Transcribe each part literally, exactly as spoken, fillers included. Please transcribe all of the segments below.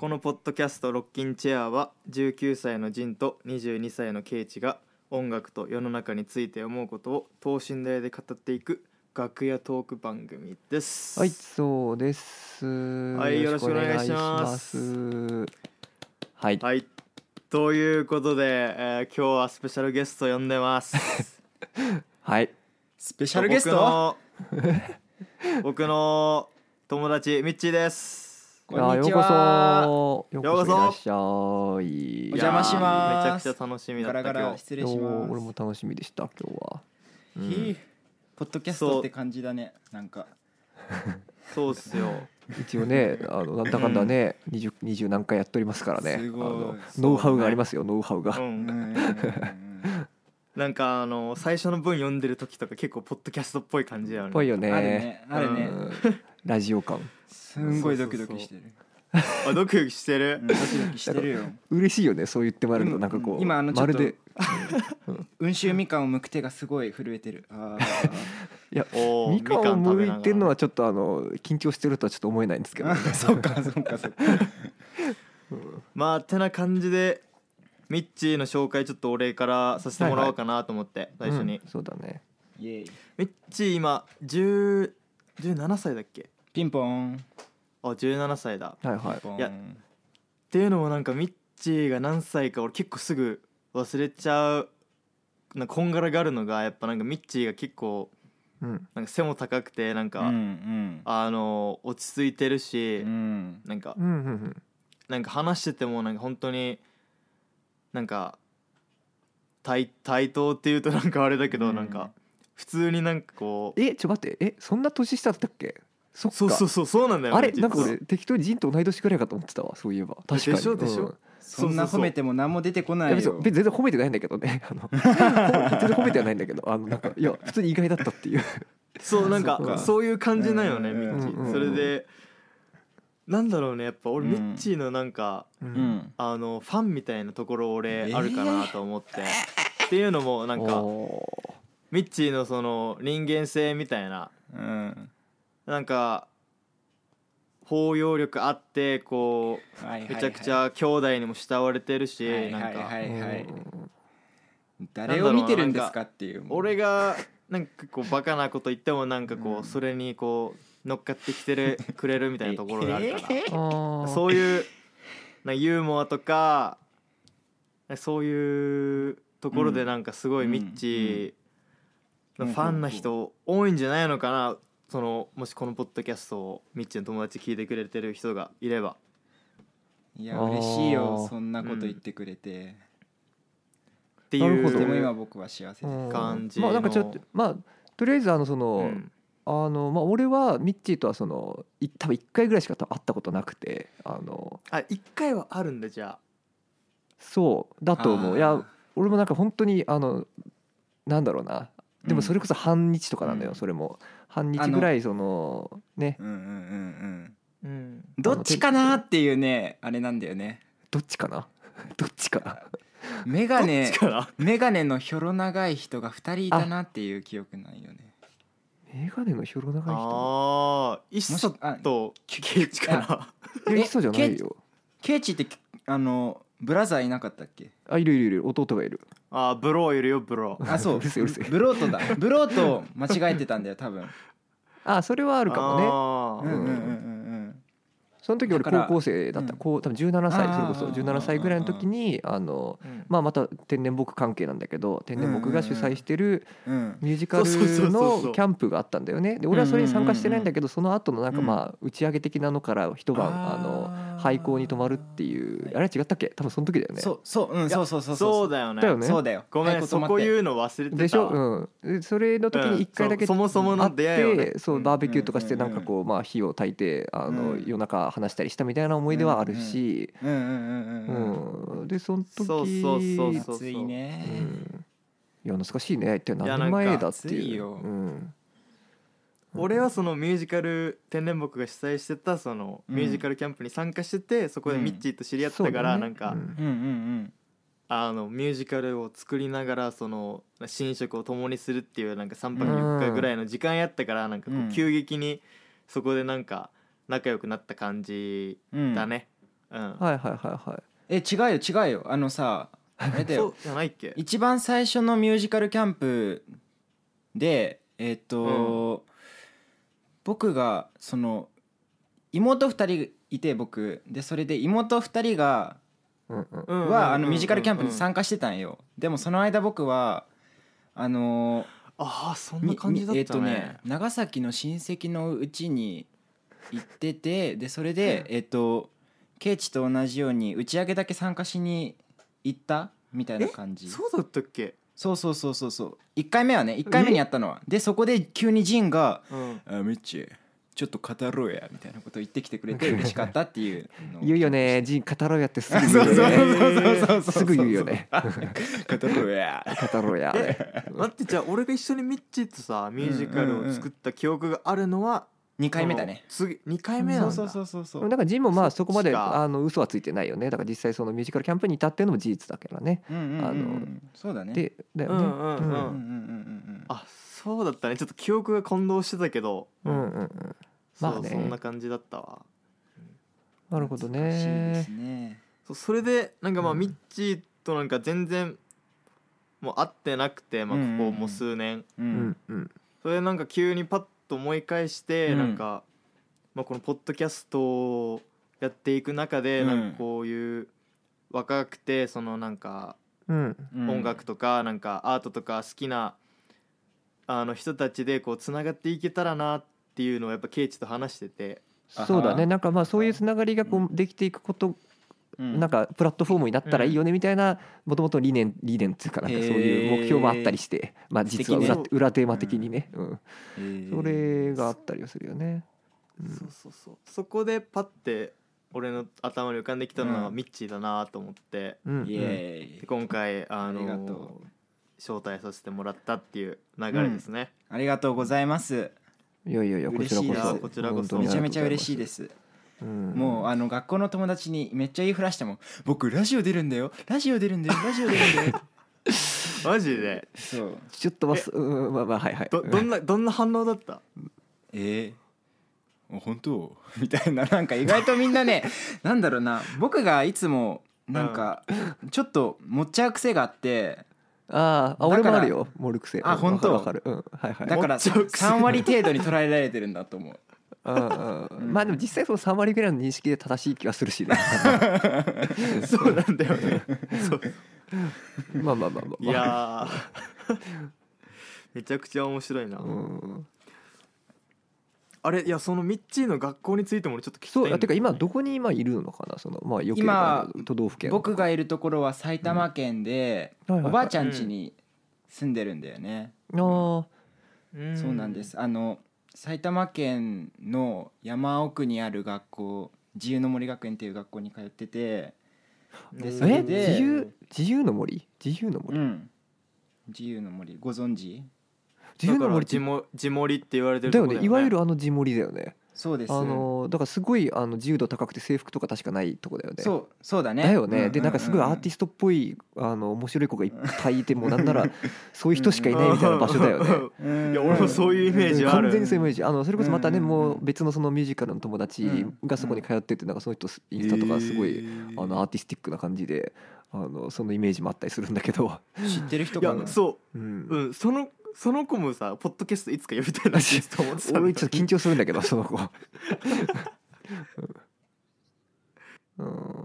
のポッドキャストロッキンチェアはじゅうきゅうさいのジンとにじゅうにさいのケイチが音楽と世の中について思うことを等身大で語っていく楽屋トーク番組です。 はい、そうです。 はい、よろしくお願いします。 はい、 はい、ということで、えー、今日はスペシャルゲスト呼んでますはい、 スペシャルゲスト僕の僕の友達ミッチーです。 こんにちは。 ようこそようこそいらっしゃい。 お邪魔します。 めちゃくちゃ楽しみだった。 ガラガラ失礼します。 俺も楽しみでした今日は。 うん、ポッドキャストって感じだね。なんかそうっすよ。 一応ね、あのなんだかんだね、うん、にじゅう、にじゅう何回やっておりますからね。 すごい。 あのノウハウがありますよ、ノウハウが。うん、 なんかあの最初の文読んでる時とか結構ポッドキャストっぽい感じだよね。 ぽいよね。 あるね、あるね。 うん、ラジオ感。 すんごいドキドキしてる。 あ、ドキドキしてる。 うん、ドキドキしてるよ。 嬉しいよね、そう言ってもらえると。なんかこう今あのちょっとまるで温州みかんを剥く手がすごい震えてる。あいや、みかんを剥いてるのはちょっとあの緊張してるとはちょっと思えないんですけど、ね、 そうかそうかそうかまあてな感じでミッチーの紹介ちょっとお礼からさせてもらおうかなと思って、はいはい、最初に、 うん、そうだね。 イエイ。 ミッチー今じゅう、じゅうななさいだっけ。 ピンポン。 あ、じゅうななさいだ。 はいはい。 いやっていうのもなんかミッチーが何歳か俺結構すぐ忘れちゃうなんかこんがらがるのがやっぱなんかミッチーが結構なんか背も高くてなんか、うんうん、あの落ち着いてるし、うん、なんか、うんうんうん、なんか話しててもなんか本当になんか対対等っていうとなんかあれだけど、うん、なんか普通になんかこうえちょ待ってえそんな年下だったっけ。そっかそうそうそうそうなんだよ、ね、 あれなんか俺適当にジンと同い年くらいかと思ってたわ。そういえば確かにでしょでしょ、うん、 そんな褒めても何も出てこないよ。いや全然褒めてないんだけどねあの全然褒めてはないんだけどあのなんかいや普通に意外だったっていうそうなんか そ, そういう感じなんよね、 うん、 ミッチー、 うん、 それでなんだろうねやっぱ俺、うん、ミッチーのなんか、 うん、 あのファンみたいなところ俺あるかなと思って、えー、っていうのもなんかミッチーのその人間性みたいな、うん、なんか包容力あってこう、はいはいはい、めちゃくちゃ兄弟にも慕われてるし、はい、なんか、はいはいはい、 誰を見てるんですかっていう。 俺がなんかこうバカなこと言ってもなんかこう、うん、それにこう乗っかってきてるくれるみたいなところがあるから、えー、そういうなんかユーモアとかそういうところでなんかすごいミッチーのファンな人多いんじゃないのかな。そのもしこのポッドキャストをミッチーの友達聞いてくれてる人がいれば。 いや嬉しいよそんなこと言ってくれて、うん、 っていうでも今僕は幸せです感じの、まあ、なんかちょっとまあとりあえずあのその、うん、あのまあ俺はミッチーとはその多分いっかいぐらいしか会ったことなくてあのあいっかいはあるんだ。じゃあそうだと思う。いや俺もなんか本当にあのなんだろうなでもそれこそ半日とかなんだよ、うん、それも半日ぐらいそのねうんうんうんうん、うん、どっちかなっていうねあれなんだよね。 どっちかなどっちかなメガネメガネのひょろ長い人がふたりいたなっていう記憶ないよね。 メガネのひょろ長い人ああイッサとケイチかな。 いやイッサじゃないよ。 ケイチってあのブラザーいなかったっけ。 あいるいるいる弟がいる。 あブローいるよブロー。あそううるせうるせブロートだブロート間違えてたんだよ多分。 あそれはあるかもね。 うんうんうんうんうんその時俺高校生だった、うん、こう多分じゅうななさいそれこそじゅうななさいぐらいの時にあの、うんまあ、また天然木関係なんだけど天然木が主催してるミュージカルのキャンプがあったんだよね。で俺はそれに参加してないんだけどその後のなんかまあ打ち上げ的なのから一晩あの廃校に泊まるっていうあれ違ったっけ多分その時だよね。 そうそううんそうそうそうそうだよね。 だよねそうだよ。 ごめんそこ言うの忘れてたでしょ。うん。それの時に一回だけ、 うん、そ, そもそもの出会いをねそうバーベキューとかしてなんかこうまあ火を焚いてあの夜中話したりしたみたいな思い出はあるし、 うんうんうんうん。 でその時そうそうそうそう暑いね。 うん、いや懐かしいねって何年前だっていう。 うん、 俺はそのミュージカル天然木が主催してたそのミュージカルキャンプに参加してて、うん、そこでミッチーと知り合ったから、うん、なんか、うんうんうん、あのミュージカルを作りながらその寝食を共にするっていうなんかさんぱくよっかぐらいの時間やったからなんかこう急激にそこでなんか仲良くなった感じだね、 うん、 はいはいはいはい。 え違うよ違うよあのさあれだよそうじゃないっけ。 一番最初のミュージカルキャンプでえっ、ー、と、うん、僕がその妹ふたりいて僕でそれで妹ふたりがはあのミュージカルキャンプに参加してたんよ。でもその間僕はあのー、 ああそんな感じだったね。えっ、ー、とね長崎の親戚のうちに行っててでそれでえっ、ー、とケイチと同じように打ち上げだけ参加しに行ったみたいな感じ。 そうだったっけ。 そうそうそうそうそういっかいめはねいっかいめにやったのはでそこで急にジンが「うん、あミッチちょっと語ろうや」みたいなことを言ってきてくれて嬉しかったっていうの言うよね。ジン語ろうやってすぐ言うよね。すぐ言うよね。 語ろうや語ろうや。 待ってじゃあ俺が一緒にミッチとさミュージカルを作った記憶があるのはにかいめだね。 次にかいめなんだ。 そうそうそうそう。 だからジンもまあそこまであの嘘はついてないよね。だから実際そのミュージカルキャンプにいたっていうのも事実だからね。 うんうんうん、あのそうだね。 でだよね。 あそうだったね。ちょっと記憶が混同してたけど。 うんうんうん。 まあね。そんな感じだったわ。 なるほどね。ねそうそれでなんかまあミッチーとなんか全然もう会ってなくてまあここもう数年。 うんうん。 それでなんか急にパッと思い返して、うん、なんか、まあ、このポッドキャストをやっていく中で、うん、なんかこういう若くてそのなんか、うん、音楽とかなんかアートとか好きなあの人たちでこうつながっていけたらなっていうのをやっぱケイチと話してて。 そうだね。なんかまあそういうつながりがこうできていくこと、うん、なんかプラットフォームになったらいいよねみたいなもともと理念理念っていうかなんかそういう目標もあったりして、まあ実は 裏, 裏テーマ的にね、うん、それがあったりはするよね。 うん、そうそうそう。そこでパッて俺の頭に浮かんできたのはミッチーだなと思って、うん、で今回あのー、招待させてもらったっていう流れですね。 うん、ありがとうございます。 いやいやいやこちらこそこちらこそめちゃめちゃ嬉しいです。うん、もうあの学校の友達にめっちゃ言いふらしても僕ラジオ出るんだよラジオ出るんだよラジオ出るんだよマジで。 そうちょっとまあ、うん、まあまあはいはい。 どどんなどんな反応だった？ えー、本当みたいななんか意外とみんなねなんだろうな僕がいつもなんかちょっと持っちゃう癖があって。 ああ俺もあるよ盛る癖。 あ本当わかる。うんはいはい。 だからさんわり程度に捉えられてるんだと思う。 うんうん、まあでも実際そのさんわりぐらいの認識で正しい気がするしね。 そうなんだよね。そうまあまあまあまあ、まあ、 いやめちゃくちゃ面白いな。うん、あれいやそのミッチーの学校についてもちょっと聞きたいんだよね。 そうてか今どこに今いるのかなそのまあよければ都道府県。 僕がいるところは埼玉県で、うん、おばあちゃん家に住んでるんだよね。 うん、ああ、 うん、そうなんです。あの埼玉県の山奥にある学校自由の森学園っていう学校に通っててでそれで自由自由の森自由の森、うん、 自由の森ご存知？ 自由の森地森って言われてるとこだよね。いわゆるあの地森だよね。 そうです。 あのだからすごいあの自由度高くて制服とか確かないとこだよね。 そうそうだね。 だよね。うんうんうんうん、でなんかすごいアーティストっぽいあの面白い子がいっぱいいてもなんならそういう人しかいないみたいな場所だよね。いや俺もそういうイメージある。 完全にそういうイメージ。あのそれこそまたねもう別のそのミュージカルの友達がそこに通っててなんかその人インスタとかすごいあのアーティスティックな感じであのそのイメージもあったりするんだけど。 知ってる人かな。 いやそう、うんうん、そのその子もさポッドキャストいつか呼びたいなって思ってた。 俺ちょっと緊張するんだけどその子。うん、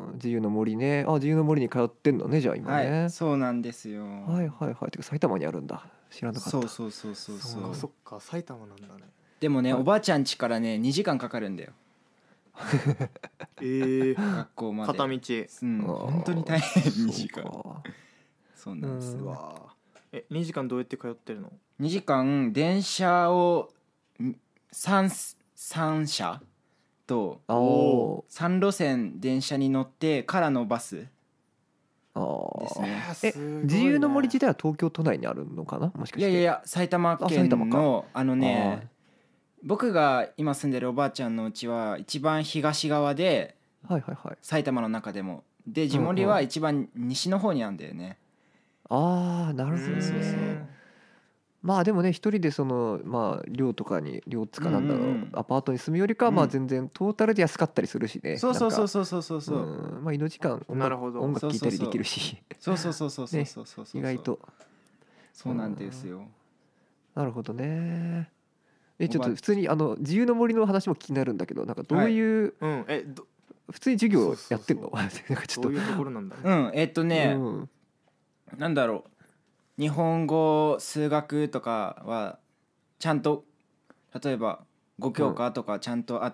自由の森ね。あ自由の森に通ってんのねじゃあ今ね、 はい、そうなんですよ。 はいはいはい。てか埼玉にあるんだ。知らなかった。 そうそうそうそうそう。そっか埼玉なんだね。 でもね、はい、おばあちゃん家からねにじかんかかるんだよ。 えー、 学校まで片道、 うん、本当に大変。にじかん。そうなんですわ。 えにじかんどうやって通ってるの？ にじかん電車を 3, 3社とさん路線電車に乗ってからのバスですね。 え自由の森自体は東京都内にあるのかなもしかして。 いやいやいや埼玉県の あ, あのね僕が今住んでるおばあちゃんのうちは一番東側で、 はいはいはい、 埼玉の中でもで地森は一番西の方にあるんだよね。 ああなるほどね。 まあでもね一人でそのまあ寮とかに寮つかなんだろう、うんうん、アパートに住むよりかはまあ全然トータルで安かったりするしね、うん、 そうそうそうそうそうそうそう、 うん、まあ移動時間音楽、音楽聴いたりできるしそうそうそうそうそうそうそうそう、 ね、意外とそうなんですよ、 なるほどね。えちょっと普通にあの自由の森の話も気になるんだけどなんかどういう、はい、 うん、えど普通に授業やってんの？なんかちょっとどういうところなんだろう。 うんえっとね、うん、なんだろう日本語数学とかはちゃんと例えばご教科とかちゃんとあって、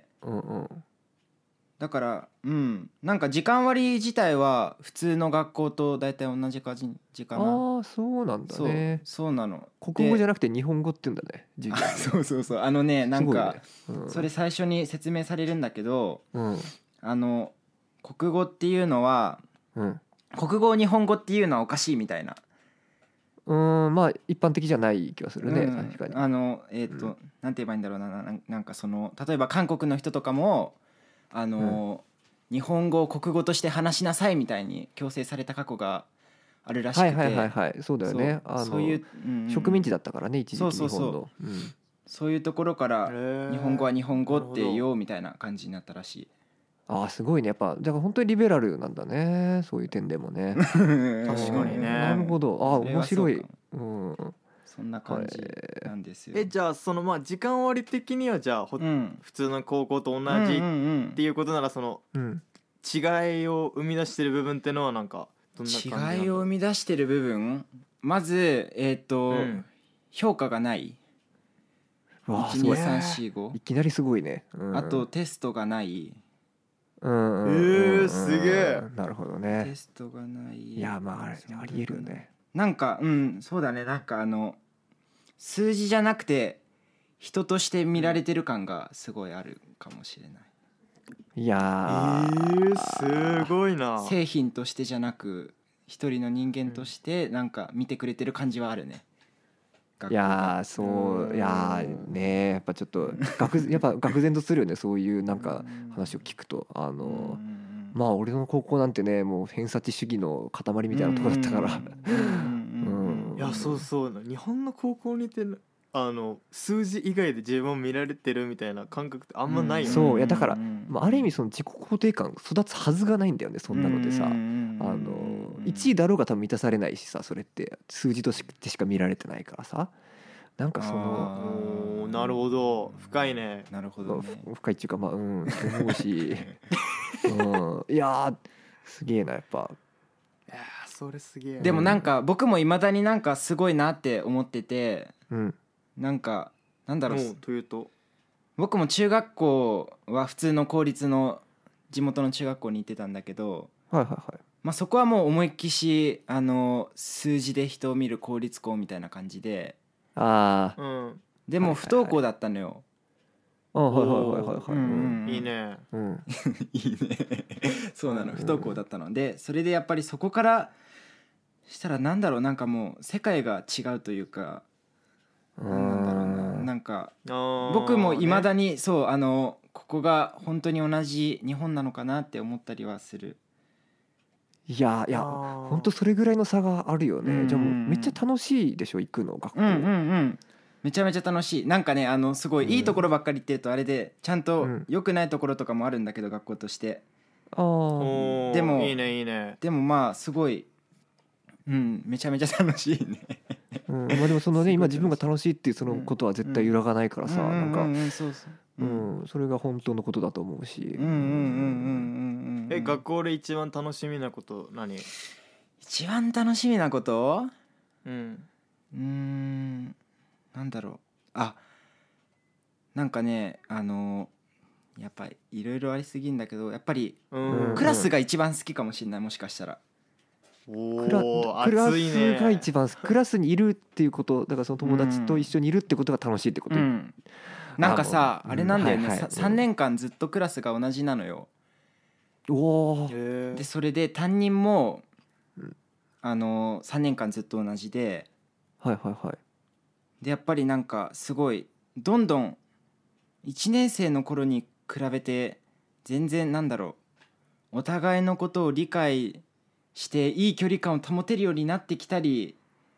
うんうんうん、だからうんなんか時間割自体は普通の学校と大体同じ感じかな。 ああそうなんだね。 そう、そうなの。 国語じゃなくて日本語って言うんだね授業。 そうそうそうあのねなんか、ねうん、それ最初に説明されるんだけど、うん、あの国語っていうのは、うん、国語日本語っていうのはおかしいみたいな。 うんまあ一般的じゃない気がするね、 うん、 確かに。 あのえっ、ー、と、うん、なんて言えばいいんだろうな な, なんかその例えば韓国の人とかもあの、うん、日本語を国語として話しなさいみたいに強制された過去があるらしくて、 はいはいはいはいそうだよね。あのそういう、うんうん、植民地だったからね一時期日本の。そうそうそう、うん、 そういうところから日本語は日本語って言おうみたいな感じになったらしい。 ああすごいねやっぱだから本当にリベラルなんだねそういう点でもね。確かにね。 なるほどあ面白い。うん、 そんな感じなんですよ。 えじゃあそのまあ時間割的にはじゃあ、うん、普通の高校と同じっていうことならその、うん、違いを生み出してる部分ってのはなんかどんな感じなの？ 違いを生み出してる部分まずえっ、ー、と、うん、評価がない。いちにさんしごいきなりすごいね、 うん、あとテストがない。 うんうん、 えー、すげえ。 なるほどね。 テストがない。 いやまあありえるよね。 なんかうんそうだねなんかあの数字じゃなくて人として見られてる感がすごいあるかもしれない。 いやー、えー、すごいな。 製品としてじゃなく一人の人間としてなんか見てくれてる感じはあるね。 いやそういやねやっぱちょっと学やっぱ愕然とするよねそういうなんか話を聞くとあのまあ俺の高校なんてねもう偏差値主義の塊みたいなところだったからいやそうそう日本の高校にてあの数字以外で自分を見られてるみたいな感覚ってあんまないよね。 そういやだから、まあ、ある意味その自己肯定感育つはずがないんだよねそんなのでさあのいちいだろうが多分満たされないしさそれって数字としてしか見られてないからさなんかそのなるほど深いね。 なるほど、ね、 深いっていうかまあうんと思うし、うん、いやすげえなやっぱ。 いやそれすげえ。 でもなんか僕もいまだになんかすごいなって思ってて、うん、なんかなんだろうというと僕も中学校は普通の公立の地元の中学校に行ってたんだけど、 はいはいはいまあ、そこはもう思いっきしあの数字で人を見る公立校みたいな感じであ、 うん、でも不登校だったのよ。 あはいはいはいはいはい、うんいいね、 うん、いいねそうなの不登校だったのでそれでやっぱりそこからしたらなんだろうなんかもう世界が違うというかなんだろうななんか僕もいまだにそうあのここが本当に同じ日本なのかなって思ったりはする。 いやいや本当それぐらいの差があるよね。じゃあもうめっちゃ楽しいでしょ行くの学校。 うんうんうんめちゃめちゃ楽しい。なんかねあのすごいいいところばっかり言ってるとあれでちゃんと良くないところとかもあるんだけど学校として。 ああでもいいねいいね。 でもまあすごいうんめちゃめちゃ楽しいね。 うん、まあでもそのね今自分が楽しいっていうそのことは絶対揺らがないからさなんかうんそれが本当のことだと思うし。 うんうんうんうんうんえ学校で一番楽しみなこと何？ 一番楽しみなこと？ うんうーんなんだろうあなんかねあのやっぱりいろいろありすぎんだけどやっぱりクラスが一番好きかもしれないもしかしたら。 おクラ、クラスが一番クラスにいるっていうことだからその友達と一緒にいるってことが楽しいってこと、うん、 なんかさ あ, あれなんだよね、うんはいはい、さんねんかんずっとクラスが同じなのよ。 おでそれで担任も、うん、あのさんねんかんずっと同じではいはいはいでやっぱりなんかすごいどんどんいちねん生の頃に比べて全然なんだろうお互いのことを理解していい距離感を保てるようになってきたり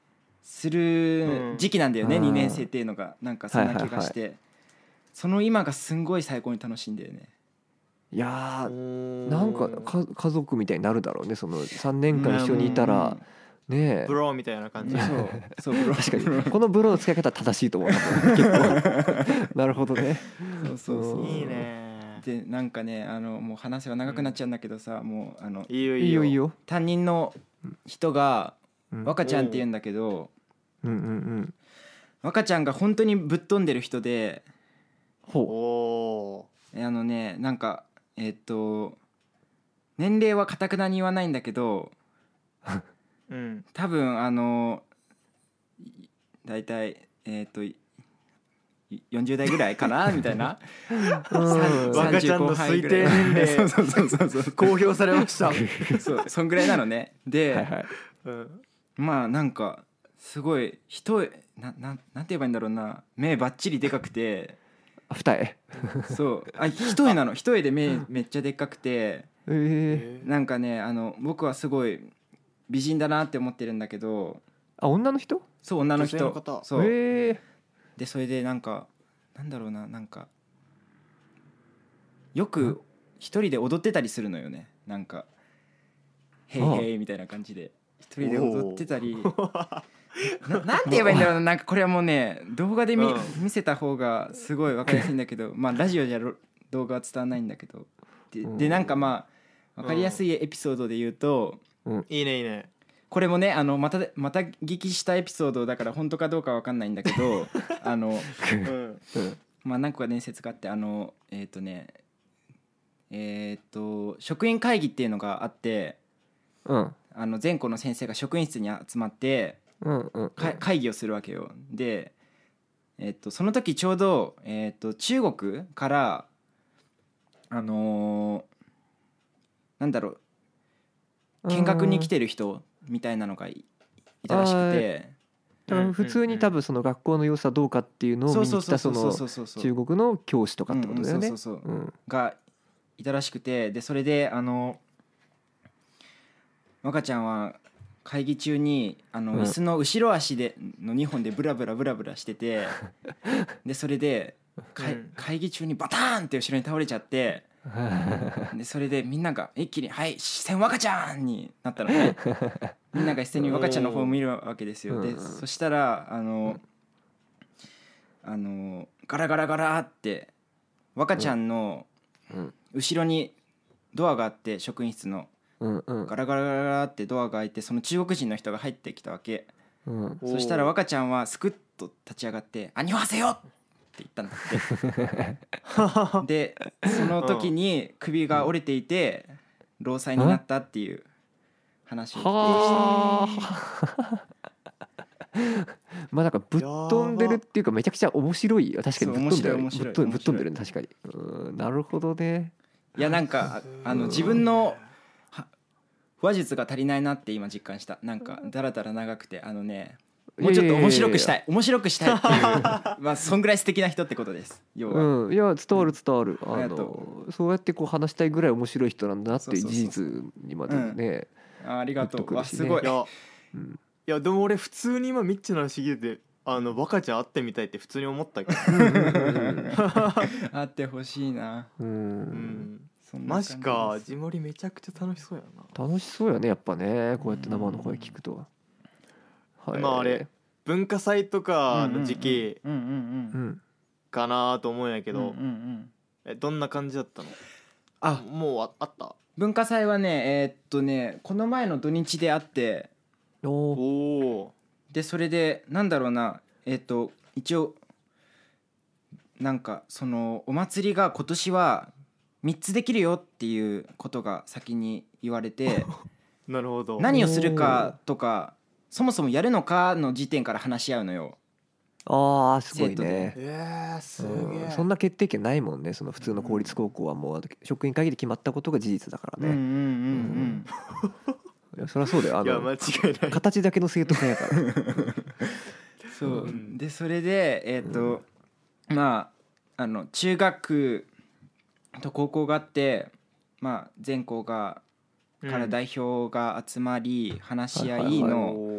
する時期なんだよね、うん、にねん生っていうのがなんかそんな気がして、はいはいはい、その今がすんごい最高に楽しいんだよね。 いやーなんかか家族みたいになるだろうね、そのさんねんかん一緒にいたら、ねえブローみたいな感じ。 そうそうブロ確かにこのブローの使い方は正しいと思う結構なるほどね。 そうそうそう、 いいね。 でなんかねあのもう話は長くなっちゃうんだけどさ、うん、もうあのいいよいいよいいよ。 担任の人が若ちゃんって言うんだけど、 うんうんうん、 若ちゃんが本当にぶっ飛んでる人で、 ほうあのねなんかえー、っと年齢は堅くなに言わないんだけどうん、多分あのだいたいえっ、とよんじゅう代ぐらいかなみたいな若ちゃんの推定年齢そうそうそうそうそう公表されましたそうそんぐらいなのね。で、はいはい、うん、まあなんかすごい一重なななんて言えばいいんだろうな、目バッチリでかくて二重そうあ一重なの一重で目めっちゃでっかくて、えー、なんかねあの僕はすごい美人だなって思ってるんだけど。 あ、女の人？ そう女の人。 女性の方。 そう、 えー、 でそれでなんかなんだろうな、なんかよく一人で踊ってたりするのよね。なんかヘイヘイみたいな感じで一人で踊ってたりな, なんて言えばいいんだろうな、なんかこれはもうね動画で 見,、うん、見せた方がすごい分かりやすいんだけどまあラジオじゃ動画は伝わらないんだけど で, でなんかまあ分かりやすいエピソードで言うと、 うん、いいねいいね。 これもねあのまたまた聞きしたエピソードだから本当かどうか分かんないんだけどあの、うんまあ、何個か伝説があって、あのえっ、ー、とねえっ、ー、と職員会議っていうのがあって、うん、あの全校の先生が職員室に集まって、うんうんうん、会議をするわけよ。で、えー、とその時ちょうど、えー、と中国からあのー、なんだろう見学に来てる人みたいなのがいたらしくて、 だから普通に多分その学校の様子はどうかっていうのを見に来たその中国の教師とかってことだよね。 がいたらしくて、でそれであの若ちゃんは会議中にあの椅子の後ろ足でのにほんでブラブラブラブラしててでそれで会議中にバターンって後ろに倒れちゃってでそれでみんなが一気にはい視線若ちゃんになったのね。みんなが一斉に若ちゃんの方を見るわけですよ。でそしたらあのあのガラガラガラって若ちゃんの後ろにドアがあって、職員室のガラガラガラってドアが開いてその中国人の人が入ってきたわけ。そしたら若ちゃんはスクッと立ち上がってアニョハセヨって言ったんだってでその時に首が折れていて労災になったっていう話を聞きました。 まあなんかぶっ飛んでるっていうかめちゃくちゃ面白い。確かにぶっ飛んでる、ぶっ飛んぶっ飛んでるね。確かに。うん、なるほどね。 いやなんかあの自分の話術が足りないなって今実感した。なんかだらだら長くてあのねもうちょっと面白くしたい面白くしたいっていうまあそんぐらい素敵な人ってことです。要は、 うん、いや伝わる伝わる、あのそうやってこう話したいぐらい面白い人なんだなっていう事実にまでね。 あ, ありがとう。わすごい。 いや、うん、いやでも俺普通に今ミッチの話聞いてあの若ちゃん会ってみたいって普通に思ったけど会ってほしいな。うん、 うんマジか。地森めちゃくちゃ楽しそうやな。楽しそうやねやっぱね、こうやって生の声聞くと。 はい、まああれ文化祭とかの時期かなと思うんやけど、えどんな感じだったの？あもう あ, あった文化祭はねえー、っとねこの前の土日であって、おおでそれでなんだろうなえー、っと一応なんかそのお祭りが今年はみっつできるよっていうことが先に言われてなるほど。 何をするかとかそもそもやるのかの時点から話し合うのよ。 あーすごいね。 えー、すげえ、 うん、そんな決定権ないもんね。その普通の公立高校はもう職員会議で決まったことが事実だからね。うんうんうんうんいやそりゃそうだよ。あのいや間違いない。形だけの生徒会やからそうでそれでえっ、ー、と、うん、まああの中学と高校があって、まあ、全校がから代表が集まり話し合いの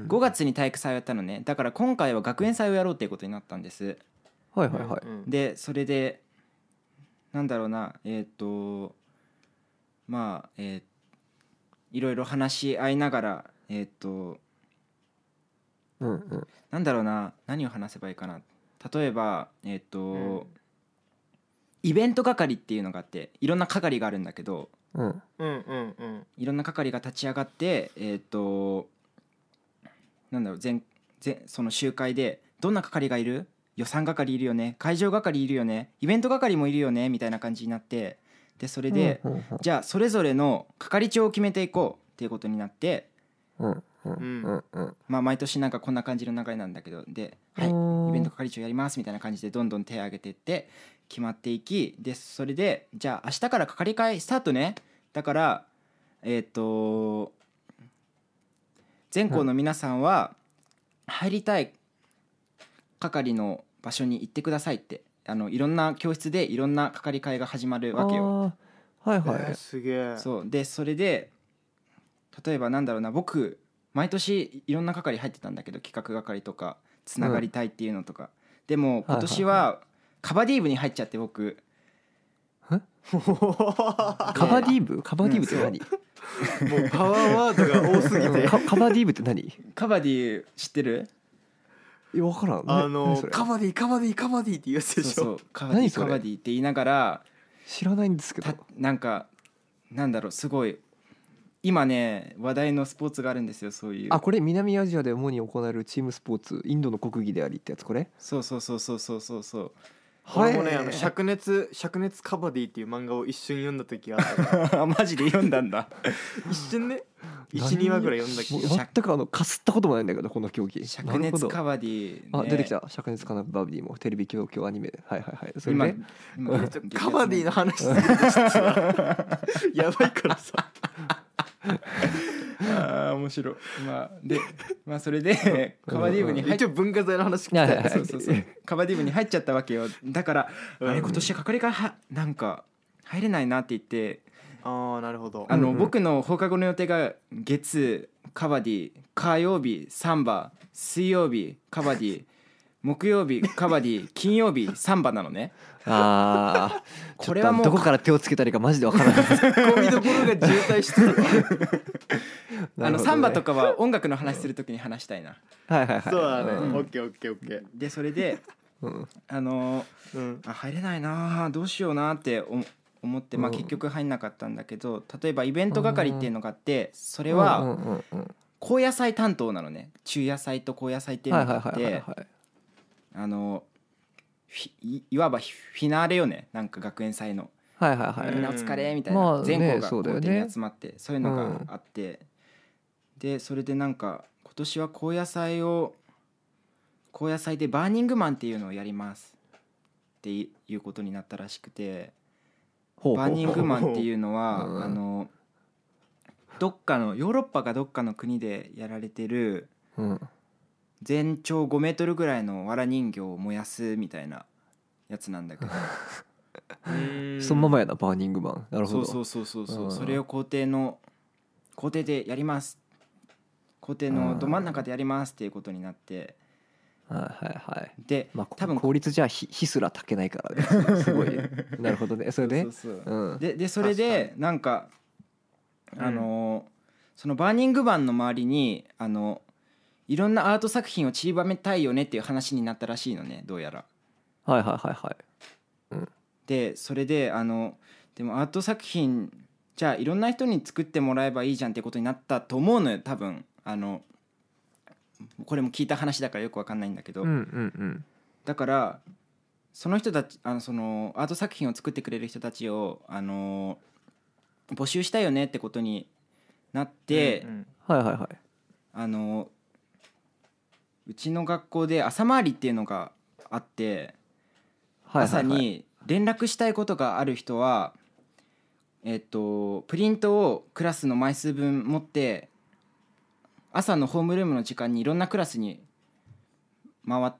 ごがつに体育祭をやったのね。だから今回は学園祭をやろうっていうことになったんです。 はいはいはい。 でそれでなんだろうなえっとまあえー、いろいろ話し合いながらえっとうんうん、 なんだろうな何を話せばいいかな。例えばえっと、うん、イベント係っていうのがあっていろんな係があるんだけど、 うん、 うんうんうんいろんな係が立ち上がってえっとなんだろう全全その集会でどんな係がいる？予算係いるよね、会場係いるよね、イベント係もいるよねみたいな感じになって、でそれで、うんうんうん、じゃあそれぞれの係長を決めていこうっていうことになって、 うんうんうん、 まあ毎年なんかこんな感じの流れなんだけど、で、はい、イベント係長やりますみたいな感じでどんどん手を挙げていって決まっていき、でそれでじゃあ明日から係会スタートね。だからえっと全校の皆さんは入りたい係の場所に行ってくださいって、あのいろんな教室でいろんな係会が始まるわけよ。 はいはい、 えー、すげえ。 そうでそれで例えばなんだろうな、僕毎年いろんな係入ってたんだけど、企画係とかつながりたいっていうのとか、うん、でも今年はカバディ部に入っちゃって僕カバディ部カバディ部って何、 うん、もうパワーワードが多すぎてカ, カバディ部って何？ カバディ知ってる？ いや分からん。 あのカバディカバディカバディって言うやつでしょ。そうそうカバディカバディって言いながら知らないんですけど、 なんかなんだろうすごい今ね話題のスポーツがあるんですよ。そういう、 あこれ南アジアで主に行われるチームスポーツ、インドの国技でありってやつ。これそうそうそうそうそうそうそう。 俺もねあの灼熱灼熱カバディっていう漫画を一瞬読んだ時があったマジで読んだんだ一瞬ね いち,に 話ぐらい読んだ気が。 全くあのかすったこともないんだけどこの競技。 灼熱カバディ、ね、 あ出てきた。灼熱カバディもテレビ教教アニメで、はいはいはい。それで今今カバディの話するとやばいからさあ面白い。まあでまあそれでカバディ部に入っ一応文化財の話聞きたい。 そうそうそうカバディ部に入っちゃったわけよ。だから、うん、あれ今年係からはなんか入れないなって言って、 ああなるほど。 あの、うんうん、僕の放課後の予定が月カバディ、火曜日サンバ、水曜日カバディ、木曜日カバディ、金曜日サンバなのね。 ああこれはもうどこから手をつけたらいいかマジでわからない。 込みどころが渋滞してるあのサンバとかは音楽の話するときに話したいな。 はいはいはい。 そうだね。オッケーオッケーオッケー。 でそれで、うん、あの、うん、あ入れないなどうしようなって思って、まあ、結局入んなかったんだけど、例えばイベント係っていうのがあって、それは高野菜担当なのね。中野菜と高野菜っていうのがあって、あのい, いわばフィナーレよね。なんか学園祭の、 はいはいはい、 みんなお疲れみたいな、まあね、全校が校庭に集まって そう,、ね、そういうのがあって、うん、でそれでなんか今年は高野菜を高野菜でバーニングマンっていうのをやりますっていうことになったらしくて、バーニングマンっていうのは、うん、あのどっかのヨーロッパかどっかの国でやられてる、うん、全長ごメートルぐらいの藁人形を燃やすみたいなやつなんだけどそのままやなバーニングマン。なるほど。 そうそうそうそう、うん、それを校庭の校庭でやります、校庭のど真ん中でやりますっていうことになって、 はいはいはい。 で、 まあ、多分効率じゃ火すら炊けないからね。すごいなるほどね。それでそうそうそう、うん、で, でそれでなんかあの、うん、そのバーニングマンの周りにあのいろんなアート作品を散りばめたいよねっていう話になったらしいのね、どうやら。 はいはいはいはい、 うん、でそれであのでもアート作品じゃあいろんな人に作ってもらえばいいじゃんってことになったと思うのよ多分。あのこれも聞いた話だからよく分かんないんだけど、 うんうんうん、 だからその人たちあのそのアート作品を作ってくれる人たちをあの募集したいよねってことになって、うんうん、 はいはいはい、 あのうちの学校で朝回りっていうのがあって、はいはいはい、朝に連絡したいことがある人は、えっと、プリントをクラスの枚数分持って朝のホームルームの時間にいろんなクラスに回って、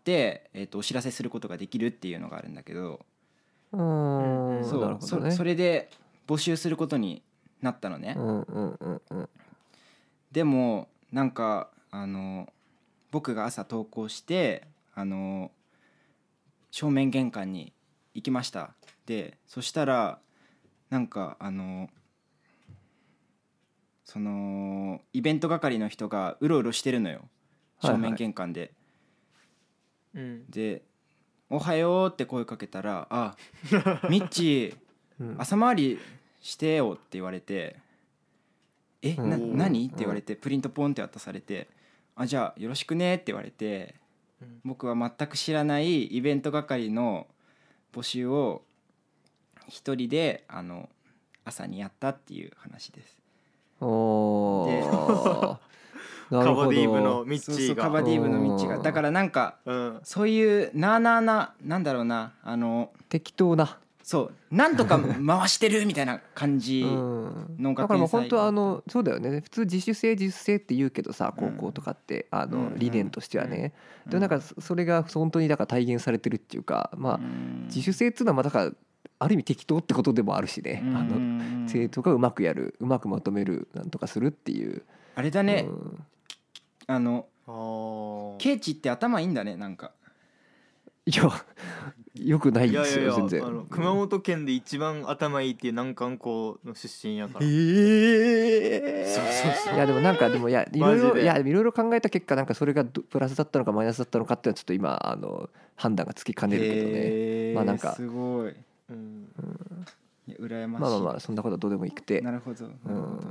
えっと、お知らせすることができるっていうのがあるんだけど、 うーん、 そう、なるほどね、そ、それで募集することになったのね、うんうんうんうん、でもなんかあの僕が朝登校してあの正面玄関に行きました。でそしたらなんかあのそのイベント係の人がうろうろしてるのよ正面玄関で、はいはい、でおはようって声かけたらあミッチー朝回りしてよって言われてえな何って言われてプリントポンって渡されてあじゃあよろしくねって言われて僕は全く知らないイベント係の募集を一人であの朝にやったっていう話です。 おでカバディーブのミッチーがそうそうカバディーブのミッチーがだからなんか、うん、そういうなあなあななんだろうなあの適当なそうなんとか回してるみたいな感じの学園祭、うん、 だからもう本当あのそうだよね普通自主性自主性って言うけどさ高校とかってあの理念としてはね、うん、でもなんかそれが本当にだから体現されてるっていうかまあ自主性っていうのはまあだからある意味適当ってことでもあるしね、うん、あの生徒がうまくやるうまくまとめるなんとかするっていうあれだね、うん、あのケイチって頭いいんだねなんかいやよくないですよ。いやいやいや全然あの熊本県で一番頭いいっていう難関校の出身やからええー、そうそうそういやでもなんかでもいやいろいろいやいろいろ考えた結果なんかそれがプラスだったのかマイナスだったのかっていうのはちょっと今あの判断がつきかねるけどねまあなんかすごいうんいや羨ましいまあまあまあそんなことはどうでもいくてなるほど、うん、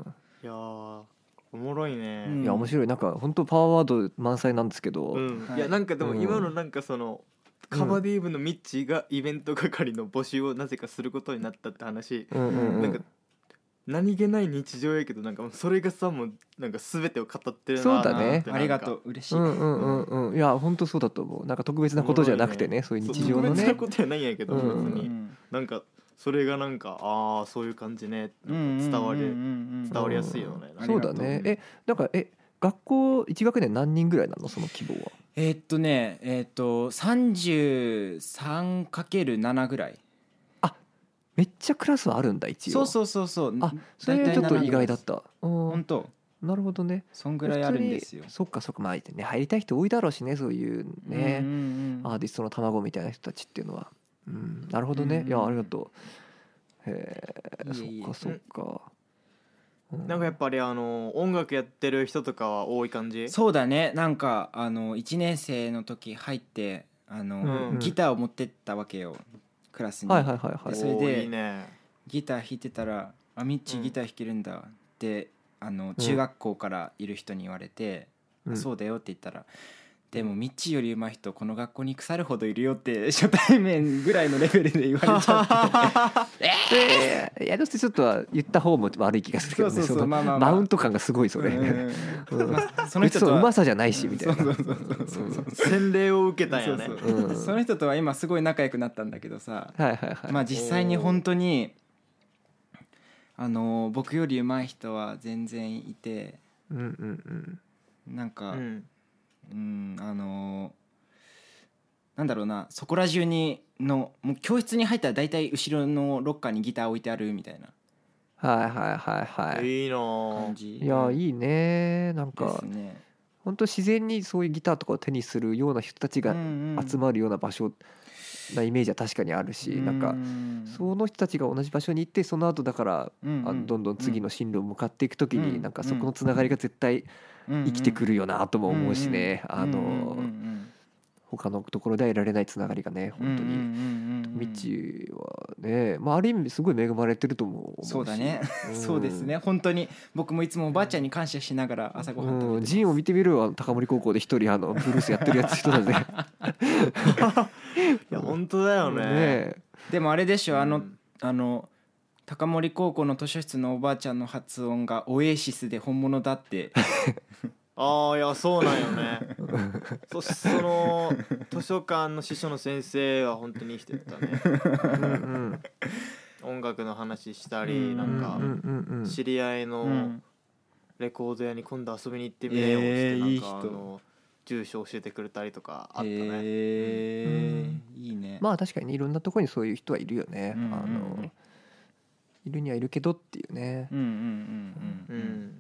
いやおもろいね、 うん、いや面白いなんか本当パワーワード満載なんですけど、 うんはい、いやなんかでも今のなんかその、うん、カバディーブのミッチーがイベント係の募集をなぜかすることになったって話、うんうんうん、なんか何気ない日常やけどなんかそれがさもうなんか全てを語ってるなそうだねありがとう嬉しい、 うんうんうんうん、いや本当そうだと思うなんか特別なことじゃなくてね、ねそういう日常のね特別なことじゃないんやけど、うん、別になんかそれがなんかああそういう感じねなんか伝わり伝わりやすいよね、 うん、そうだねえなんかえ学校いち学年何人ぐらいなのその規模はえー、っとねえー、っと さんじゅうさんかけるなな ぐらいあめっちゃクラスはあるんだ一応そうそうそうそうあそれちょっと意外だった本当なるほどねそんぐらいあるんですよそっかそっかまあね入りたい人多いだろうしねそういうね、うんうんうん、アーティストの卵みたいな人たちっていうのは、うん、なるほどね、うんうん、いやありがとうへえそっかそっか、 うん、なんかやっぱりあの音楽やってる人とかは多い感じそうだねなんかあのいちねん生の時入ってあの、うんうん、ギターを持ってったわけよクラスに、 はいはいはいはい、 でそれでいい、ね、 ギター弾いてたら「あミッチーギター弾けるんだ」ってあの中学校からいる人に言われて「うん、そうだよ」って言ったら「でもミッチーより上手い人この学校に腐るほどいるよ」って初対面ぐらいのレベルで言われちゃってえー、いやどうしてちょっとは言った方も悪い気がするけどねそうそうそう、まあまあまあ、マウント感がすごいそれ、うんうんまあ、その人とはうまさじゃないしみたいな洗礼を受けたんやねそうそう、うん、その人とは今すごい仲良くなったんだけどさ、はいはいはい、まあ実際に本当にあの僕より上手い人は全然いて、うんうんうん、なんか、うんうん、あのなんだろうなそこら中にのもう教室に入ったら大体後ろのロッカーにギター置いてあるみたいなはいはいはいはいいいな感じいやいいねなんか、ね、本当自然にそういうギターとかを手にするような人たちが集まるような場所なイメージは確かにあるし、なんかその人たちが同じ場所に行ってその後だからあのどんどん次の進路を向かっていくときになんかそこのつながりが絶対生きてくるよなとも思うしね、あの他のところでは得られないつながりがね本当にミッチはね、まあある意味すごい恵まれてると思うし。 そうだね、うん、そうですね本当に僕もいつもおばあちゃんに感謝しながら朝ごはん食べてます。 ジンを見てみるわ高森高校で一人あのブルースやってるやつ人だぜいや本当だよ ね, ねでもあれでしょあの、うん、あの高森高校の図書室のおばあちゃんの発音がオエーシスで本物だってああいやそうなんよねそその図書館の司書の先生は本当に生きてたねうん、うん、音楽の話したり、うん、なんか、うん、知り合いのレコード屋に今度遊びに行ってみようって、えー、なんかあの住所教えてくれたりとかあったね、 えーうん、いいね。 まあ確かにいろんなところにそういう人はいるよね、うんうん、あのいるにはいるけどっていうね。 うんうんうんうんうん。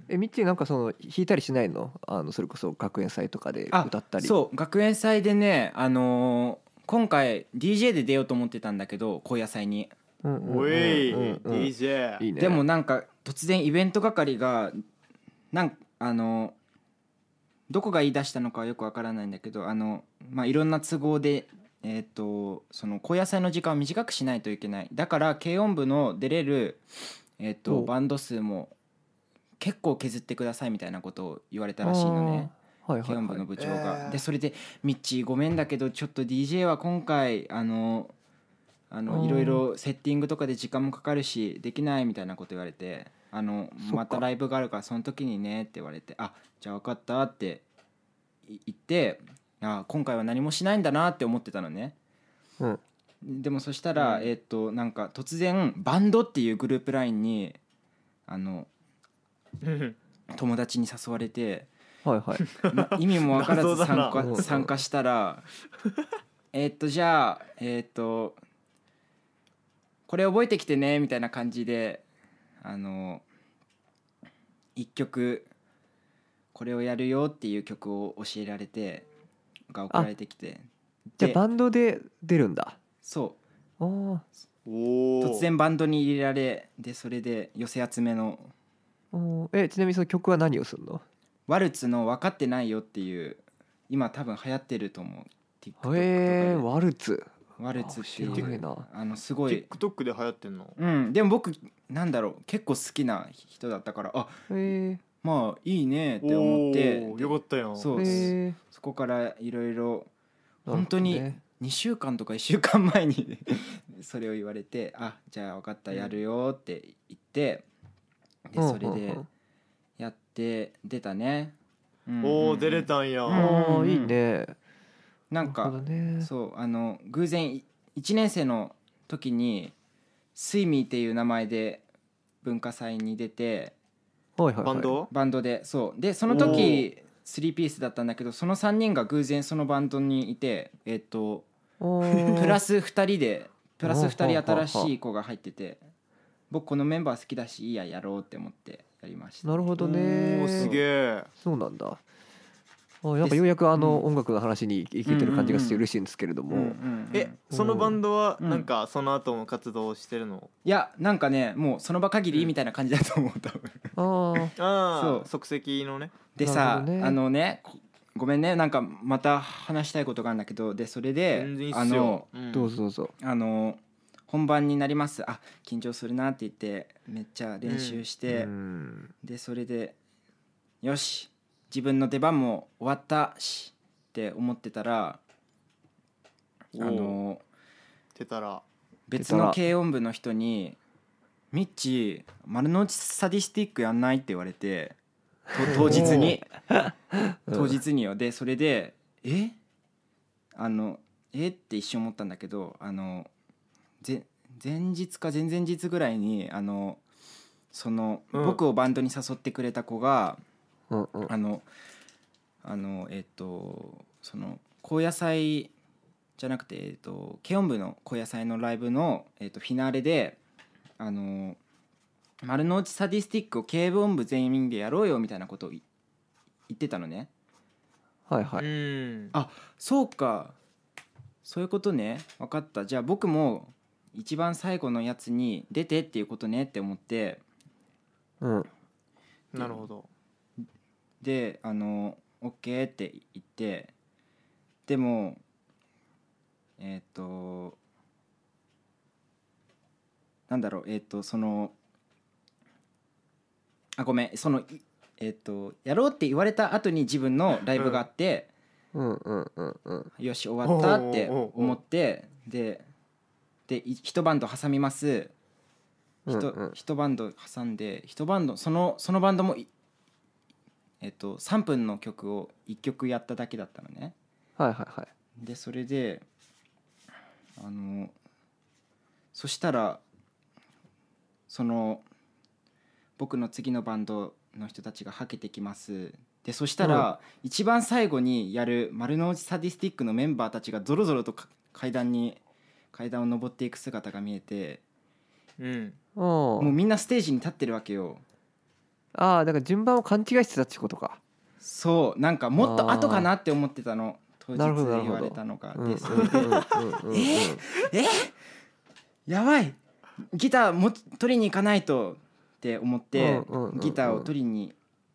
えミッチーなんかその弾いたりしないの？あのそれこそ学園祭とかで歌ったり。 そう学園祭でね、あのー、今回 ディージェー で出ようと思ってたんだけど高野祭に。 おい ディージェーいいね。 でもなんか突然イベント係がなんあのどこが言い出したのかはよくわからないんだけど、あのまあいろんな都合で。えー、とその高野祭の時間を短くしないといけない。だから軽音部の出れる、えー、とバンド数も結構削ってくださいみたいなことを言われたらしいのね、はいはいはい、軽音部の部長が、えー、でそれでミッチーごめんだけどちょっと ディージェー は今回あのあのいろいろセッティングとかで時間もかかるしできないみたいなこと言われて、あのまたライブがあるからその時にねって言われて、あじゃあ分かったって言って、あ今回は何もしないんだなって思ってたのね、うん、でもそしたら、うん、えー、っとなんか突然バンドっていうグループラインにあの友達に誘われて、はいはい、意味も分からず参加参加したらえっとじゃあえー、っとこれ覚えてきてねみたいな感じであの一曲これをやるよっていう曲を教えられてが送られてきて、 じゃあバンドで出るんだ。 そうお突然バンドに入れられでそれで寄せ集めのおえちなみにその曲は何をするの？ ワルツの分かってないよっていう今多分流行ってると思う TikTok とかで。 へーワルツワルツっていうあのすごい TikTok で流行ってんの？ うんでも僕なんだろう結構好きな人だったからあへまあいいねって思ってよかったよ。 そうそこからいろいろ本当ににしゅうかんとかいっしゅうかんまえにそれを言われてあじゃあ分かったやるよって言ってでそれでやって出たね、 うんうん、おお出れたんや、 うんうん、いいね。 なんかね、そうあの偶然いちねん生の時にスイミーっていう名前で文化祭に出て、 はいはいはい、バンドバンドでそうでその時スリーピースだったんだけどそのさんにんが偶然そのバンドにいてえっとプラスふたりでプラスふたり新しい子が入ってて僕このメンバー好きだしいいややろうって思ってやりました。 なるほどね。 おすげえ。 そうなんだ。あなんかようやくあの音楽の話にいけてる感じがして嬉しいんですけれども、 えそのバンドはなんかその後も活動してるの？ いやなんかねもうその場限りみたいな感じだと思う多分ああそう即席のねでさ、ね、あのねごめんねなんかまた話したいことがあるんだけどでそれであの、 うん、どうぞどうぞあの本番になりますあ緊張するなって言ってめっちゃ練習して、うん、でそれでよし自分の出番も終わったしって思ってたらあの出たら別の軽音部の人にミッチ丸の内サディスティックやんないって言われて当日に当日によでそれでえあのえって一瞬思ったんだけどあのぜ前日か前々日ぐらいにあのその、うん、僕をバンドに誘ってくれた子が、うんうん、あのあのえっ、ー、とその高野祭じゃなくて、えー、と軽音部の高野祭のライブの、えー、とフィナーレであの丸の内サディスティックを軽音部全員でやろうよみたいなことを言ってたのね。 はいはい。 うんあそうかそういうことね分かったじゃあ僕も一番最後のやつに出てっていうことねって思ってうんなるほどであの OK って言ってでもえっ、ー、となんだろうえっ、ー、とそのあごめんそのえっ、ー、とやろうって言われた後に自分のライブがあって、 うんうんうんうん、 よし終わったって思ってでで一バンド挟みます一、うんうん、一バンド挟んで一バンドそのそのバンドもえっとさんぷんの曲をいっきょくやっただけだったのね。 はいはいはい。 でそれであのそしたらその僕の次のバンドの人たちがはけてきます。でそしたら、うん、一番最後にやる丸の内サディスティックのメンバーたちがゾロゾロと階段に階段を登っていく姿が見えて、 うん、 もうみんなステージに立ってるわけよ。 ああだから順番を勘違いしてたってことか。 そうなんかもっと後かなって思ってたの当日言われたのが。でそれでええやばいギターも取りに行かないとって思ってギターを取りに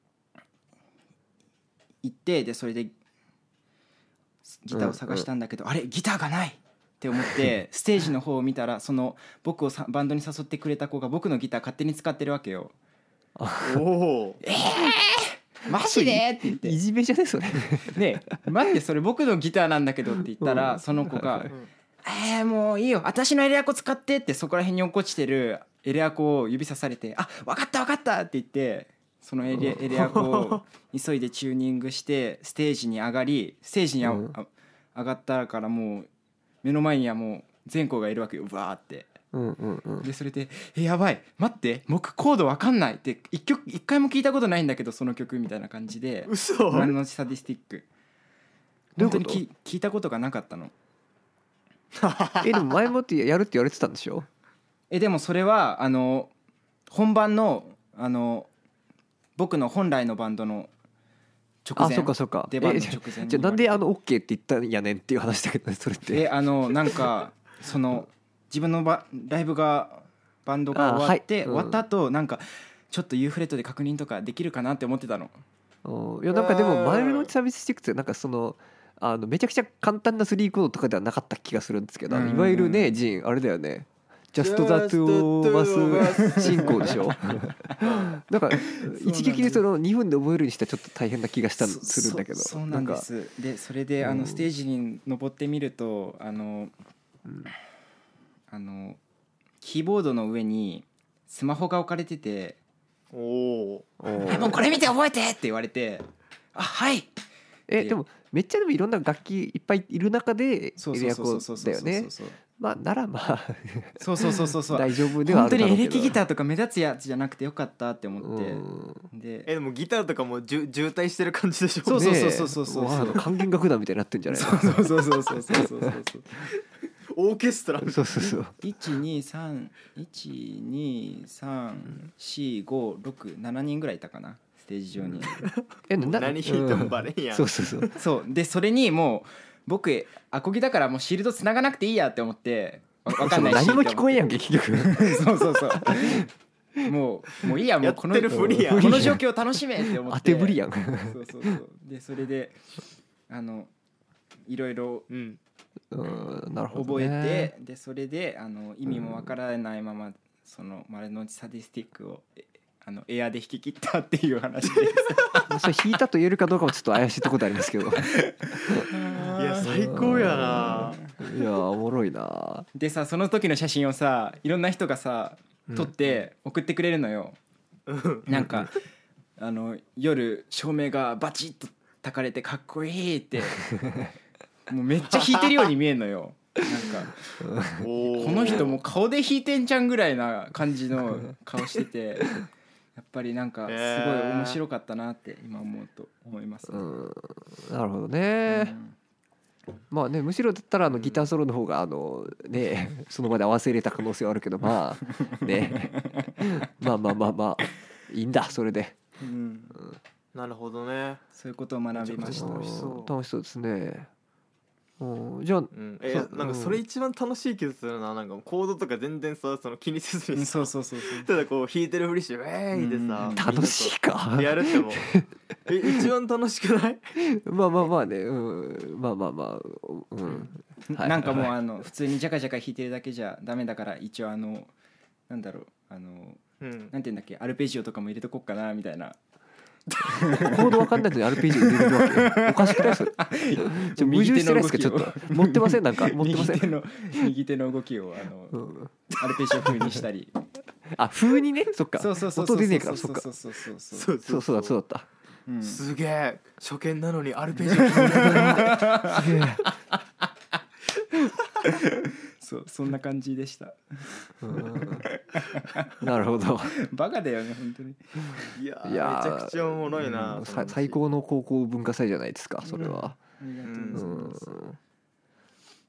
行って、でそれでギターを探したんだけど、あれギターがないって思ってステージの方を見たら、その僕をさバンドに誘ってくれた子が僕のギター勝手に使ってるわけよ。おおえー、マジでって言っていじめじゃねそれねえ待ってそれ僕のギターなんだけどって言ったら、その子がえー、もういいよ私のエレアコ使ってって、そこら辺に落っこちてるエレアコを指さされて、あ分かった分かったって言って、そのエレ、エレアコを急いでチューニングしてステージに上がり、ステージにあ、うん、上がったからもう目の前にはもう全校がいるわけよバーって、うんうんうん、でそれでえやばい待って僕コード分かんないって一曲一回も聞いたことないんだけどその曲みたいな感じで、 嘘マルノチサディスティック本当にき聞いたことがなかったのえでも前もってやるって言われてたんでしょ。 えでもそれはあの本番のあの僕の本来のバンドの直前、 あそっかそっか出番の直前にじゃあなんであの OK って言ったんやねんっていう話だけどねそれって。 えあのなんかその自分のバライブがバンドが終わって、はいうん、終わった後なんかちょっとユーフレットで確認とかできるかなって思ってたの。 いやなんかでもマイルのサービススティックってなんかそのあのめちゃくちゃ簡単なスリーコードとかではなかった気がするんですけど、うんうん、いわゆるねジンあれだよねジャストザトゥーマス進行でしょなんか一撃でそのにふんで覚えるにしてはちょっと大変な気がしたするんだけど。 そうなんです。でそれであのステージに登ってみるとあの、うん、あのキーボードの上にスマホが置かれてて、おおもうこれ見て覚えてって言われて、あはいえでもめっちゃでもいろんな楽器いっぱいいる中でエレアコだよね。まあならまあそうそうそうそうそう大丈夫ではあるだろうけど、 本当にエレキギターとか目立つやつじゃなくてよかったって思って、 でえでもギターとかもじゅ渋滞してる感じでしょ。 そうそうそうそうそうそうそう管弦楽団みたいになってんじゃないの。 そうそうそうそうそうそうそうオーケストラ。 そうそうそう。 一二三一二三四五六七人ぐらいいたかなステージ上に。 えな何弾いてもバレんやん。 そうそうそうそうでそれにもう僕アコギだからもうシールド繋がなくていいやって思ってわかんないし何も聞こえんやんけ結局そうそうそうもうもういいやもうこのこの状況を楽しめって思って当てぶりやん。 そうそうそうでそれであのいろいろ覚えてでそれであの意味もわからないままその丸の内サディスティックをあのエアで弾き切ったっていう話ですそれ弾いたと言えるかどうかもちょっと怪しいところでありますけどいや最高やな。 いやおもろいな。 でさその時の写真をさいろんな人がさ撮って送ってくれるのよ、うん、なんかあの夜照明がバチッと焚かれてかっこいいってもうめっちゃ弾いてるように見えるのよ。なんかこの人もう顔で弾いてんちゃんぐらいな感じの顔しててやっぱりなんかすごい面白かったなって今思うと思います、ね、 うんなるほどね、うん、まあねむしろだったらあのギターソロの方があのねその場で合わせ入れた可能性はあるけどまあねまあまあまあまあいいんだそれで、うんうん、 なるほどねそういうことを学びました。 楽しそう楽しそうですね。うん、じゃあ、うん、 えなんかそれ一番楽しい気がするな。なんかコードとか全然さその気にせずにさ、 そうそうそうそうただこう弾いてるふりしてウェーイでさ、 楽しいかやるってもえ一番楽しくない？ まあまあまあね、うん、まあまあまあ、うん、 はい、なんかもうあの普通にジャカジャカ弾いてるだけじゃダメだから一応あのなんだろうあの、うん、なんていうんだっけアルペジオとかも入れとこっかなみたいな。 コード分かんないのに アールピージー 入れるわけおかしくないそれちょ矛盾してないですかちょっと持ってませんなんか持ってません右手の右手の動きをあの、うん、アルペジオ風にしたりあ風にねそっかそうそうそう音出ねえからそっかそうそうそうそうそうそうだそうだった、 うん、すげえ初見なのにアルペジオすげえそうそんな感じでしたうんなるほどバカだよね本当に。 いやいやめちゃくちゃおもろいな、 うん、最高の高校文化祭じゃないですかそれは、 うん、ありがとうございます、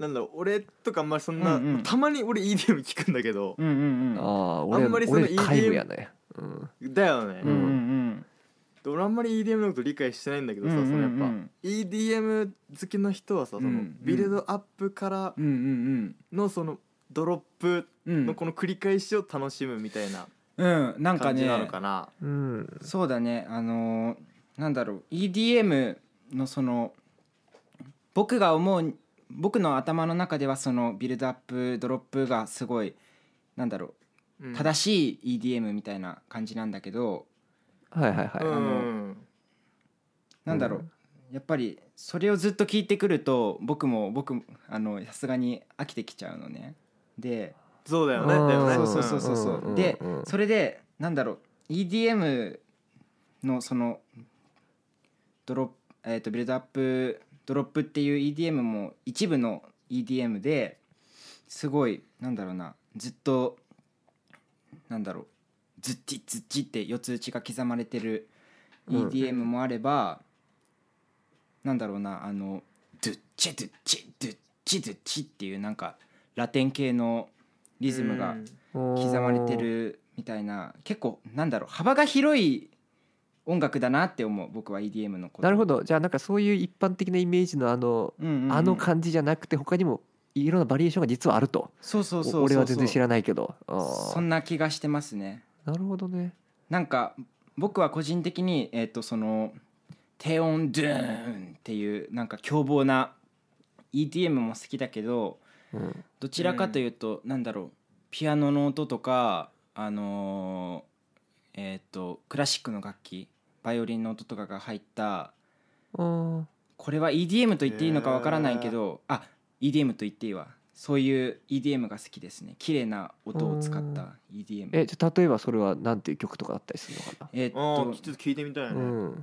なんだろう俺とかあんまりそんな、うんうん、たまに俺 イーディーエム 聞くんだけど、うんうんうん、 あ俺あんまりその イーディーエム やね、 うん、だよね、うんうんうん俺あんまり イーディーエム のこと理解してないんだけどさ、うんうんうん、そのやっぱ イーディーエム 好きな人はさ、そのビルドアップからのそのドロップのこの繰り返しを楽しむみたいな感じなのかな、 うん、なんかね、うん、そうだね、あのー、なんだろう イーディーエム のその僕が思う僕の頭の中ではそのビルドアップドロップがすごいなんだろう、うん、正しい イーディーエム みたいな感じなんだけど、 はいはいはい、あの、うん、なんだろう、うん、やっぱりそれをずっと聞いてくると僕も僕あのさすがに飽きてきちゃうのね。でそうだよねだよねそうそうそうそうそう、うん、でそれでなんだろう イーディーエム のそのドロップ、えーと、ビルドアップドロップっていう イーディーエム も一部の イーディーエム ですごいなんだろうなずっとなんだろうズッチズッチって四つ打ちが刻まれてる イーディーエム もあれば、うん、なんだろうなあのドゥッチドゥッチドゥッチドゥッチっていうなんかラテン系のリズムが刻まれてるみたいな、結構なんだろう幅が広い音楽だなって思う僕は イーディーエム のこと。 なるほど、じゃあなんかそういう一般的なイメージのあの、うんうんうん、あの感じじゃなくて他にもいろんなバリエーションが実はあると。 そうそうそうそう、 俺は全然知らないけど、 そんな気がしてますね。 なるほどね。 なんか僕は個人的にえっとその低音ドゥーンっていうなんか凶暴な イーディーエム も好きだけど、うん、どちらかというと、うん、なんだろうピアノの音とかあのー、えっとクラシックの楽器バイオリンの音とかが入ったこれは イーディーエム と言っていいのかわからないけど、あ イーディーエム と言っていいわ、そういう イーディーエム が好きですね。綺麗な音を使った イーディーエム。 えじゃ例えばそれはなんていう曲とかあったりするのかな。 えー、っとちょっと聞いてみたいね、うん、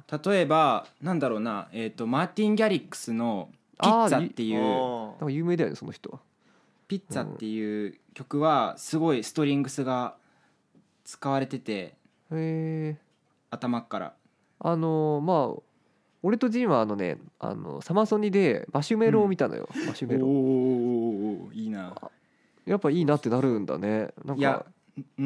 例えばなんだろうな、えー、っとマーティン・ギャリックスのピッツァっていうなんか有名だよねその人は。 ピッツァっていう曲はすごいストリングスが使われてて、へ頭からあのまあ俺とジンはあのねあのサマソニでマシュメロを見たのよ、うん、マシュメロ。 おーいいな、 やっぱいいなってなるんだね。なんかいやうん、うん、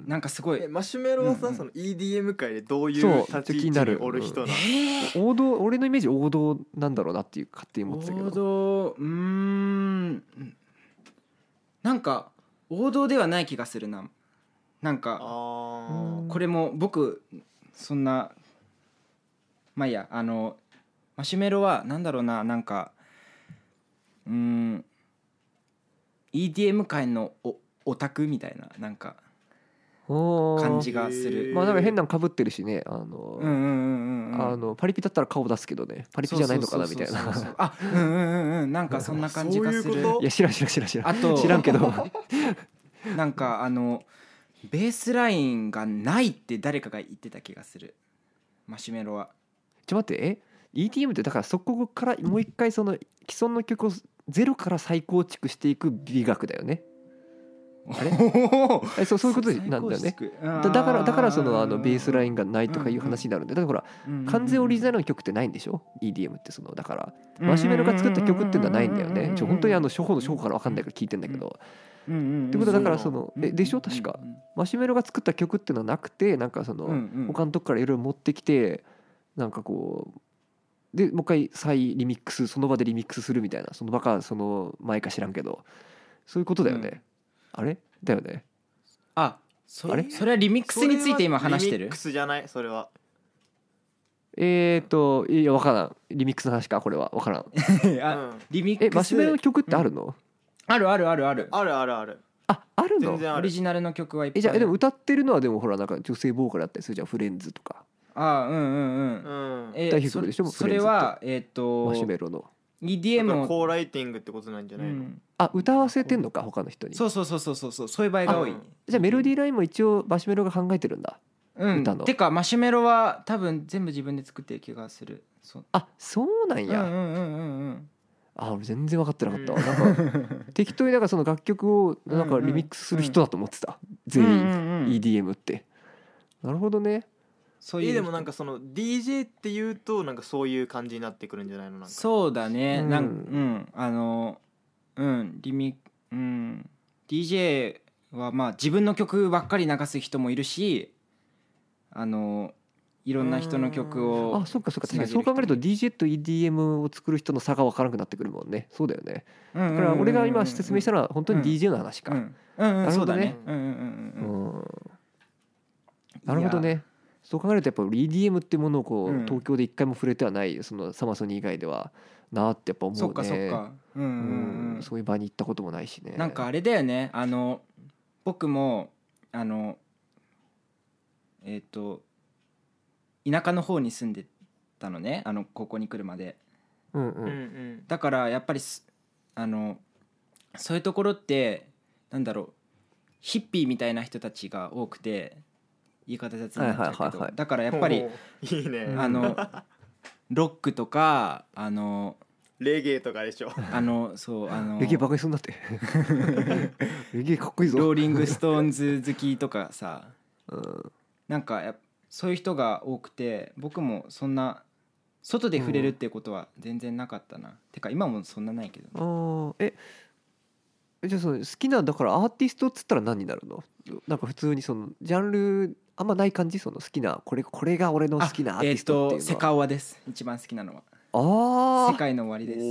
なんかすごいマシュメロはさ、うんうん、その イーディーエム 界でどういう立ち位置におる人なの、 うん、王道俺のイメージ王道なんだろうなっていう勝手に思ってたけど。 王道うーんなんか王道ではない気がするな。なんかこれも僕そんなまあいいや、あのマシュメロはなんだろうな、なんかうーん イーディーエム 界のオオタクみたいななんか感じがする。 まあなんか変なの被ってるしね、あの、うんうんうんうん、あのパリピだったら顔出すけどね、パリピじゃないのかなみたいな。 あ、うんうんうんうん、なんかそんな感じがする。 そういうこと？いや知らん知らん知らん知らん。あと知らんけど、 なんかあのベースラインがないって誰かが言ってた気がする。マシュメロは。 ちょっと待って、え イーディーエム ってだからそこからもう一回その既存の曲をゼロから再構築していく美学だよね。あれえ そう、そういうことなんだよね。だ, だからだからそのあのベースラインがないとかいう話になるんで、だからほら完全オリジナルの曲ってないんでしょ イーディーエム って。そのだからマシュメロが作った曲っていうのはないんだよね。ちょ本当にあの初歩の初歩から分かんないから聞いてんだけど。ってことだからそのえでしょ確かマシュメロが作った曲っていうのはなくて、なんかその他のとこからいろいろ持ってきてなんかこうでもう一回再リミックスその場でリミックスするみたいな、その場かその前か知らんけどそういうことだよね。あれだよね。 あ、そ, あれそれはリミックスについて今話してる。 リミックスじゃないそれは。 えーっといや分からん。リミックスの話かこれは分からん。あ、リミックスえマシュメロの曲ってあるの、うん、 あるあるあるあるあるあるあるああるの。 全然ある。 オリジナルの曲はいっぱい。 えじゃあでも歌ってるのはでもほらなんか女性ボーカルだったりするじゃん。フレンズとか。 あうんうんうん、うん、えー、そ, それはえー、っとマシュメロのイーディーエム のコーライティングってことなんじゃないの、うん、 あ歌わせてんのか他の人に。 そうそうそうそうそうそうそういう場合が多い。 じゃあメロディーラインも一応マシュメロが考えてるんだ。 うん、歌のてかマシュメロは多分全部自分で作ってる気がする。 そうあそうなんや。 うんうんうんうんうんあ俺全然分かってなかったわ、うん、なんか適当になんかその楽曲をなんかリミックスする人だと思ってた、うんうん、全員、うんうんうん、イーディーエム って。なるほどね。 そういうでもなんかその ディージェー っていうとなんかそういう感じになってくるんじゃないの。なんかそうだね、うん、なんうんあのうんリミうん ディージェー はまあ自分の曲ばっかり流す人もいるし、あのいろんな人の曲をあ、そっかそっか、確かにそう考えると ディージェー と イーディーエム を作る人の差が分からなくなってくるもんね。そうだよね。だから俺が今説明したのは本当に ディージェー の話か。 うんうんうん、そうだね。 うんうんうんうん。なるほどね。そう考えるとやっぱ イーディーエム ってものをこう東京で一回も触れてはないそのサマソニ以外ではなってやっぱ思うね。 そっかそっか。うんうんうん。 そういう場に行ったこともないしね。 なんかあれだよね。あの僕もあのえっと田舎の方に住んでたのね、あのここに来るまで。 うんうん。 だからやっぱりあのそういうところってなんだろう、ヒッピーみたいな人たちが多くて、言い方雑になっちゃうけど、はいはいはいはい、だからやっぱりいいね、 あのロックとかあのレゲエとかでしょ。 あのそうあのレゲエバカにすんなってレゲエかっこいいぞ。 ローリングストーンズ好きとかさ、 うん、 なんかやそういう人が多くて、僕もそんな外で触れるっていうことは全然なかったな、うん、てか今もそんなないけど、 ね、あえじゃあその好きなだからアーティストっつったら何になるの？なんか普通にそのジャンルあんまない感じ？その好きなこれこれが俺の好きなアーティストっていうのは。えー、 とセカオワです。一番好きなのは。 ああ、 世界の終わりです。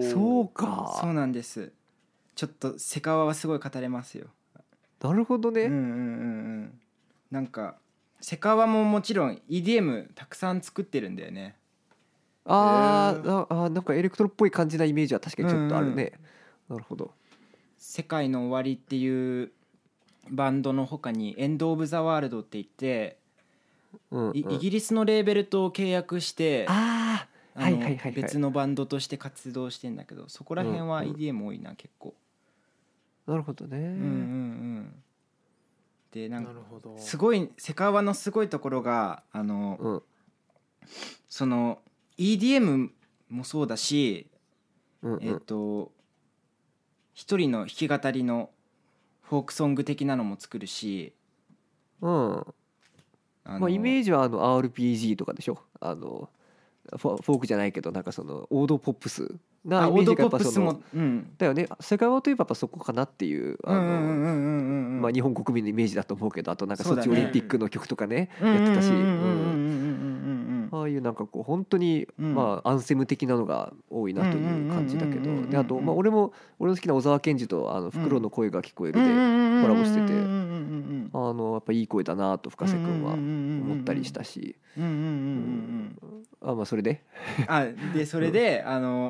そうか。 そうなんです。ちょっとセカオワはすごい語れますよ。 なるほどね。 うんうんうんうん。なんかセカオワももちろん イーディーエム たくさん作ってるんだよね。 あーあ、なんかエレクトロっぽい感じなイメージは確かにちょっとあるね、うんうん、なるほど。 世界の終わりっていうバンドの他にエンド・オブ・ザ・ワールドって言って、うんうん、イギリスのレーベルと契約して、 ああはいはいはいはい、 別のバンドとして活動してんだけど、そこら辺は イーディーエム 多いな、結構。 なるほどね。うんうんうん。でなんかすごいセカオワのすごいところがあの、うん、その イーディーエム もそうだし、うんうん、えっと一人の弾き語りのフォークソング的なのも作るし、 うん、まあイメージはあの アールピージー とかでしょ。あのフォークじゃないけどなんかそのオードポップスなイメージがやっぱそのだよね。セカオワといえばやっぱそこかなっていうあのまあ日本国民のイメージだと思うけど、あとなんかソチオリンピックの曲とかねやってたし、ああいうなんかこう本当にまあアンセム的なのが多いなという感じだけど、であとまあ俺も俺の好きな小沢健二とあのフクロウの声が聞こえるでコラボしてて、あのやっぱいい声だなと深瀬君は思ったりしたし、あまあそれであでそれであの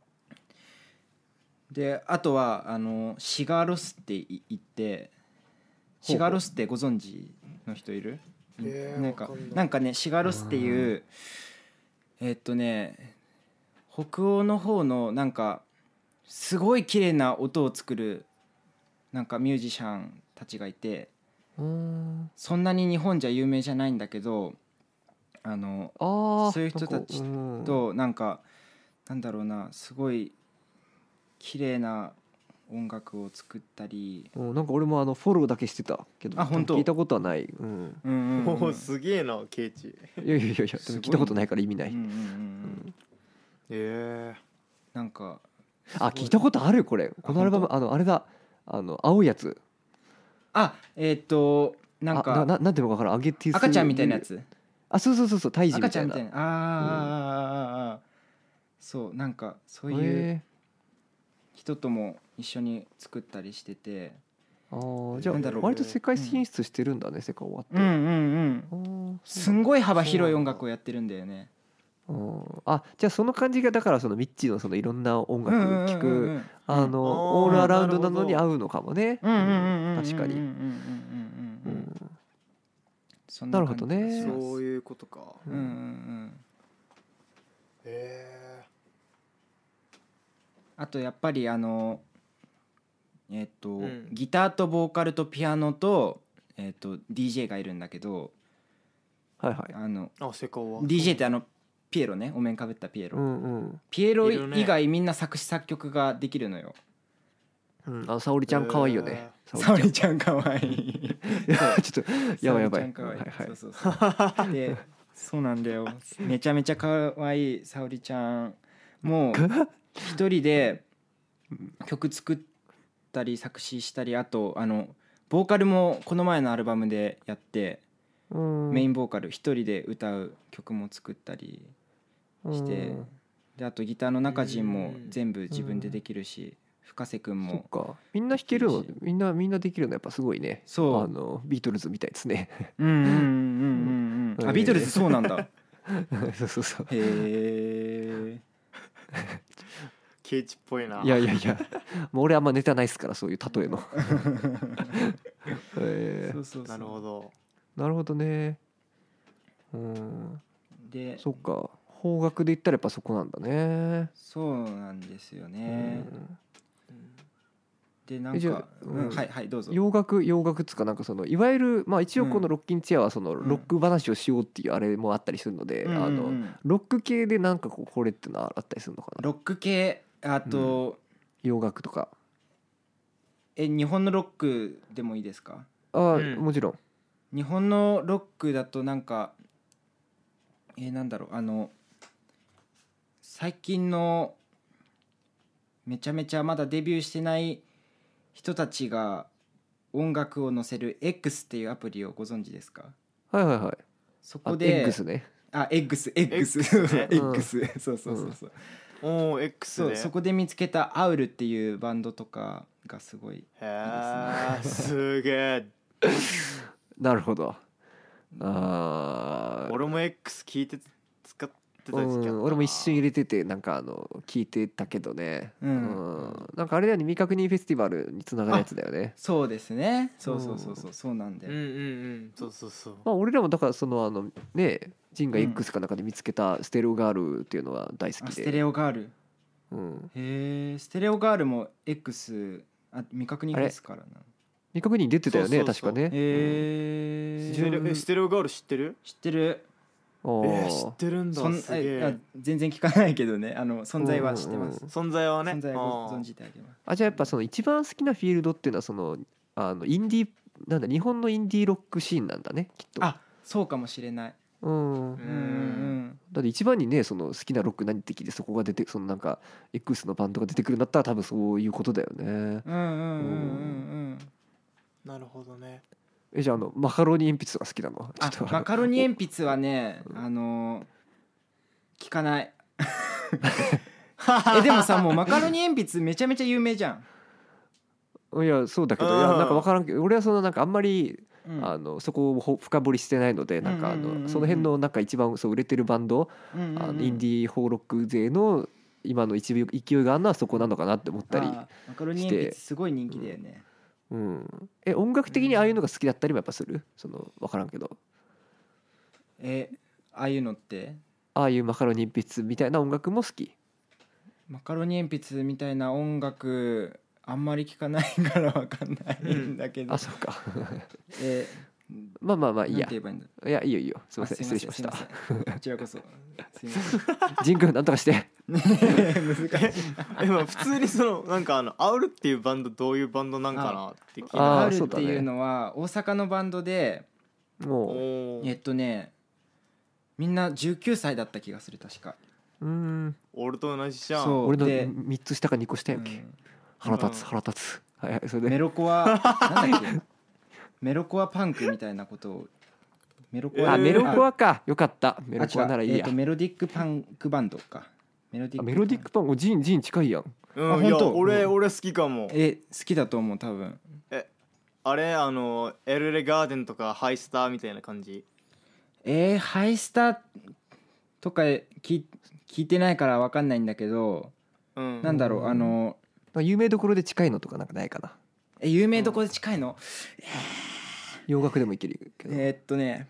であとはあのシガーロスって言ってシガーロスってご存知の人いる？なんかなんかねシガーロスっていうえー、っとね北欧の方のなんかすごい綺麗な音を作るなんかミュージシャンたちがいて、そんなに日本じゃ有名じゃないんだけど、あのあそういう人たちとなんかなんだろうな、すごい綺麗な音楽を作ったり、 うん、なんか俺もあのフォローだけしてたけど、あ本当聞いたことはない、うんうんうんうん、おすげえなケイチ。 いやいやいやでも聞いたことないから意味ない。 ええなんかあ聞いたことあるこれこのアルバム、あのあれだあの青いやつ、 あえー、っとなんかな, な, なんていうのか分からん、アゲティス赤ちゃんみたいなやつ、 あそうそうそうそう、胎児みたいな、 赤ちゃんみたいな、ああ、うん、そうなんかそういう人とも一緒に作ったりしてて、 あじゃあ割と世界進出してるんだね、うん、世界終わって、 うんうんうん、すんごい幅広い音楽をやってるんだよね。 あじゃあその感じがだからそのミッチーのそのいろんな音楽聴くあのオールアラウンドなのに合うのかもね、確かに。なるほどね、 そういうことか。 うんうんうん、 へえ。 あとやっぱりあのえっと、うん、ギターとボーカルとピアノとえっと ディージェー がいるんだけど、 はいはい、 あのあセカオワディージェー ってあのピエロね、お面かぶったピエロ、 うんうん、 ピエロ以外みんな作詞作曲ができるのよ。 うん、あ沙織ちゃん可愛いよね。 沙織ちゃん可愛いちょっとやばいやばい。 そうそうそうでそうなんだよ、めちゃめちゃ可愛い沙織ちゃんもう一人で曲作ったり作詞したり、あとあのボーカルもこの前のアルバムでやって、うん、メインボーカル一人で歌う曲も作ったりして、うん、であとギターの中陣も全部自分でできるし、深瀬くんも。 そっか、みんな弾けるの、みんなみんなできるのやっぱすごいね。そう、あのビートルズみたいですね。 うんうんうんうんうん。あ、ビートルズそうなんだ。 そうそうそう。 へえ。 ケイチっぽいな。 いやいやいや、もう俺あんまネタないっすから、そういう例えの。 へえ。そうそうそう。なるほど。 なるほどね。うん。で、そっか。邦楽で言ったらやっぱそこなんだね。 そうなんですよね。うんでなんか、うん、はいはいどうぞ。 洋楽洋楽つかなんかそのいわゆるまあ一応このロッキンチェアはそのロック話をしようっていうあれもあったりするので、うん、あのロック系でなんかこうこれってのはあったりするのかな。 ロック系あと、 うん、洋楽とか。 え日本のロックでもいいですか。 あ、うん、もちろん。 日本のロックだとなんかえー、なんだろうあの最近のめちゃめちゃまだデビューしてない人たちが音楽を載せる X っていうアプリをご存知ですか。 はいはいはい。 そこで X ね。 あ X X X そうそうそうそう。 おお X ね。そうそこで見つけたアウルっていうバンドとかがすごいいいですね。すげえ。 なるほど。ああ。 俺も X 聞いて使って。 うん、俺も一瞬入れててなんかあの聞いてたけどね、うんうん、なんかあれだよね、未確認フェスティバルにつながるやつだよね。 そうですね、そうそうそうそう、そうなんだよ。 うんうんうんそうそうそう。 まあ俺らもだからそのあのねジンが X かなんかで見つけたステレオガールっていうのは大好きで。 ステレオガール、 うん、 へえステレオガールも X あ未確認フェスからな。 未確認出てたよね。そうそうそう確かね。 へえステレオガール知ってる？ 知ってる。 えー、知ってるんだ。すげえ。 全然聞かないけどね、あの存在は知ってます。 存在はね。 存在はご存じてあげます。 あ、じゃあやっぱその一番好きなフィールドっていうのはそのあのインディーなんだ日本のインディーロックシーンなんだねきっと。 あ、そうかもしれない。 うん。うん。だって一番にねその好きなロック何って聞いてそこが出てそのなんか X のバンドが出てくるんだったら多分そういうことだよね。うんうんうんうんうん。なるほどね。 えじゃあ、あのマカロニ鉛筆とか好きなの？ あマカロニ鉛筆はね、あのー、聞かないえでもさもうマカロニ鉛筆めちゃめちゃ有名じゃん。いやそうだけど、いやなんか分からんけど俺はそのなんかあんまり、うん、あのそこを深掘りしてないのでなんかあのその辺のなんか一番そう売れてるバンド、うんうんうん、あのインディーフォーロック勢の今の一勢いがあるのはそこなのかなって思ったりして。 マカロニ鉛筆すごい人気だよね。うんうん、え音楽的にああいうのが好きだったりもやっぱする？その分からんけどえああいうのってああいうマカロニ鉛筆みたいな音楽も好き？ マカロニ鉛筆みたいな音楽あんまり聞かないから分かんないんだけど、うん、 あそうかえまあまあまあいいや。 いいやいいよいいよ。すみません失礼しました。こちらこそすみません。 ジン君なんとかして。 難しい。 今普通にそのなんかあのアウルっていうバンドどういうバンドなんかなって聞いて。 アウルっていうのは大阪のバンドで、えっとねみんなじゅうきゅうさいだった気がする確か。 うん。 俺と同じじゃん。 そう俺のみっつ下かにこ下やっけ。うん、腹立つ腹立つ。はいはいそれで。 メロコアなんだっけ。メロコアパンクみたいなことをメロコア、えー、あメロコアかよかったメロコアならいいや、 えー、とメロディックパンクバンドかメロディックメロディックパンクジンジン近いやん、 うん、いや俺俺好きかも。 え好きだと思う多分。 えあれあのエルレガーデンとかハイスターみたいな感じ。 えー、ハイスターとか聞聞いてないから分かんないんだけど、うん、なんだろうあの有名どころで近いのとかなんかないかな。 え有名どころで近いの、うん、 洋楽でもいけるけどえー、っとね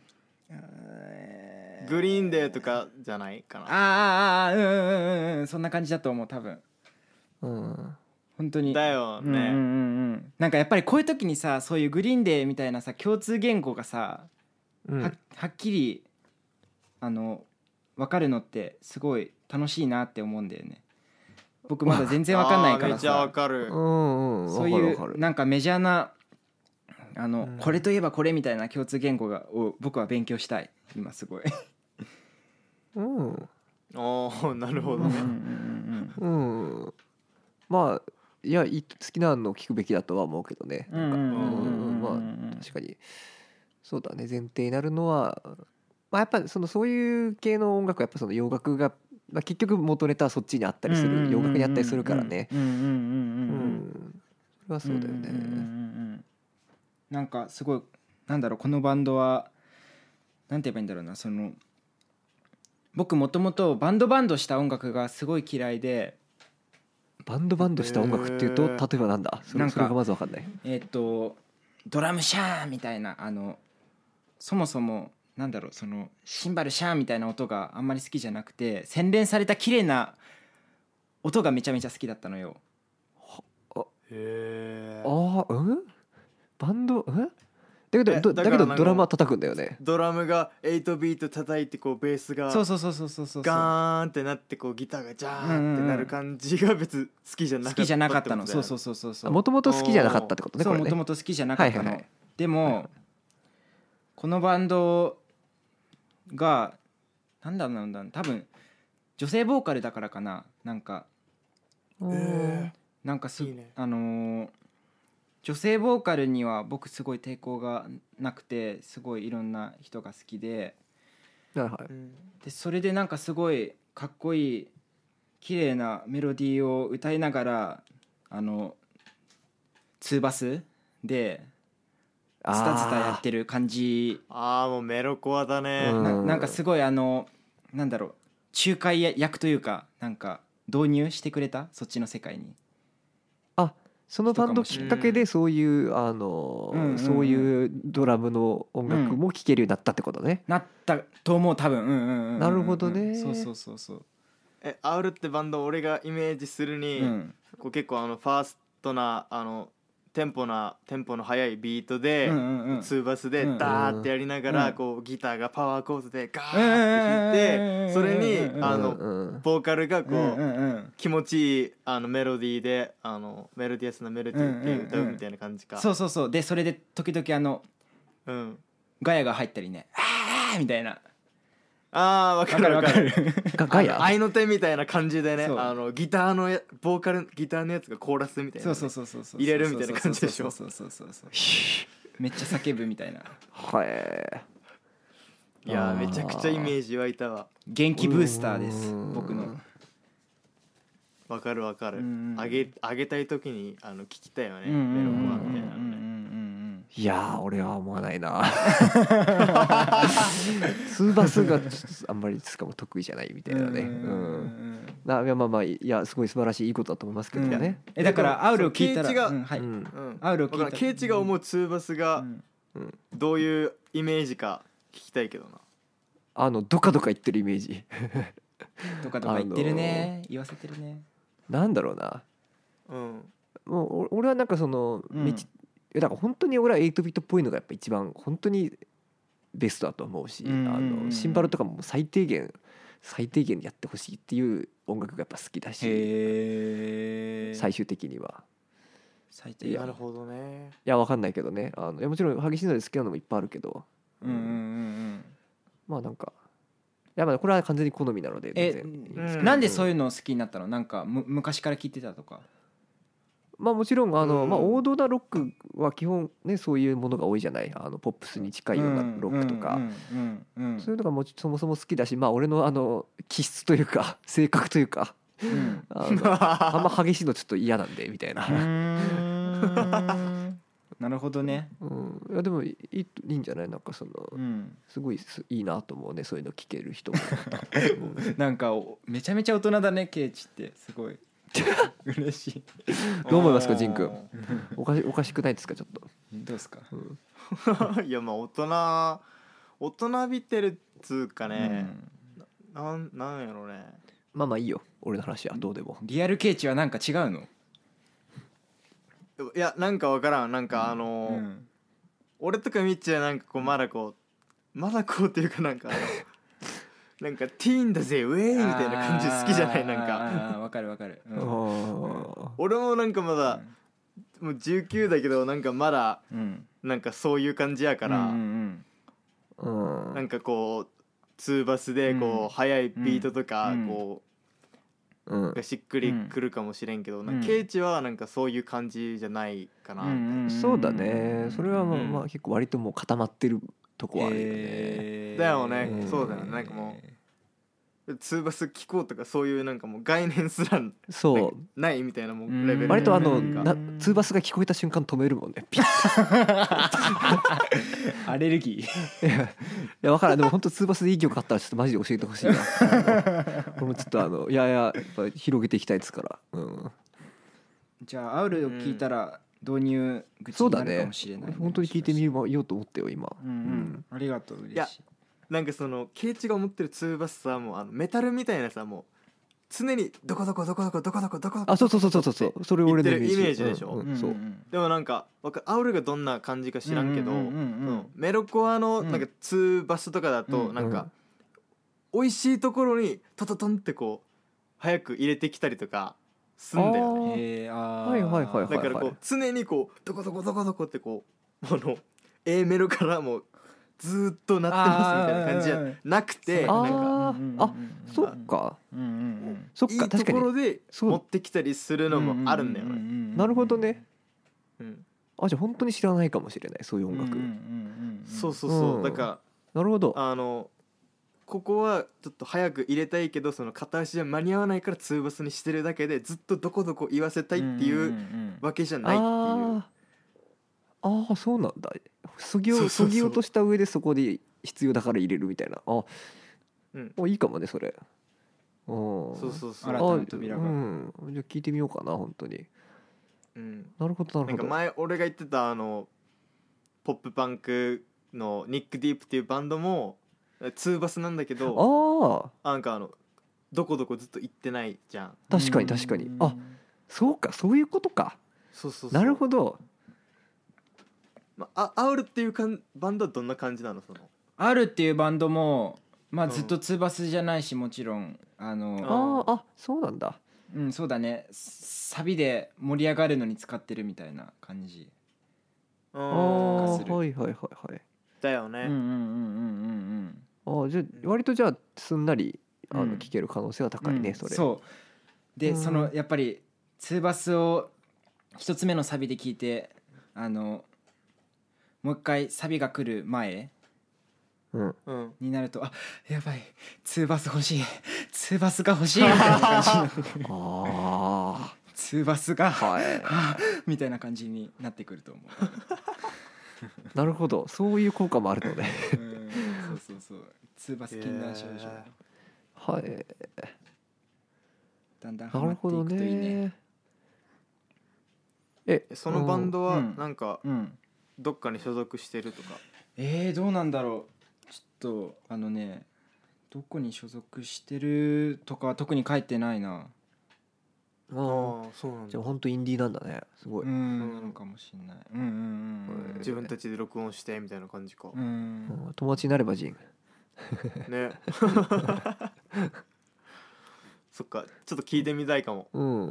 グリーンデーとかじゃないかな。 ああうんうんうんそんな感じだと思う多分。うん本当にだよね。うんうんうんなんかやっぱりこういう時にさそういうグリーンデーみたいなさ共通言語がさ、うん、は, はっきりあの分かるのってすごい楽しいなって思うんだよね。僕まだ全然分かんないからさ。めっちゃ分かる。 うんうん、 そういうなんかメジャーなあの、うん、これといえばこれみたいな共通言語がを僕は勉強したい今すごい。 うん。 ああなるほどね。 うん、うんうん、まあいや好きなのを聞くべきだとは思うけどね。まあ確かにそうだね。前提になるのは、まあ、やっぱそのそういう系の音楽はやっぱその洋楽が、まあ、結局元ネタはそっちにあったりする、洋楽にあったりするからね。うんうんうんうん。それはそうだよね。うんうんうん、 なんかすごいなんだろう、このバンドはなんて言えばいいんだろうな、その僕もともとバンドバンドした音楽がすごい嫌いで。 バンドバンドした音楽っていうと、例えばなんだ、それ、なんかそれがまず分かんない。 えー、っとドラムシャーみたいな、あのそもそもなんだろう、そのシンバルシャーみたいな音があんまり好きじゃなくて、洗練された綺麗な音がめちゃめちゃ好きだったのよ。 あへあうんバンドうんだけどだけどドラムは叩くんだよね。 ドラムがはちビート叩いて、こうベースがそうそうそうそうそうそうガーンってなって、こうギターがジャーンってなる感じが別好きじゃなかった。 好きじゃなかったの。そうそうそうそうそう。 もともと好きじゃなかったってことね。 そうもともと好きじゃなかったの。はいはいはい、でも、はいはい、このバンドがなんだなんだ多分女性ボーカルだからかな、なんか、えー、なんかすいい、ね、あのー。女性ボーカルには僕すごい抵抗がなくて、すごいいろんな人が好きで、 はいはい、 でそれでなんかすごいかっこいい綺麗なメロディーを歌いながら、あのツーバスでスタスタやってる感じ。 ああもうメロコアだね。 な, なんかすごいあのなんだろう、仲介役というか、なんか導入してくれた、そっちの世界に。 あそのバンドきっかけでそういうあの、うんうんうん、そういうドラムの音楽も聴けるようになったってことね、 うん、なったと思う多分、うんうんうんうん、 なるほどね。 そうそうそうそう。 えアウルってバンド俺がイメージするに、うん、こう結構あのファーストなあのテンポなテンポの速いビートで、うんうんうん、ツーバスでダーってやりながら、うん、こうギターがパワーコードでガーって弾いて、それにあのボーカルがこう、うんうん、気持ちいいあのメロディーであのメロディアスなメロディーで歌うみたいな感じか、 うんうんうん、そうそうそう。でそれで時々あの、うん、ガヤが入ったりね、あーみたいな。 あーわかるわかるガヤ愛の手みたいな感じでね、あのギターのボーカルギターのやつがコーラスみたいな、ね、 そうそうそうそう入れるみたいな感じでしょ。 そうそうそうそうめっちゃ叫ぶみたいな。 はい。 いやめちゃくちゃイメージ湧いたわ。 元気ブースターです僕の。 わかるわかる。あげあげたい時にあの聞きたいよね、メロコアみたいなのね。 いやー俺は思わないなツーバスがあんまりしかも得意じゃないみたいなね。うん、な、いやまあまあいやすごい素晴らしいいいことだと思いますけどね、 うん、えだからアウルを聞いたら、 ケイチが、うんはいうん、アウルを聞いたらケイチが思うツーバスがどういうイメージか聞きたいけどな。 あのドカドカ言ってるイメージドカドカ言ってるね、言わせてるね。 なんだろうな、うん、もう俺はなんかその、うん、だから本当に俺ははちビートっぽいのがやっぱ一番本当にベストだと思うし、うんうんうん、あのシンバルとかも最低限最低限やってほしいっていう音楽がやっぱ好きだし、へ最終的には最低限。なるほどね。 いやわかんないけどね、あのいやもちろん激しいので好きなのもいっぱいあるけど、うんうんうんうん、まあなんかいやまあこれは完全に好みなので全然いいんですけど、 なんでそういうの好きになったの？なんかむ昔から聞いてたとか？ まあもちろんあの、まあ、王道なロックは基本ねそういうものが多いじゃない、あのポップスに近いようなロックとかそういうのがもそもそも好きだし、まあ俺のあの気質というか性格というか、うん、あのあんま激しいのちょっと嫌なんでみたいな。うーんなるほどね、 うん、いやでもいい、いいんじゃない、なんかその、うん、すごいいいなと思うね、そういうの聞ける人もなんかめちゃめちゃ大人だねケイチってすごい嬉しいどう思いますかジン君、おかしおかしくないですかちょっと。 どうですか、 うん、いやまあ大人大人びてるっつうかね、うん、なんなんやろうね。 まあまあいいよ俺の話はどうでも。 リアルケイチはなんか違うの？ いやなんかわからん、なんかあのーうん、俺とかミッチはなんかこうまだこうまだこうっていうかなんかあのなんかティーンだぜウェイみたいな感じ好きじゃない？なんかあわかるわかる、うん、 俺もなんかまだ、うん、もうじゅうきゅうだけどなんかまだ、うん、なんかそういう感じやから、うんうんうん、なんかこうツーバスでこう、うん、速いビートとか、うん、こうがしっくりくるかもしれんけど、うん、なんかケイチはなんかそういう感じじゃないかな、うん、 そうだね。それはまあ、まあ、結構割ともう固まってるとこはあるよね、えー、だよね、うん、そうだよね。なんかもうツーバス聞こうとかそういうなんかもう概念すらそうないみたいなもうレベル。 割とあのなツーバスが聞こえた瞬間止めるもんね。ピッアレルギー。いやいや分からん。でも本当ツーバスでいい曲あったらちょっとマジで教えてほしいな。これもちょっとあのいやいややっぱ広げていきたいですから。うん。 じゃあアウルを聞いたら導入口になるかもしれない、ね。そうだね。 本当に聞いてみようと思ってよ今。 うんうん。ありがとう。嬉しい。 なんかそのケイチが思ってるツーバスさもうあのメタルみたいなさもう常にどこどこどこどこどこどこどこどこあそうそうそうそうそうそれ俺のイメージでしょ、 うんうん、そうでもなんかアウルがどんな感じか知らんけど、メロコアのなんかツーバスとかだとなんか美味しいところにトトトンってこう早く入れてきたりとかすんだよね。 へーあはいはいはいはい、はい、 だからこう常にこうどこどこどこどこってこうあの A メロからもうずっと鳴ってますみたいな感じじゃなくて、 あなんかあそっか、うんうんうん、そっかいいところで持ってきたりするのもあるんだよね。 なるほどね、うん、あじゃあ本当に知らないかもしれないそういう音楽、うんうんうんうん、そうそうそう、うん、だからなるほどあのここはちょっと早く入れたいけどその片足じゃ間に合わないからツーバスにしてるだけでずっとどこどこ言わせたいっていうわけじゃないっていう、うんうんうん、 ああそうなんだ。そぎをそぎ落とした上でそこで必要だから入れるみたいな。あ、うん、いいかもねそれ。 そうそうそう。 新たな扉が。 うん。じゃあ聞いてみようかな本当に。うん。なるほどなるほど。 なんか前俺が言ってたあのポップパンクのニックディープっていうバンドもツーバスなんだけど、ああ。なんかあのどこどこずっと行ってないじゃん。 確かに確かに。あ、そうかそういうことか。 そうそうそう。 なるほど。 まあ、アウルっていうかんバンドはどんな感じなのそのアウルっていうバンドも、まあ、ずっとツーバスじゃないしもちろんあのああそうなんだ。 うんそうだねサビで盛り上がるのに使ってるみたいな感じああはいはいはいはいだよね。うんうんうんうんうんあじゃあ割とじゃあすんなりあの聴ける可能性は高いね、うん、それそうで、うん、そのやっぱりツーバスを一つ目のサビで聴いてあのもう一回サビが来る前、うん、になるとあやばいツーバス欲しいツーバスが欲しいみたいな感じあツーバスが、はい、みたいな感じになってくると思うなるほどそういう効果もあるのでうんそうそうそうツーバス禁断症状はいだんだんハマっていくといいね。 えそのバンドはなんか、うんうんどっかに所属してるとか。 えー、どうなんだろう。ちょっとあのねどこに所属してるとか特に書いてないな。ああそうなんだ。じゃあ本当インディーなんだねすごい。 うんなのかもしれない。うんうんうん、 うん、自分たちで録音してみたいな感じか。 うん、友達になればジンねそっかちょっと聞いてみたいかも。うん、うん、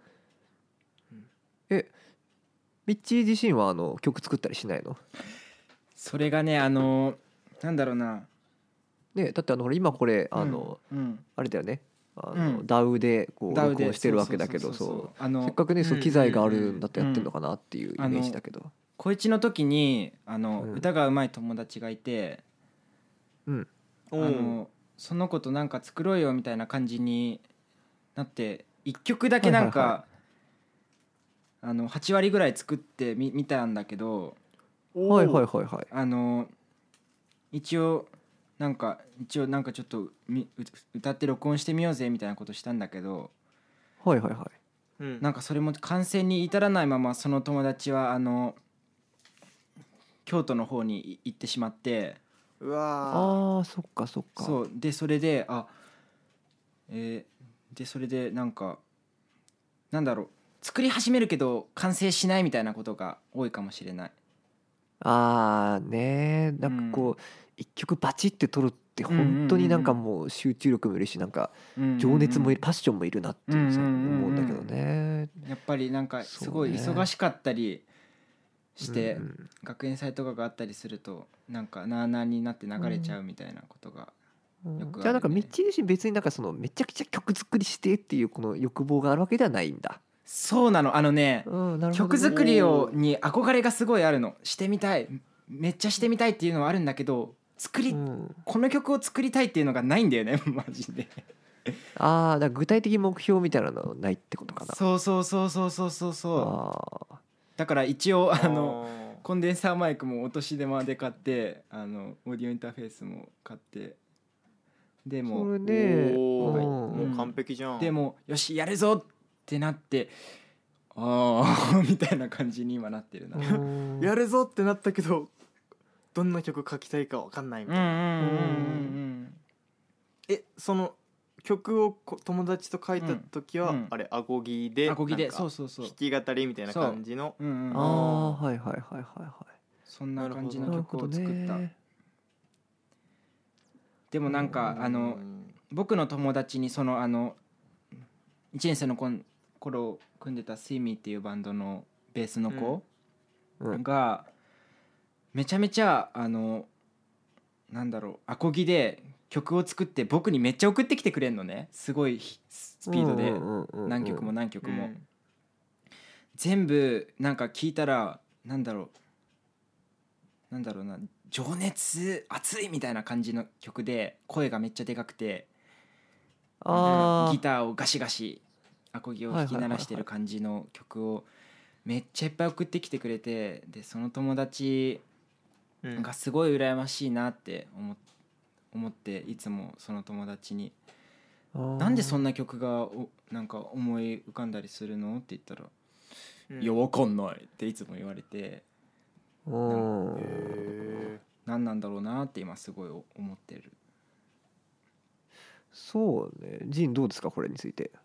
えミッチー自身はあの曲作ったりしないの？ それがねあのなんだろうな。 ねだってあの今これあの、うんうん、あれだよねあの、うん、ダウでこう録音してるわけだけどそうせっかくねそう機材があるんだってやってんのかなっていうイメージだけど。 高一の時にあの、うん、歌が上手い友達がいて、うん、あのその子となんか作ろうよみたいな感じになっていっきょくだけなんか、はいはいはいあのはち割ぐらい作ってみ見たんだけどはいはいはいはいあの一応なんか一応なんかちょっとみ歌って録音してみようぜみたいなことしたんだけどはいはいはい、 うん、なんかそれも完成に至らないままその友達はあの京都の方に行ってしまってうわあーそっかそっかそうでそれであえー、でそれでなんかなんだろう作り始めるけど完成しないみたいなことが多いかもしれない。 あーねーなんかこう、うん、一曲バチって取るって本当になんかもう集中力もいるしなんか情熱もいるパッションもいるなっていうさ思うんだけどね。 やっぱりなんかすごい忙しかったりして、うんうん、学園祭とかがあったりするとなんかなあなあになって流れちゃうみたいなことがよくあるね。 じゃあなんかミッチー自身別になんかそのめちゃくちゃ曲作りしてっていうこの欲望があるわけではないんだ。 そうなの。あのね、 うん、なるほどね。 曲作りをに憧れがすごいあるの。してみたい、めっちゃしてみたいっていうのはあるんだけど、作り、うん、この曲を作りたいっていうのがないんだよねマジで。 ああ、だから具体的目標みたいなのないってことかな。 そうそうそうそうそうそうそう。だから一応あのコンデンサーマイクもお年玉で買って、あのオーディオインターフェースも買って、でもそれで、 おー、もう完璧じゃん。 でもよしやるぞってなって、ああみたいな感じに今なってるな。 やるぞってなったけどどんな曲書きたいか分かんないみたいな。え、その曲を友達と書いた時は、うん、あれアコギで、 アコギで、そうそうそう、 弾き語りみたいな感じの、 うんうん、ああ、はいはいはいはいはい、 そんな感じの曲を作った。でもなんかあの僕の友達にそのあのいちねん生の頃組んでたスイミーっていうバンドのベースの子がめちゃめちゃあのなんだろう、アコギで曲を作って僕にめっちゃ送ってきてくれんのね。すごいスピードで何曲も何曲も、うん、全部なんか聞いたらなんだろうなんだろうな情熱熱いみたいな感じの曲で、声がめっちゃでかくて、あギターをガシガシアコギを弾き鳴らしてる感じの曲をめっちゃいっぱい送ってきてくれて、でその友達がすごい羨ましいなって思って、思っていつもその友達になんでそんな曲がなんか思い浮かんだりするのって言ったら、うん、いやわかんないっていつも言われて、なん何なんだろうなって今すごい思ってる。 そうね。ジンどうですかこれについて。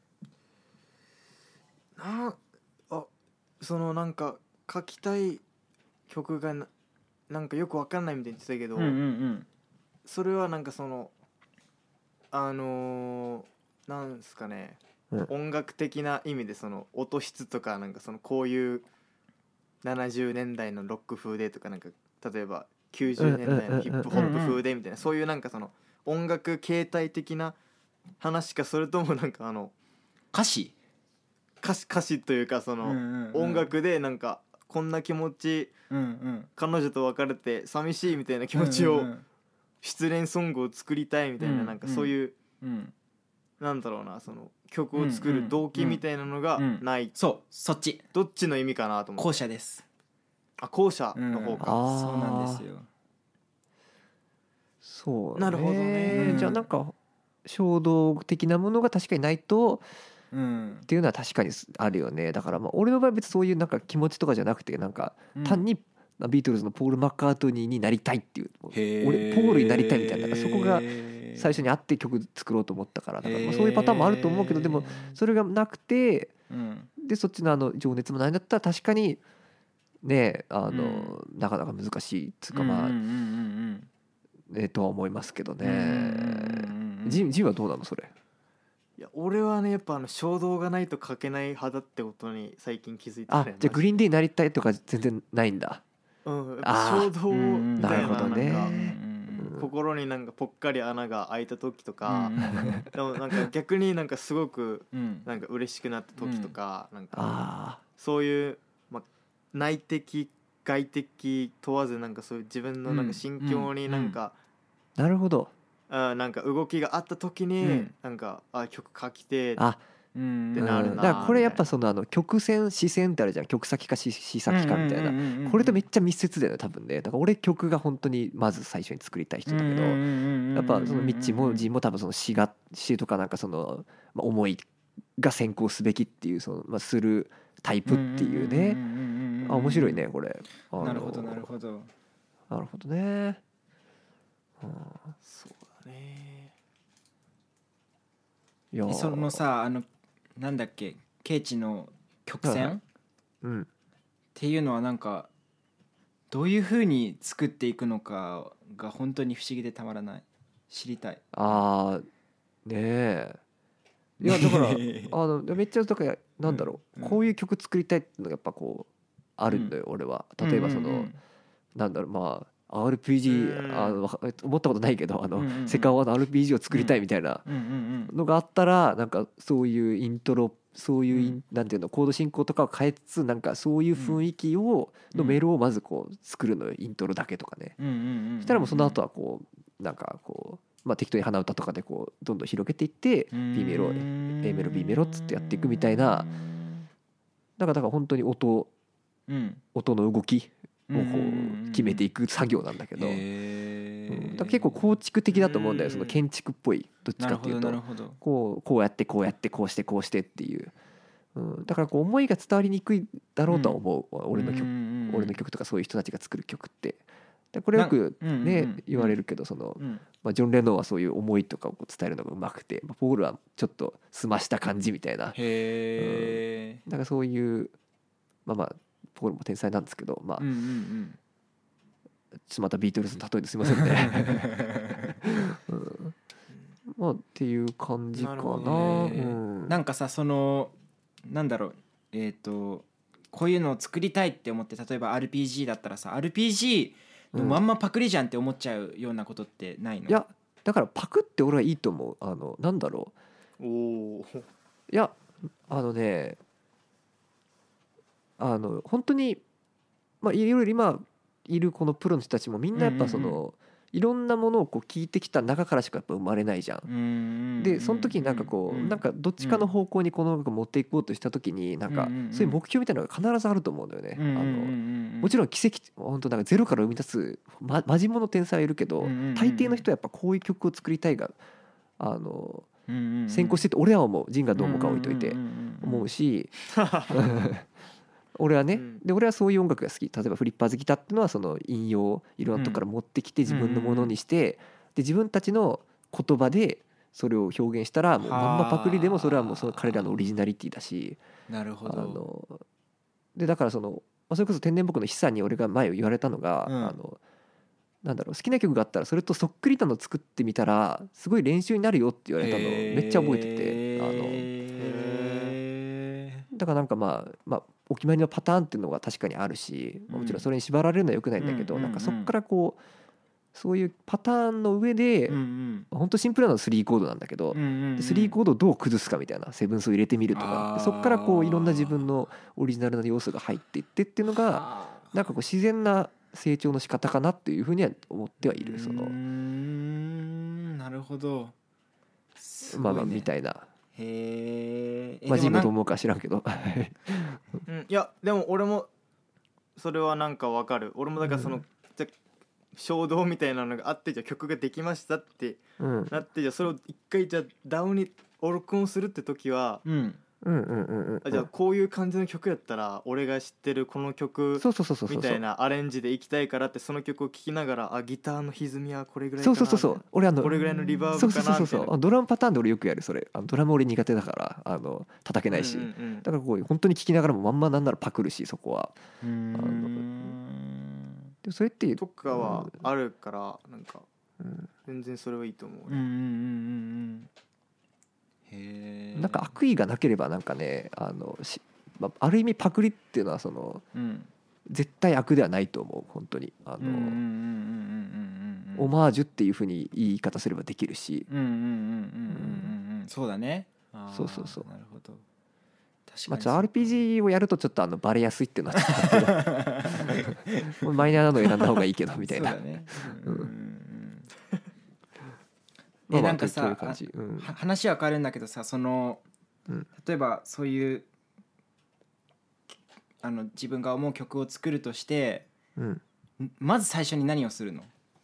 なあ、そのなんか書きたい曲が な, なんかよくわかんないみたいに言ってたけど、うんうんうん、それはなんかそのあのー、なんですかね、うん、音楽的な意味でその音質とかなんかそのこういうななじゅうねんだいのロック風でとかなんか例えばきゅうじゅうねんだいのヒップホップ風でみたいな、そういうなんかその音楽形態的な話か、それともなんかあの歌詞歌詞歌詞というかその音楽でなんかこんな気持ち、うんうん、彼女と別れて寂しいみたいな気持ちを失恋ソングを作りたいみたいな、なんかそういう、うんうん、なんだろうな、その曲を作る動機みたいなのがない、うんうん、 そうそっちどっちの意味かなと思って。 後者です。 あ、後者の方か、 うん、そうなんですよ。 そうね、 なるほどね、 うん、じゃあなんか衝動的なものが確かにないと、うん、っていうのは確かにあるよね。だからまあ俺の場合は別にそういうなんか気持ちとかじゃなくて、なんか単にビートルズのポール・マッカートニーになりたいっていう、俺ポールになりたいみたいな、そこが最初にあって曲作ろうと思ったから、だからまあそういうパターンもあると思うけど、でもそれがなくて、でそっちのあの情熱もないんだったら確かにね、あのなかなか難しいっつうか、まあえとは思いますけどね。ジンジンはどうなのそれ。 いや俺はねやっぱあの衝動がないと書けない派だってことに最近気づいて、 あ、じゃあグリーンデーになりたいとか全然ないんだ。 うん、やっぱ衝動みたい な, な, んか、 ね、 心になんかぽっかり穴が開いた時とか、でもなんか逆になんかすごくなんか嬉しくなった時とか、なんかそういう、ま、内的外的問わずなんかそういう自分のなんか心境になんか、 なるほど、 あなんか動きがあった時に、うん、なんかあ曲書きてあってなるな。だからこれやっぱそのあの曲線視線ってあるじゃん、曲先か視先かみたいな、これとめっちゃ密接だよね多分ね。だから俺曲が本当にまず最初に作りたい人だけど、やっぱそのミッチもジンも多分その詩が詩とかなんかその思いが先行すべきっていうそのまあするタイプっていうね。あ面白いねこれ。 なるほどなるほどなるほどね。 そうだね。 いやそのさあのなんだっけケイチの曲線、はいうん、っていうのはなんかどういう風に作っていくのかが本当に不思議でたまらない。知りたい。 あーねえ。いやだからあのめっちゃだからなんだろう、うん、こういう曲作りたいってのがやっぱこうあるんだよ、うん、俺は。例えばその、うんうんうん、なんだろうまあアールピージー あの思ったことないけどあの、うんうんうん、セカオワの アールピージー を作りたいみたいなのがあったらなんかそういうイントロそういう、うん、なんていうのコード進行とかを変えつつなんかそういう雰囲気を、うん、のメロをまずこう作るのよイントロだけとかね、うんうんうんうん、そしたらもうその後はこうなんかこう、まあ、適当に鼻歌とかでこうどんどん広げていって B メロ A メロ B メロっつってやっていくみたいなだからだから本当に音、うん、音の動きをこう決めていく作業なんだけど、うん、だから結構構築的だと思うんだよその建築っぽいどっちかっていうとこうこうやってこうやってこうしてこうしてっていう、うん、だからこう思いが伝わりにくいだろうとは思う、うん、俺の曲俺の曲とかそういう人たちが作る曲ってでこれよくね言われるけどその、まあ、ジョン・レノンはそういう思いとかを伝えるのがうまくてポールはちょっと澄ました感じみたいな、へー、うん、だからそういうまあまあポールも天才なんですけどまあ、うんうんうん、ちょっとまたビートルズの例えですいませんね、うん、まあっていう感じかな、な、うん、 なんかさそのなんだろうえっとこういうのを作りたいって思って例えば アールピージー だったらさ アールピージーのまんまパクリじゃんって思っちゃうようなことってないの？ いやだからパクって俺はいいと思うあのなんだろうおいやあのねあの本当にまあいろいろ今いるこのプロの人たちもみんなやっぱその、うんうんうん、いろんなものをこう聞いてきた中からしかやっぱ生まれないじゃん。うんうんうん、でその時になんかこう、うん、なんかどっちかの方向にこの音楽を持っていこうとした時になんかそういう目標みたいなのが必ずあると思うんだよね。うんうんうん、あのもちろん奇跡本当なんかゼロから生み出すまマジモの天才はいるけど、うんうんうん、大抵の人はやっぱこういう曲を作りたいがあの、うんうんうん、先行してて俺は思うジンがどう思うか置いといて思うし。俺はね、うん、で俺はそういう音楽が好き例えばフリッパーズギターっていうのはその引用いろんなとこから持ってきて自分のものにして、うんうんうん、で自分たちの言葉でそれを表現したらもうまんまパクリでもそれはもうその彼らのオリジナリティだしなるほどあのでだからそのそれこそ天然木の久さんに俺が前言われたのが、うん、あのなんだろう好きな曲があったらそれとそっくりなの作ってみたらすごい練習になるよって言われたのめっちゃ覚えててあのだからなんかまあまあお決まりのパターンっていうのが確かにあるし、もちろんそれに縛られるのは良くないんだけど、なんかそこからこうそういうパターンの上で、本当シンプルなのはスリーコードなんだけど、スリーコードをどう崩すかみたいなセブンスを入れてみるとか、そこからこういろんな自分のオリジナルな要素が入っていってっていうのがなんかこう自然な成長の仕方かなっていうふうには思ってはいる。そのなるほど、 まあまあみたいな。 へえ。 まあジムと思うか知らんけどうん、いやでも俺もそれはなんかわかる。俺もだからその、うん、じゃ衝動みたいなのがあってじゃ曲ができましたってなって、うん、じゃそれを一回じゃダウンに録音するって時は、うんうんうんうんうん、じゃあこういう感じの曲やったら俺が知ってるこの曲みたいなアレンジでいきたいからってその曲を聴きながらあギターの歪みはこれぐらいかな、 そうそうそうそう俺あのこれぐらいのリバーブかなみたいな、 そうそうそうそうドラムパターンで俺よくやるそれあのドラム俺苦手だからあの叩けないし、うんうんうん、だからこう本当に聴きながらもまんまなんならパクるしそこはうーんあのでもそれってとかはあるからなんか、うん、全然それはいいと思う、うんうんうんうんへなんか悪意がなければなんかねあのし、まあ、ある意味パクリっていうのはその、うん、絶対悪ではないと思う本当にあのオマージュっていうふうに言い方すればできるしそうだねあそうそうそうなるほどまあ、アールピージー をやるとちょっとあのバレやすいっていうのはちょっとマイナーなのを選んだ方がいいけどみたいなそうだねうんでなんかさ、うん、話は変わるんだけどさその、うん、例えばそういうあの自分が思う曲を作るとして、うん、まず最初に何をするの？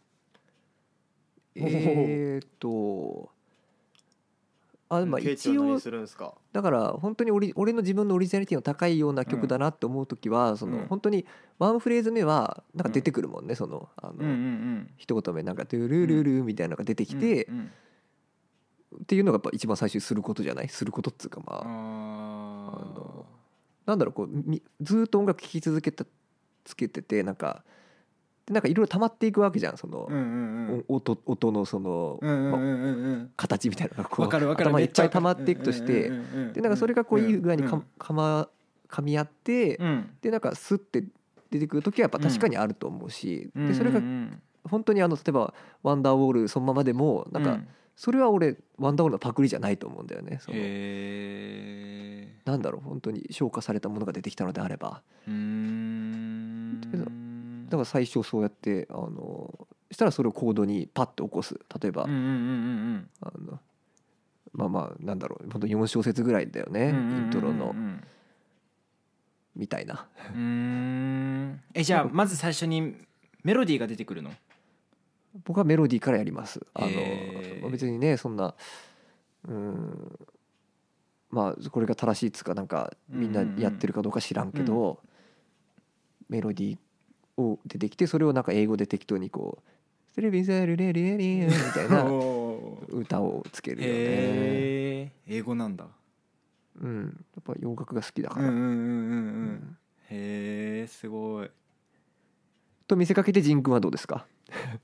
えーっとあまあ一応だから本当に俺の自分のオリジナリティの高いような曲だなって思う時はその本当にワンフレーズ目はなんか出てくるもんねそのあの一言目なんかドゥルルルみたいなのが出てきてっていうのがやっぱ一番最初にすることじゃないすることっつうかまああのなんだろうこうずっと音楽聴き続けたつけててなんかでなんかいろいろ溜まっていくわけじゃんその、うんうんうん、音, 音のその、うんうんうんうんま、形みたいなのがこう頭いっぱい溜まっていくとして、うんうんうん、でなんかそれがこういい具合にか、かま噛み合って、うん、でなんかスッてで出てくる時はやっぱ確かにあると思うし、でそれが本当にあの例えばワンダーウォールそのままでもなんかそれは俺ワンダーウォールのパクリじゃないと思うんだよね。そのへー、 なんだろう本当に消化されたものが出てきたのであれば、 うーん、 だから最初そうやってあのしたらそれをコードにパッと起こす。例えば、 うんうんうんうんあのまあまあなんだろう本当よん小節ぐらいだよね、 うんうんうんうんイントロのみたいな。 うーん、えじゃあまず最初にメロディーが出てくるの？ 僕はメロディーからやります。あへーの別にねそんなうーんまあこれが正しいっつうかなんかみんなやってるかどうか知らんけど、 うんうんメロディーを出てきてそれをなんか英語で適当にこう「テレビザルレレレレ」みたいな歌をつけるよね。 へー、英語なんだ。 うん、やっぱ洋楽が好きだから。 うんうんうんうんううんん、へえ、すごい。 と見せかけてジン君はどうですか？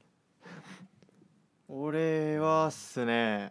俺はっすね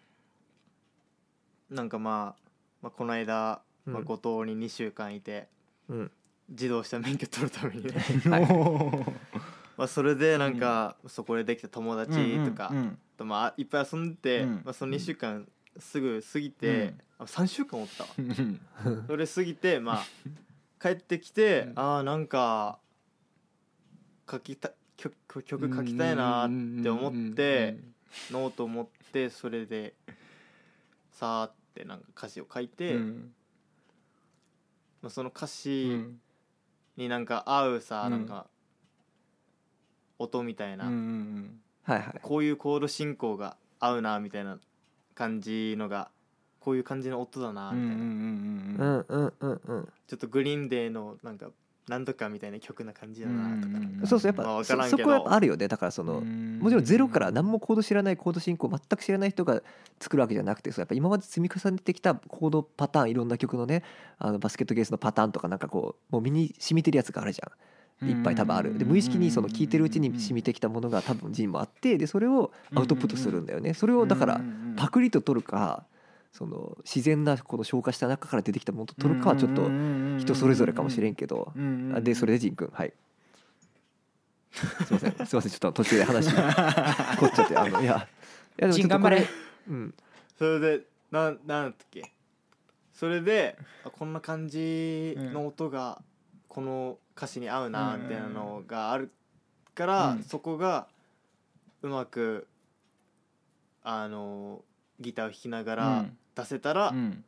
なんかまあ、まあ、この間、 うんまあ、五島ににしゅうかんいて、 うん、 自動車免許取るためにねはいまあそれでなんか、そこでできた友達とか、 うんうんとまあいっぱい遊んでて、 うんまあ、そのにしゅうかんすぐ過ぎて、あさんしゅうかんおったわうんそれ過ぎてまあ帰ってきて、 うんああなんか書きた曲曲書きたいなって思ってノート持ってそれでさーってなんか歌詞を書いて、 うんまあ、その歌う詞んになんか合うさ、 うんなんか音みたいな、 うんうんはいはい。 こういうコード進行が合うなみたいな感じのがこういう感じの音だなみたいな、 うんうんうんうんうんうんうんちょっとグリーンデーのなんかなんとかみたいな曲な感じだなとかなんか、 そうそうやっぱ、 まあ、分そからんけどそこはやっぱあるよね。だからそのもちろんゼロから何もコード知らないコード進行全く知らない人が作るわけじゃなくて、そうやっぱ今まで積み重ねてきたコードパターンいろんな曲のねあのバスケットケースのパターンとかなんかこうもう身に染みてるやつがあるじゃん。いっぱい多分ある。で無意識にその聴いてるうちに染みてきたものが多分ジンもあって、でそれをアウトプットするんだよね。それをだからパクリと取るかその自然なこの消化した中から出てきたものと取るかはちょっと人それぞれかもしれんけど、あでそれでジン君はいすいませんすいませんちょっと途中で話こっちゃってあのいやいやでもちょっとこれうんそれでななんだったっけそれであこんな感じの音がこの歌詞に合うなみたいなのがあるから、 うんそこがうまくあのギターを弾きながら出せたら、 うん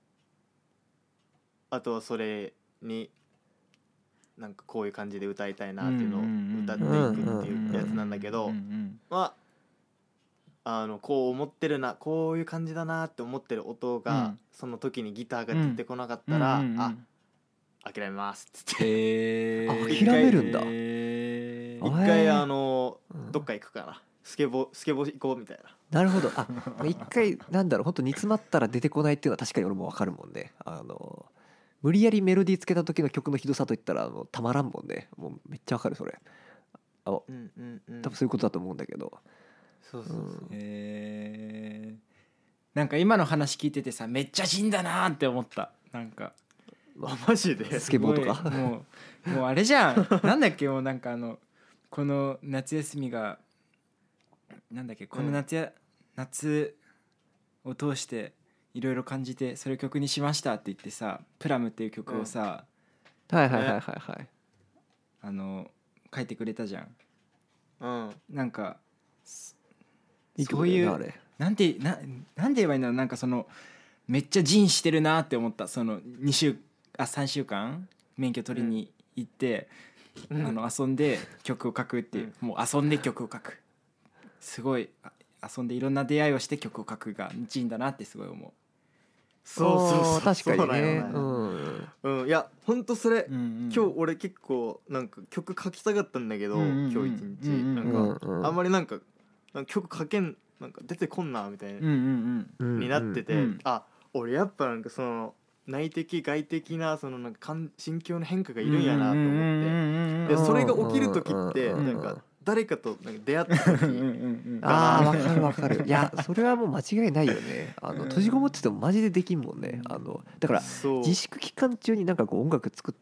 あとはそれになんかこういう感じで歌いたいなっていうのを歌っていくっていうやつなんだけど、まああのこう思ってるなこういう感じだなって思ってる音が、 うんその時にギターが出てこなかったら、 うんうんうんあ諦めますっつってへーあ諦めるんだへー一回へーあのうんどっか行くかなスケボースケボー行こうみたいな。 なるほど。あ一回なんだろう本当煮詰まったら出てこないっていうのは確かに俺も分かるもんね。あの無理やりメロディーつけた時の曲のひどさといったらあのたまらんもんね。もうめっちゃ分かるそれ。あうんうんうん多分そういうことだと思うんだけど。 そうそうそう、 うんへーなんか今の話聞いててさめっちゃ死んだなーって思った。なんかあマジでスケボーとかすごいもうもうあれじゃんなんだっけもうなんかあのこの夏休みがなんだっけこの夏や、夏を通していろいろ感じてそれを曲にしましたって言ってさプラムっていう曲をさ、 はいはいはいはいはい。 あの書いてくれたじゃん。 うんなんかいい曲そういうだよねあれ。 なんてななんて言えばいいんだろうなんかそのめっちゃジンしてるなって思った。そのに週あさんしゅうかん免許取りに行って、 うんあの遊んで曲を書くっていう、もう遊んで曲を書くすごいあ遊んでいろんな出会いをして曲を書くがジンだなってすごい思う。 そうそうそう確かにね。 そうなんようんうん、いやほんとそれ、 うんうん今日俺結構なんか曲書きたかったんだけど、 うんうんうん今日一日、 うんうんなんか、 うんうんあんまりなんかなんか曲書けんなんか出てこんなみたいな、 うんうんうんになってて、 うんあ俺やっぱなんかその内的外的なそのなんか感心境の変化がいるんやなと思って、でそれが起きる時ってうんなんか誰かとなんか出会った時、 ああ分かる分かる。いやそれはもう間違いないよね。あの閉じこもっててもマジでできんもんね。あのだからそう自粛期間中になんかこう音楽作った人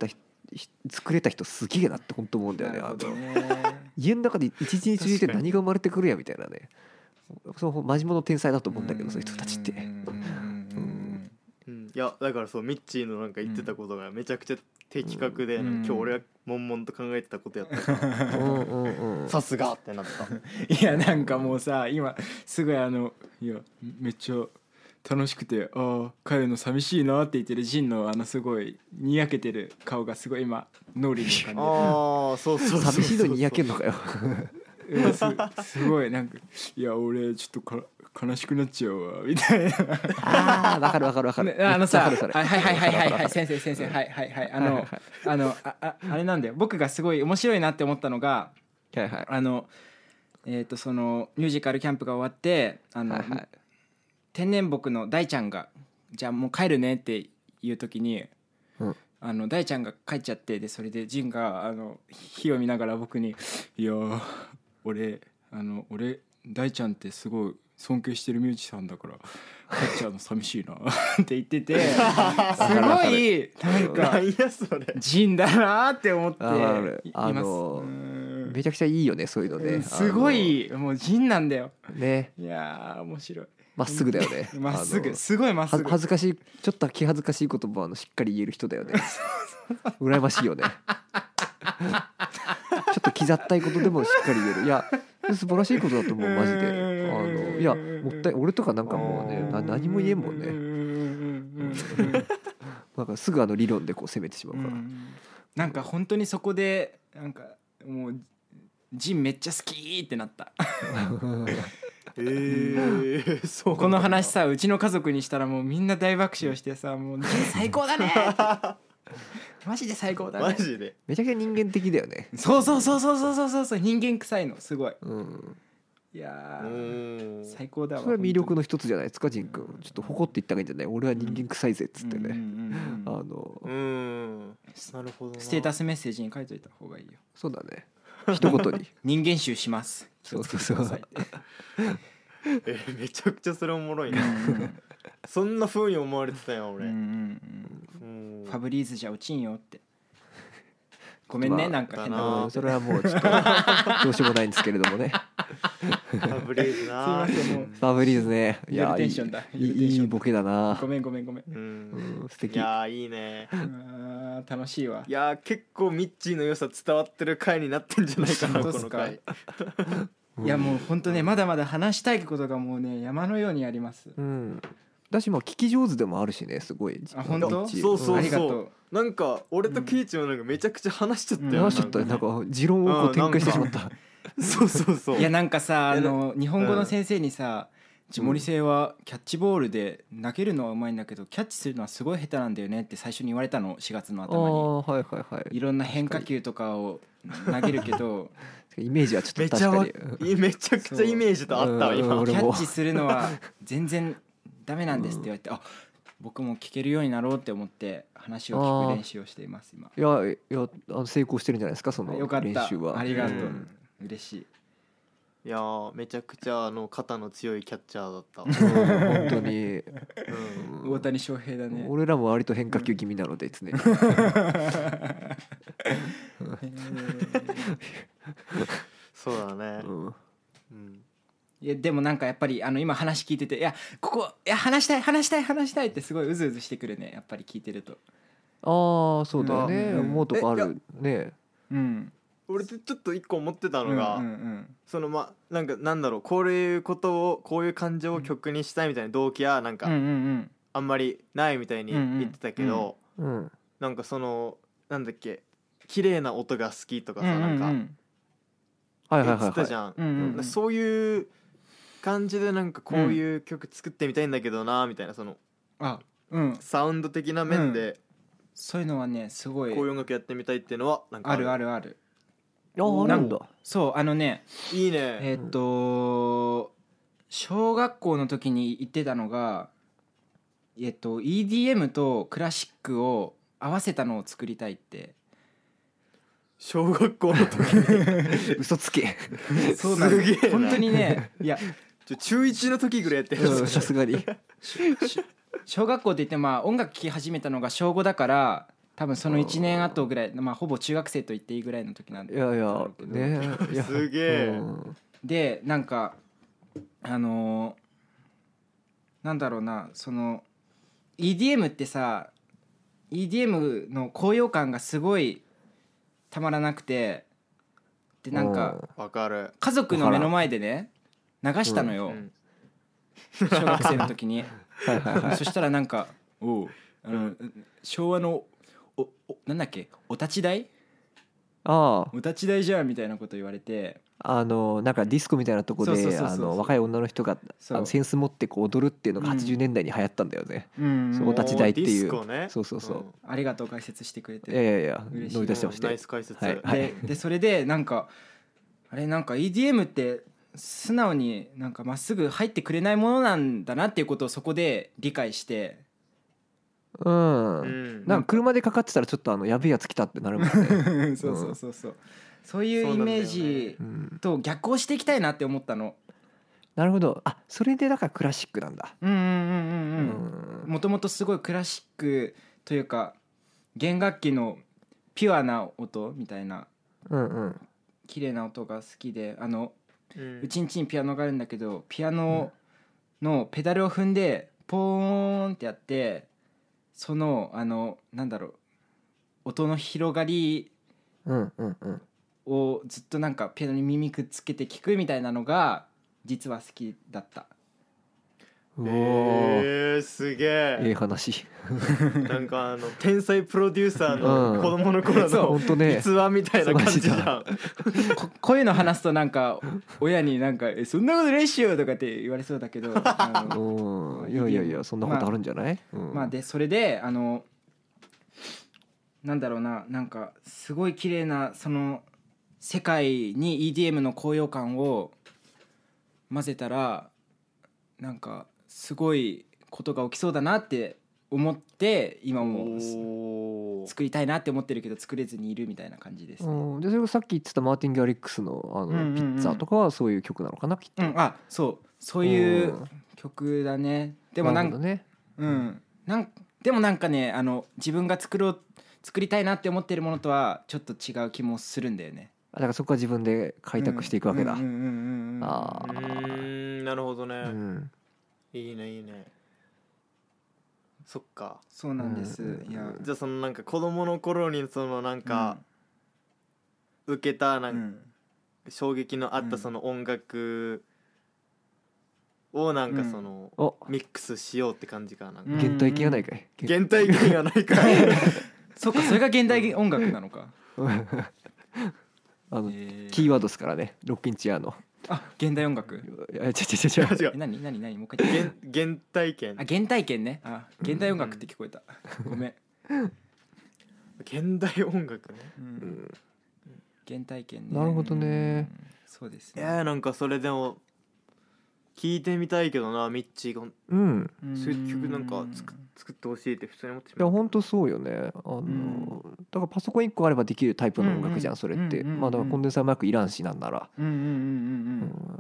作れた人すげえなって本当思うんだよね。あの家の中で一日中いて何が生まれてくるやみたいなね、そのマジモノ天才だと思うんだけど、そういう人たちって。 いやだからそうミッチーのなんか言ってたことがめちゃくちゃ的確で、うん、今日俺は悶々と考えてたことやったからさすがってなった。 いやなんかもうさ今すごいあのいやめっちゃ楽しくて、ああ帰るの寂しいなって言ってるジンのあのすごいにやけてる顔がすごい今脳裏に感じる。 ああそうそうそうそう、 寂しいのにやけんのかよす, すごいなんかいや俺ちょっとか悲しくなっちゃうわみたいな。 ああわかるわかるわかる、 ね、あのさはいはいはいはいはい先生先生はいはいはいあのあのあああれなんだよ、僕がすごい面白いなって思ったのが、 はいはい、 あのえっ、ー、とそのミュージカルキャンプが終わってあの、はいはい、天然木の大ちゃんがじゃあもう帰るねっていう時に、うん、あの大ちゃんが帰っちゃって、でそれでジンがあの火を見ながら僕にいや俺あの俺大ちゃんってすごい尊敬してるミュージシャンだから帰っちゃうの寂しいなって言っててすごいなんかジンだなって思っています。あのめちゃくちゃいいよねそういうのね、 すごいもうジンなんだよね。 いやー面白い、 まっすぐだよねまっすぐすごいまっすぐ、 恥ずかしいちょっと気恥ずかしい言葉をしっかり言える人だよね羨ましいよねちょっと気ざったいことでもしっかり言える。いや素晴らしいことだと思うマジで。あのいやもったい俺とかなんかもうねな何も言えんもんね、うん、なんかすぐあの理論でこう攻めてしまうから、うん、 なんか本当にそこでなんかもうジンめっちゃ好きってなったえー、そうこの話さうちの家族にしたらもうみんな大爆笑してさ、もうジン最高だねマジで最高だね。 マジでめちゃくちゃ人間的だよね。 そうそうそうそうそうそうそう人間臭いのすごい、 うん、 いやー最高だわ。 それは魅力の一つじゃないですかジン君。ちょっと誇って言った方がいいんじゃない。俺は人間臭いぜっつってね、うんうんうんうん、あのうんなるほどな。 ステータスメッセージに書いといた方がいいよ。 そうだね一言に人間臭します。 そうそうそうえめちゃくちゃそれおもろいねそんな風に思われてたよ俺、うんうんうん、ファブリーズじゃ落ちんよってごめんね、まあ、なんか変な、 うん、それはもうちょっとどうしようもないんですけれどもねファブリーズなすいませんもうファブリーズね。 いやテンションだいい、いいボケだな。 ごめんごめんごめん、 うんうん、素敵。いやいいねあ楽しいわ。 いや結構ミッチーの良さ伝わってる回になってんじゃないかなこの回いやもうほんとねまだまだ話したいことがもうね山のようにあります、 うん、だしも聞き上手でもあるしねすごい。 あ本当？ そうそうそう、 ありがとう。 なんか俺とキイチもなんかめちゃくちゃ話しちゃったよ、 うん、話しちゃったよ。なんか持論をこう展開してしまったそうそうそう。 いやなんかさあの日本語の先生にさ、うん、森生はキャッチボールで投げるのはうまいんだけどキャッチするのはすごい下手なんだよねって最初に言われたのしがつの頭に。あ、 はいはいはい、 いろんな変化球とかを投げるけどイメージはちょっと確かにめちゃくちゃイメージとあったわ今。 キャッチするのは全然ダメなんですって言われて、あ僕も聞けるようになろうって思って話を聞く練習をしています今。 いやいやあの成功してるんじゃないですかその練習は。 よかったありがとう、うん、嬉しい。 いやめちゃくちゃあの肩の強いキャッチャーだった、 うん、本当に、 うん、大谷翔平だね。 俺らも割と変化球気味なので常にそうだね、 うんうん、いやでもなんかやっぱりあの今話聞いてていやここいや話したい話したい話したいってすごいうずうずしてくるねやっぱり聞いてると。 ああそうだよね、うん、思うとこあるね。 うん俺ちょっと一個思ってたのが、 うんうんうん、 そのまなんかなんだろうこういうことをこういう感情を曲にしたいみたいな動機はなんか、 うんうんうん、 あんまりないみたいに言ってたけど、 うんうん、 なんかそのなんだっけ綺麗な音が好きとかさ、うんうんうん、なんか言ってたじゃん、 うんうんうん、 そういう感じでなんかこういう曲作ってみたいんだけどなみたいなその、 あ、うん、 サウンド的な面で、うん、 そういうのはねすごいこういう音楽やってみたいっていうのはなんかあるあるある。 あなんだ。 そうあのねいいね。 えー、っと小学校の時に言ってたのがえっと イーディーエム とクラシックを合わせたのを作りたいって。 小学校の時に嘘つけそうなんです本当にね。いやちょ中いちの時ぐらいやってる。 さすがに小学校って言ってまあ音楽聴き始めたのが小ごだから多分そのいちねんごぐらい、まあ、ほぼ中学生と言っていいぐらいの時なんで。 いやいやねいやすげえ、うん、でなんかあのー、なんだろうな、その イーディーエム ってさ イーディーエム の高揚感がすごいたまらなくて、でなんかわかる、 家族の目の前でね流したのよ、うん、小学生の時にはいはい、はい、そしたらなんかおうあの昭和のおおなんだっけお立ち台あお立ち台じゃんみたいなこと言われて、 あのなんかディスコみたいなとこで若い女の人があのセンス持ってこう踊るっていうのがはちじゅうねんだいに流行ったんだよね、うん、そうお立ち台っていう、ね、そうそうそう、うん、 ありがとう解説してくれて、 いやいやいや乗り出してました、 ナイス解説、 はいはい、で, でそれでなんかあれなんか イーディーエム って素直になんかまっすぐ入ってくれないものなんだなっていうことをそこで理解して、 うん、うん、なんか車でかかってたらちょっとあのやべえやつ来たってなるもんねそうそうそうそう、そういうイメージと逆行していきたいなって思ったの。 なるほど、あそれでだからクラシックなんだ。 うんうんうんうんうん、もともとすごいクラシックというか弦楽器のピュアな音みたいな、 うんうん、 綺麗な音が好きで、あのうちんちにピアノがあるんだけど、ピアノのペダルを踏んでポーンってやって、そのあのなんだろう音の広がりをずっとなんかピアノに耳くっつけて聴くみたいなのが実は好きだった。 えー、すげえええ話なんかあの天才プロデューサーの子供の頃の逸話みたいな感じじゃん、うんね、こ, こういうの話すとなんか親になんかえそんなことないっしよとかって言われそうだけどあのいやいやいやそんなことあるんじゃない、 まあうん、まあでそれであのなんだろうな、なんかすごい綺麗なその世界に イーディーエム の高揚感を混ぜたらなんかすごいことが起きそうだなって思って今も作りたいなって思ってるけど作れずにいるみたいな感じですね、 うん、でそれがさっき言ってたマーティン・ギャリックスのあの、うんうんうん、ピッツァとかはそういう曲なのかなきっと、 うん、あそうそういう曲だね。でもなんか、 ね、 うん、なんでもなんかねあの自分が作ろう作りたいなって思ってるものとはちょっと違う気もするんだよね。 だからそこは自分で開拓していくわけだ。ああなるほどね、うん、いいねいいね。そっかそうなんです、うん、いやじゃあそのなんか子供の頃にそのなんか、うん、受けたなんか、うん、衝撃のあったその音楽をなんかその、うん、ミックスしようって感じかな。 原体験がないかい。 原体験がないかいそっかそれが現代音楽なのかあの、えー、キーワードですからねロッキンチェアの。 あ現代音楽。 いや違う違う違う違う。 何何何もう一回言って。 原原体験。 あ原体験ね。あ現代音楽って聞こえた。ごめん。 現代音楽ね。 うん、原体験ね。 なるほどね。うん、 そうですね。 いやなんかそれでも聞いてみたいけどなミッチーが。 うん。 そういう曲なんか作作ってほしいって普通に思ってしまう。 いや本当そうよね。あの、うん、だからパソコンいっこあればできるタイプの音楽じゃん、うんうん、それって、うんうん、まあだからコンデンサーマイクいらんしなんなら、うんうんうんうん、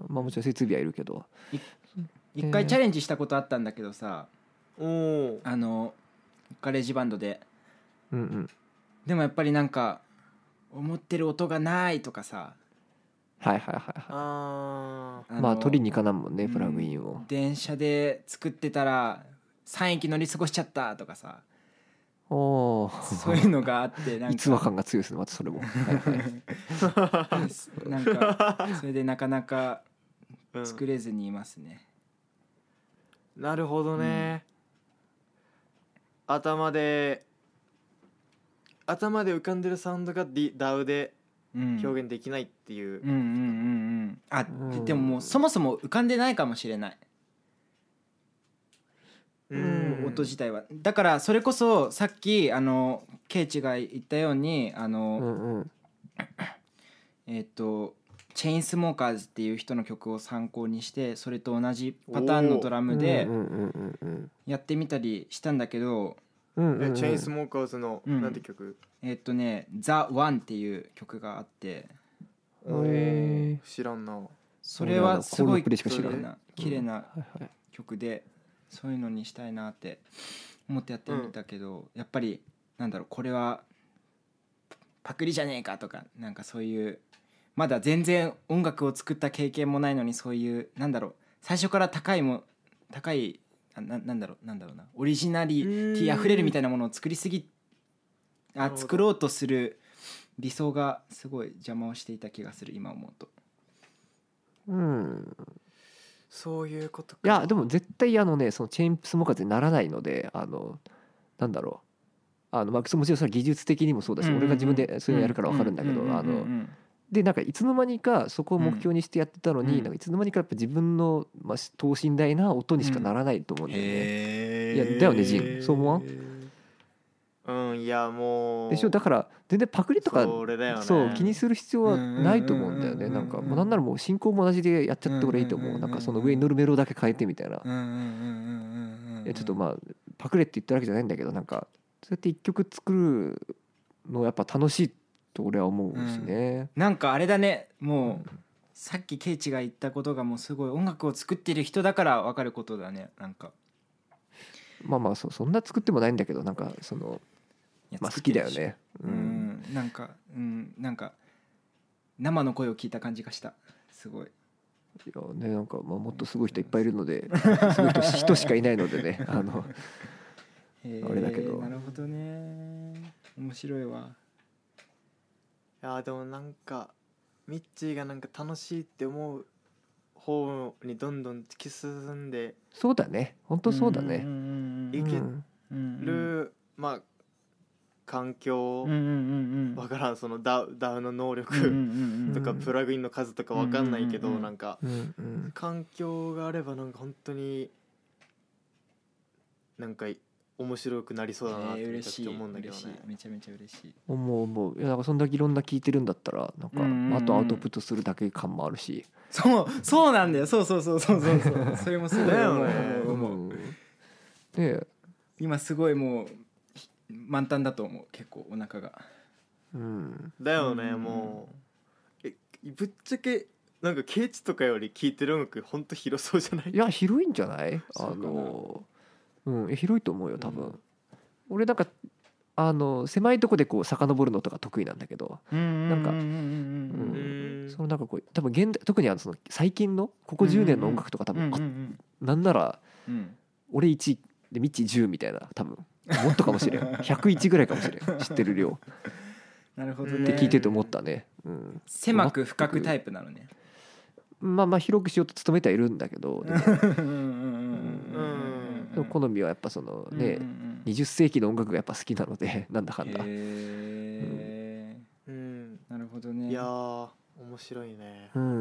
まあもちろん設備はいるけど一回チャレンジしたことあったんだけどさ、おあのガレージバンドで、 うんうん、 でもやっぱりなんか思ってる音がないとかさ、 はいはいはいはい、あまあ取りに行かなんもんね、プラグインを電車で作ってたらさん駅乗り過ごしちゃったとかさ、 おそういうのがあってなんか逸話感が強いですねまたそれもはい、はい、 なんかそれでなかなか作れずにいますね、 うん、なるほどね、うん、頭で頭で浮かんでるサウンドが ダウ で表現できないっていう、 うん、うんうんうんうんあ、うん、でももうそもそも浮かんでないかもしれない、うん、音自体は。だからそれこそさっきあのケイチが言ったようにあの、うんうん、えっとチェインスモーカーズっていう人の曲を参考にしてそれと同じパターンのドラムでやってみたりしたんだけど、 うんうんうん、チェインスモーカーズの、うん、なんて曲？ えっとね「ザ・ワン」っていう曲があって、 えー、知らんな。 それはすごい綺麗な綺麗な曲で、そういうのにしたいなって思ってやってみたけど、うん、やっぱりなんだろうこれはパクリじゃねえかとかなんかそういうまだ全然音楽を作った経験もないのにそういうなんだろう最初から高いも高いな, なんだろうなんだろうなオリジナリティあふれるみたいなものを作りすぎあ作ろうとする理想がすごい邪魔をしていた気がする今思うと。 うんそういうことか。 いやでも絶対あのねそのチェーンスモーカーズにならないのであのなんだろうあのまあもちろんそれは技術的にもそうだし、うんうんうん、俺が自分でそういうのやるから分かるんだけど、あのでなんかいつの間にかそこを目標にしてやってたのに、うん、なんかいつの間にかやっぱ自分の、まあ、等身大な音にしかならないと思うんだよね、うん、いやだよねジンそう思わん？ うんいやもうでしょだから全然パクリとかそれだよね、 そう気にする必要はないと思うんだよね。なんかもうなんならもう進行も同じでやっちゃって俺いいと思う。なんかその上に乗るメロだけ変えてみたいな。いやちょっとまあパクレって言ったわけじゃないんだけどなんかそうやって一曲作るのやっぱ楽しいと俺は思うしね、 うん、なんかあれだねもう、うん、さっきケイチが言ったことがもうすごい音楽を作ってる人だから分かることだね。なんかまあまあ そ, そんな作ってもないんだけどなんかそのまあ好きだよね。 うん、うん、なんか、うん、なんか生の声を聞いた感じがした。すごい。いやねなんかまあもっとすごい人いっぱいいるので、すごい 人, 人しかいないのでね、あのあれだけど。 なるほどね。面白いわ。 いやでもなんかミッチーがなんか楽しいって思う方にどんどん突き進んで。 そうだね。本当そうだね。 いけるまあ環境わからんその ダウ, ダウの能力とかプラグインの数とかわかんないけどなんか環境があればなんか本当になんか面白くなりそうだなってめちゃくちゃ思うんだけどね。 めちゃめちゃ嬉しい。 思う思う。いやなんかそんだけいろんな聞いてるんだったらなんかあとアウトプットするだけ感もあるし。 そうそうなんだよ。そうそうそうそうそうそうそれもそうだよね。で今すごいもう満タンだと思う結構お腹が、 うん、だよね、うん、もうえぶっちゃけなんかケイチとかより聴いてる音楽ほんと広そうじゃない？ いや広いんじゃない？あのうん広いと思うよ多分、うん、俺なんかあの狭いとこでこう遡るのとか得意なんだけどなんかそのなんかこう多分現代特にあのその最近のここじゅうねんの音楽とか多分、うんうん、なんなら、うん、俺いちでミッチじゅうみたいな多分もっとかもしれんひゃくいちぐらいかもしれん知ってる量なるほどねって聞いてて思ったね、うん、 狭く深くタイプなのね。 まあまあ広くしようと努めてはいるんだけどでも好みはやっぱそのね、うんうんうん、にじゅっ世紀の音楽がやっぱ好きなのでなんだかんだ、 へー、うん、なるほどね。 いや面白いね、 うん、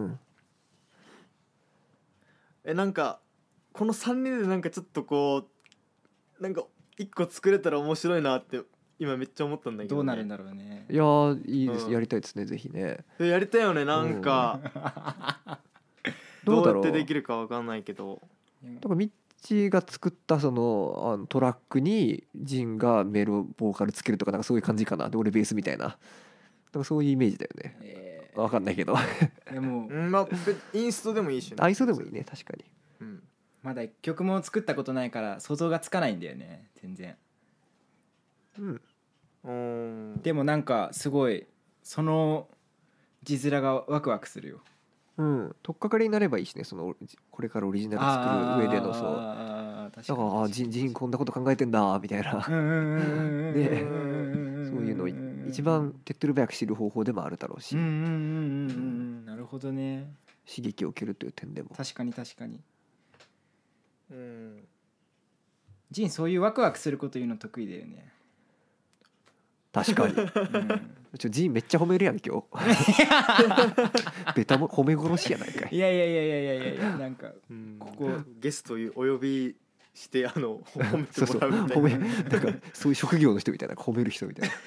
えなんかこのさんにんでなんかちょっとこうなんか一個作れたら面白いなって今めっちゃ思ったんだけど、ね、 どうなるんだろうね。 いやいいです、うん、やりたいですねぜひね。 やりたいよねなんか、うん、どうやってできるか分かんないけどだからミッチが作ったそのあのトラックにジンがメロボーカルつけるとかなんかそういう感じかな。で俺ベースみたいなだからそういうイメージだよね、えー、分かんないけどでも、 まあ、インストでもいいし、ね、 あインストでもいいね確かに、 うん、まだ一曲も作ったことないから想像がつかないんだよね全然、 うん、 でもなんかすごいその字面がワクワクするよ。 うん、取っかかりになればいいしねそのこれからオリジナル作る上でのそうあだからあジンジンこんなこと考えてんだみたいなでそういうの一番手っ取り早く知る方法でもあるだろうし、うんうんうんうん、 なるほどね。 刺激を受けるという点でも確かに確かに、うん、ジンそういうワクワクすること言うの得意だよね。 確かに、うん、ちょジンめっちゃ褒めるやん今日ベタも褒め殺しやないかい。 いやいやいやいやいやいやなんか、うん、 ここゲストお呼びしてあの褒めてもらうみたいなそうそう褒めなんかそういう職業の人みたいな褒める人みたいな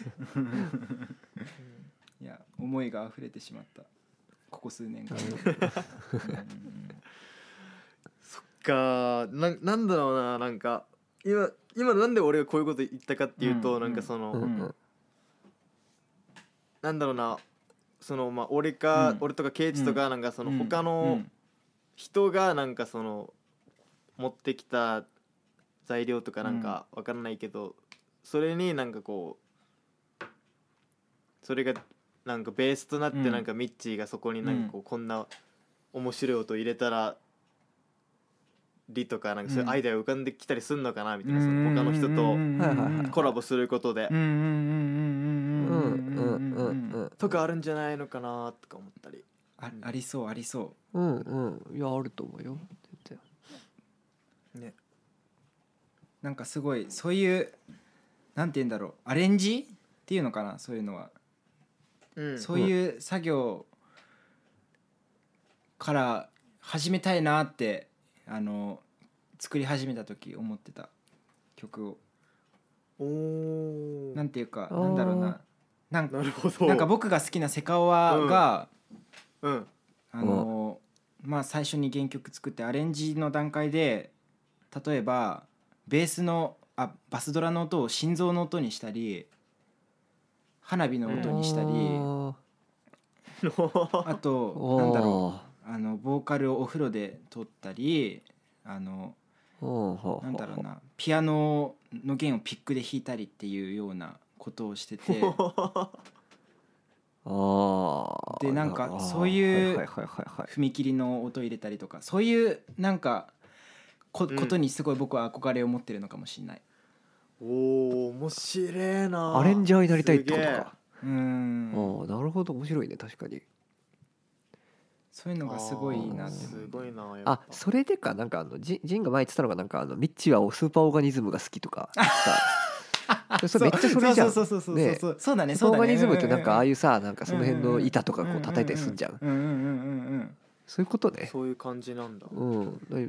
いや思いが溢れてしまったここ数年間、うん、 そっか な, なんだろうななんか今今なんで俺がこういうこと言ったかっていうと、うん、なんかその、うんうんなんだろうなそのまあ俺か、うん、俺とかケイチとかなんかその他の人がなんかその持ってきた材料とかなんかわからないけど、 それになんかこうそれがなんかベースとなって、なんかミッチーがそこになんかこうこんな面白い音入れたらりとかなんかそういうアイデアが浮かんできたりするのかなみたいな、その他の人とコラボすることでとかあるんじゃないのかなとか思ったり。 あ, ありそうありそう。 うんうん、いやあると思うよ絶対ね。なんかすごいそういうなんて言うんだろう、アレンジっていうのかな、そういうのは、うん、そういう作業から始めたいなってあの作り始めた時思ってた曲を。おなんていうかなんだろうな、なんか、なるほど、なんか僕が好きなセカオワが、うんうん、あのまあ最初に原曲作ってアレンジの段階で例えばベースのあバスドラの音を心臓の音にしたり花火の音にしたり、あとなんだろう、あのボーカルをお風呂で撮ったり、あのなんだろうな、ピアノの弦をピックで弾いたりっていうようなことをしててあでなんかそういう踏切の音入れたりとか、そういうなんか こ, ことにすごい僕は憧れを持ってるのかもしれない。 おー面白いな。 アレンジャーになりたいってことか。うん、あなるほど、面白いね確かに。 そういうのがすごいいいなって。 すごいな。 あそれでか、なんかあのジンが前言ってたのがなんかあのミッチーはスーパーオーガニズムが好きとかそれめっちゃそれじゃん。 そうそうそうそうそうそうだね。 スーパーオーガニズムってなんかああいうさ、なんかその辺の板とかこう叩いたりするんじゃん。そういうことね。 そういう感じなんだ。 うん。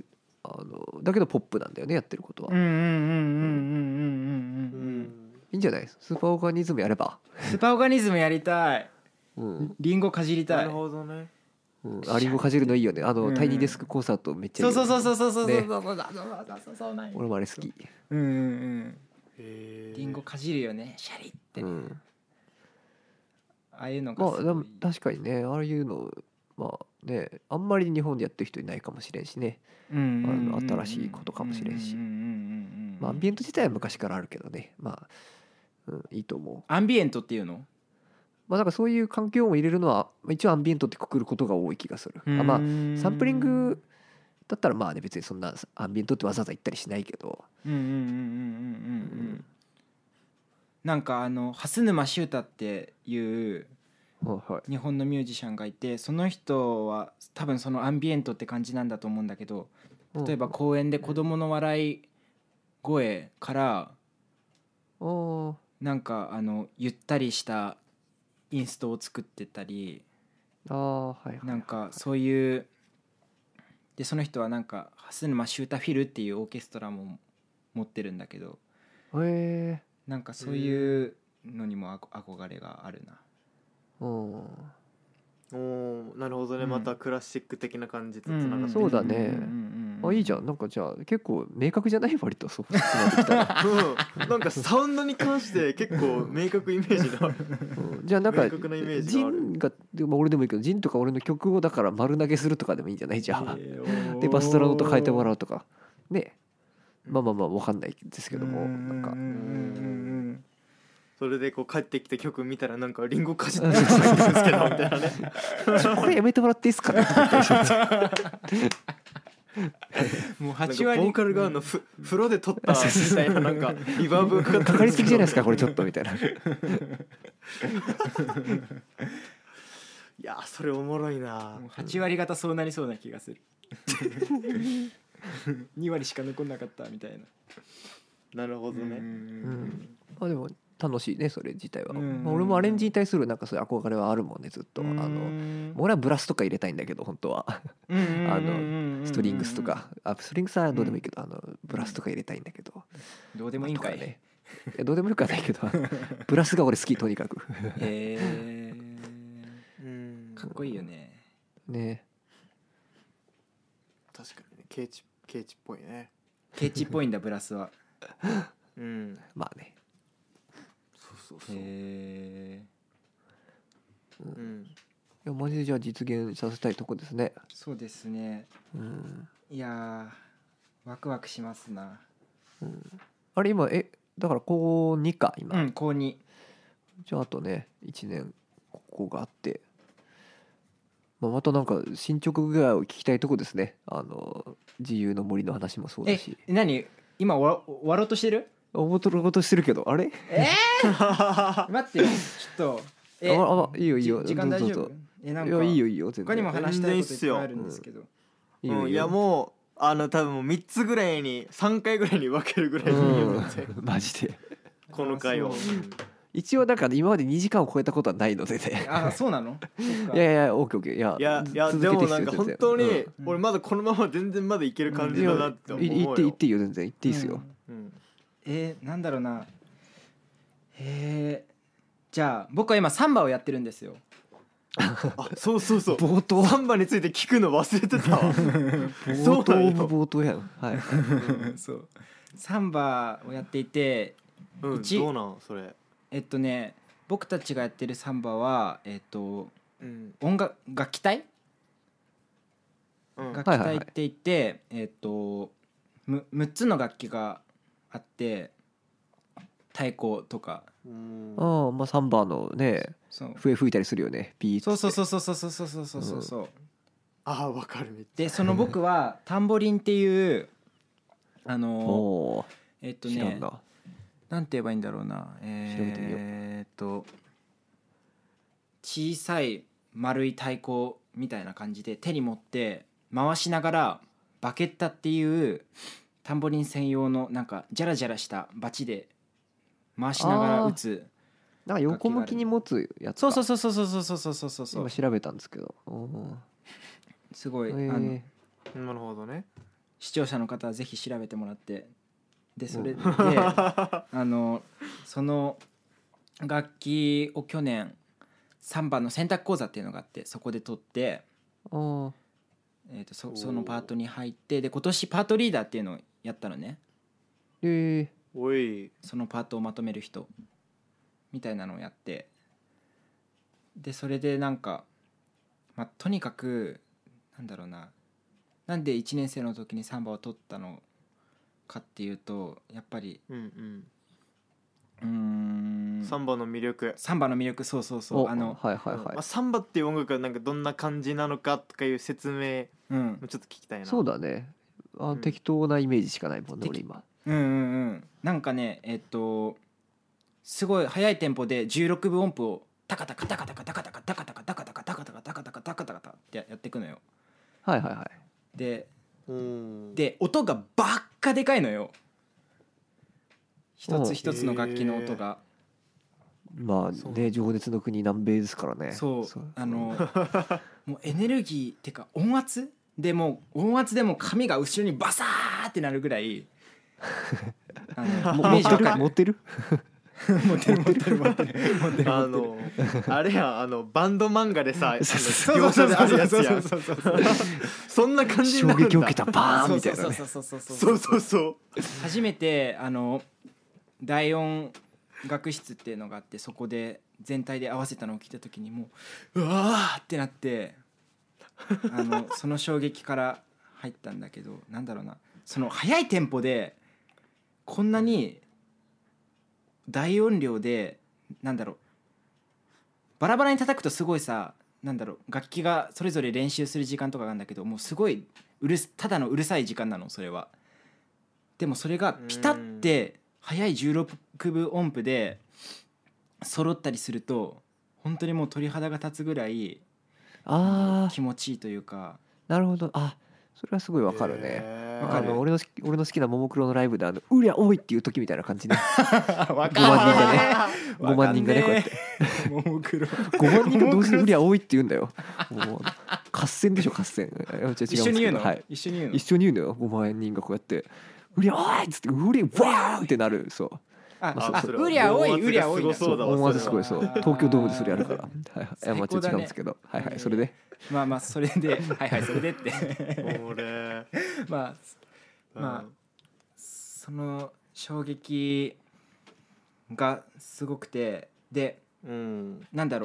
あのだけどポップなんだよねやってることは。うんうんうんうんうんうんうん。いいんじゃない？スーパーオーガニズムやれば。 スーパーオーガニズムやりたい。うん。リンゴかじりたい。なるほどね。 うん、あリンゴかじるのいいよね。あの、うん、タイニーデスクコンサートめっちゃいいよね。 そうそうそうそうそうそうそうそうそうそう。俺もあれ好き。 うんうんうん。へえ。リンゴかじるよね。シャリって。うん、ああいうのがすごい。 まあ確かにね、ああいうのまあね、あんまり日本でやってる人いないかもしれんしね。あの新しいことかもしれんし。まあアンビエント自体は昔からあるけどね。まあ、うん、いいと思う。 アンビエントっていうの？ まあ、だからそういう環境を入れるのは一応アンビエントってくくることが多い気がする。あまあサンプリングだったらまあね別にそんなアンビエントってわざわざ言ったりしないけど。うんうんうんうんうんうんうん。 なんかあの蓮沼修太っていう日本のミュージシャンがいて、その人は多分そのアンビエントって感じなんだと思うんだけど、例えば公園で子供の笑い声からなんかあのゆったりしたインストを作ってたり、あー、はいはいはい、なんかそういうでその人はなんか蓮沼修太フィルっていうオーケストラも持ってるんだけど、へえ、なんかそういうのにも憧れがあるな。 おお、なるほどね、うん、またクラシック的な感じとつながって、うん、 そうだね、うんうんうん、あいいじゃん。なんかじゃあ結構明確じゃない割とそうつながってきたら、 うん、なんかサウンドに関して結構明確イメージがある、 うん、じゃあなんかジンがでも俺でもいいけど、ジンとか俺の曲をだから丸投げするとかでもいいんじゃないじゃあ、えー、でバストラの音変えてもらうとかね、まあまあまあ分かんないですけども、なんかそれでこう帰ってきて曲見たらなんかリンゴかじってるんですけどみたいなねこれやめてもらっていいですかねと思ったりもうはち割ボーカル側のふ風呂で撮ったみたいななんかリバーブかかりすぎじゃないですかこれちょっとみたいないやそれおもろいな。 はち割方そうなりそうな気がするに割しか残んなかったみたいな。なるほどね。うん、 うん、あでも楽しいねそれ自体は、まあ、俺もアレンジに対するなんかそういう憧れはあるもんねずっと。あの俺はブラスとか入れたいんだけど本当はあのストリングスとかあストリングスはどうでもいいけど、あのブラスとか入れたいんだけど、 どうでもいいんかい、 ね、いやどうでもよくはないけどブラスが俺好きとにかくへえかっこいいよね。 ね確かにね、ケイチケイチっぽいね。 ケイチっぽいんだブラスはうんまあね、 そうそうそう。へー、うん、いやマジでじゃあ実現させたいとこですね。 そうですね、うん、いやワクワクしますな、 うん、あれ今えだから高にか今、 うん高に。 じゃああとねいちねんここがあって、まあ、またなんか進捗具合を聞きたいとこですね。あの自由の森の話もそうだし。 え何今終わ終わろうとしてる？ 終わろうとしてるけどあれえー、待ってよちょっとえああいいよいいよ時間大丈夫？ どうぞえなんかいやいいよいいよ全然他にも話したいこといっぱいあるんですけど、 いいよいいよ、 うん、いやもうあの多分もうみっつぐらいにさんかいぐらいに分けるぐらいでいいよ、 うん、マジでこの回を一応だから今までにじかんを超えたことはないのでね。 あそうなの？ いやいやオッケーオッケーいやいやいやでもなんか本当に俺まだこのまま全然まだいける感じだなって思うよ。 言って言っていいよ全然言っていいっすよ、 うんうん、えー、なんだろうなえー、じゃあ僕は今サンバをやってるんですよ。 あそうそうそう冒頭サンバについて聞くの忘れてたわ冒頭冒頭やんはいそうサンバをやっていて、 うん、どうなんそれ。 えっとね僕たちがやってるサンバはえっと、 うん、 音楽楽器隊、うん、楽器隊って言って、はいはいはい、えっと む, むっつの楽器があって太鼓とか、 うんああまあサンバのね笛吹いたりするよねピーッそうそうそうそうそうそうそうそうそうそう、うん、 ああ分かるめっちゃ。 でその僕はタンボリンっていうあのー、えっとね知らんななんて言えばいいんだろうなえー、調べてみよう。えー、っと小さい丸い太鼓みたいな感じで手に持って回しながらバケッタっていうタンボリン専用のなんかジャラジャラしたバチで回しながら打つなんか横向きに持つやつか。そうそうそうそうそうそうそうそうそうそう今調べたんですけどすごい、えー、 あのなるほどね。 視聴者の方はぜひ調べてもらってでそれであのその楽器を去年サンバの選択講座っていうのがあってそこで取ってあ、 えー、と そ, そのパートに入ってで今年パートリーダーっていうのをやったのね。 えー、 おいそのパートをまとめる人みたいなのをやってでそれでなんか、まあ、とにかくなんだろうななんでいちねん生の時にサンバを取ったのかっていうとやっぱりうんうんうーんサンバの魅力サンバの魅力そうそうそうあの、 はいはいはい、 まあ、サンバっていう音楽がなんかどんな感じなのかとかいう説明もちょっと聞きたいな、 うん、そうだねあ、うん、適当なイメージしかないもんね俺今うんうんうんなんかねえっとすごい速いテンポでじゅうろくぶ音符をタカタカタカタカタカタカタカタカタカタカタカタカタカタカタカタカタってやっていくのよ。 はいはいはいでで音がばっかでかいのよ一つ一つの楽器の音が。 まあね情熱の国南米ですからね。 そうあのもうエネルギーってか音圧でもう音圧でも髪が後ろにバサーってなるぐらいあのイメージわかる持ってる持ってる持ってる持ってる持ってるあのあれやあのバンド漫画でさ描写であるやつやそんな感じになるんだ。 衝撃を受けたバーンみたいなね。 そうそうそうそうそうそうそう初めてあの大音楽室っていうのがあってそこで全体で合わせたのを聞いた時にもううわーってなってあのその衝撃から入ったんだけどなんだろうなその速いテンポでこんなに大音量でなんだろうバラバラに叩くとすごいさなんだろう楽器がそれぞれ練習する時間とかがあるんだけどもうすごいうるただのうるさい時間なのそれは。でもそれがピタッて速いじゅうろくぶ音符で揃ったりすると本当にもう鳥肌が立つぐらいあ気持ちいいというか。 なるほどあそれはすごいわかるね。 わかる。 あの俺の俺の好きなももクロのライブであのうりゃ多いっていう時みたいな感じね。 わかごまん人がねごまん人がねこうやってももクロごまん人が同時にうりゃ多いって言うんだよ。もう合戦でしょ合戦。 一緒に言うの、 はい、 一緒に言うの一緒に言うんだよごまん人がこうやってうりゃおいっつってうりゃわーってなるそう。 あ、まあ、そうそううりゃおいうりゃおい音圧すごいそう東京ドームでそれやるからはいはいまあちょっと違うんですけどはいはいそれでまあまあそれではいはいそれでって俺まあまあその衝撃がすごくてで、うん、なんだろ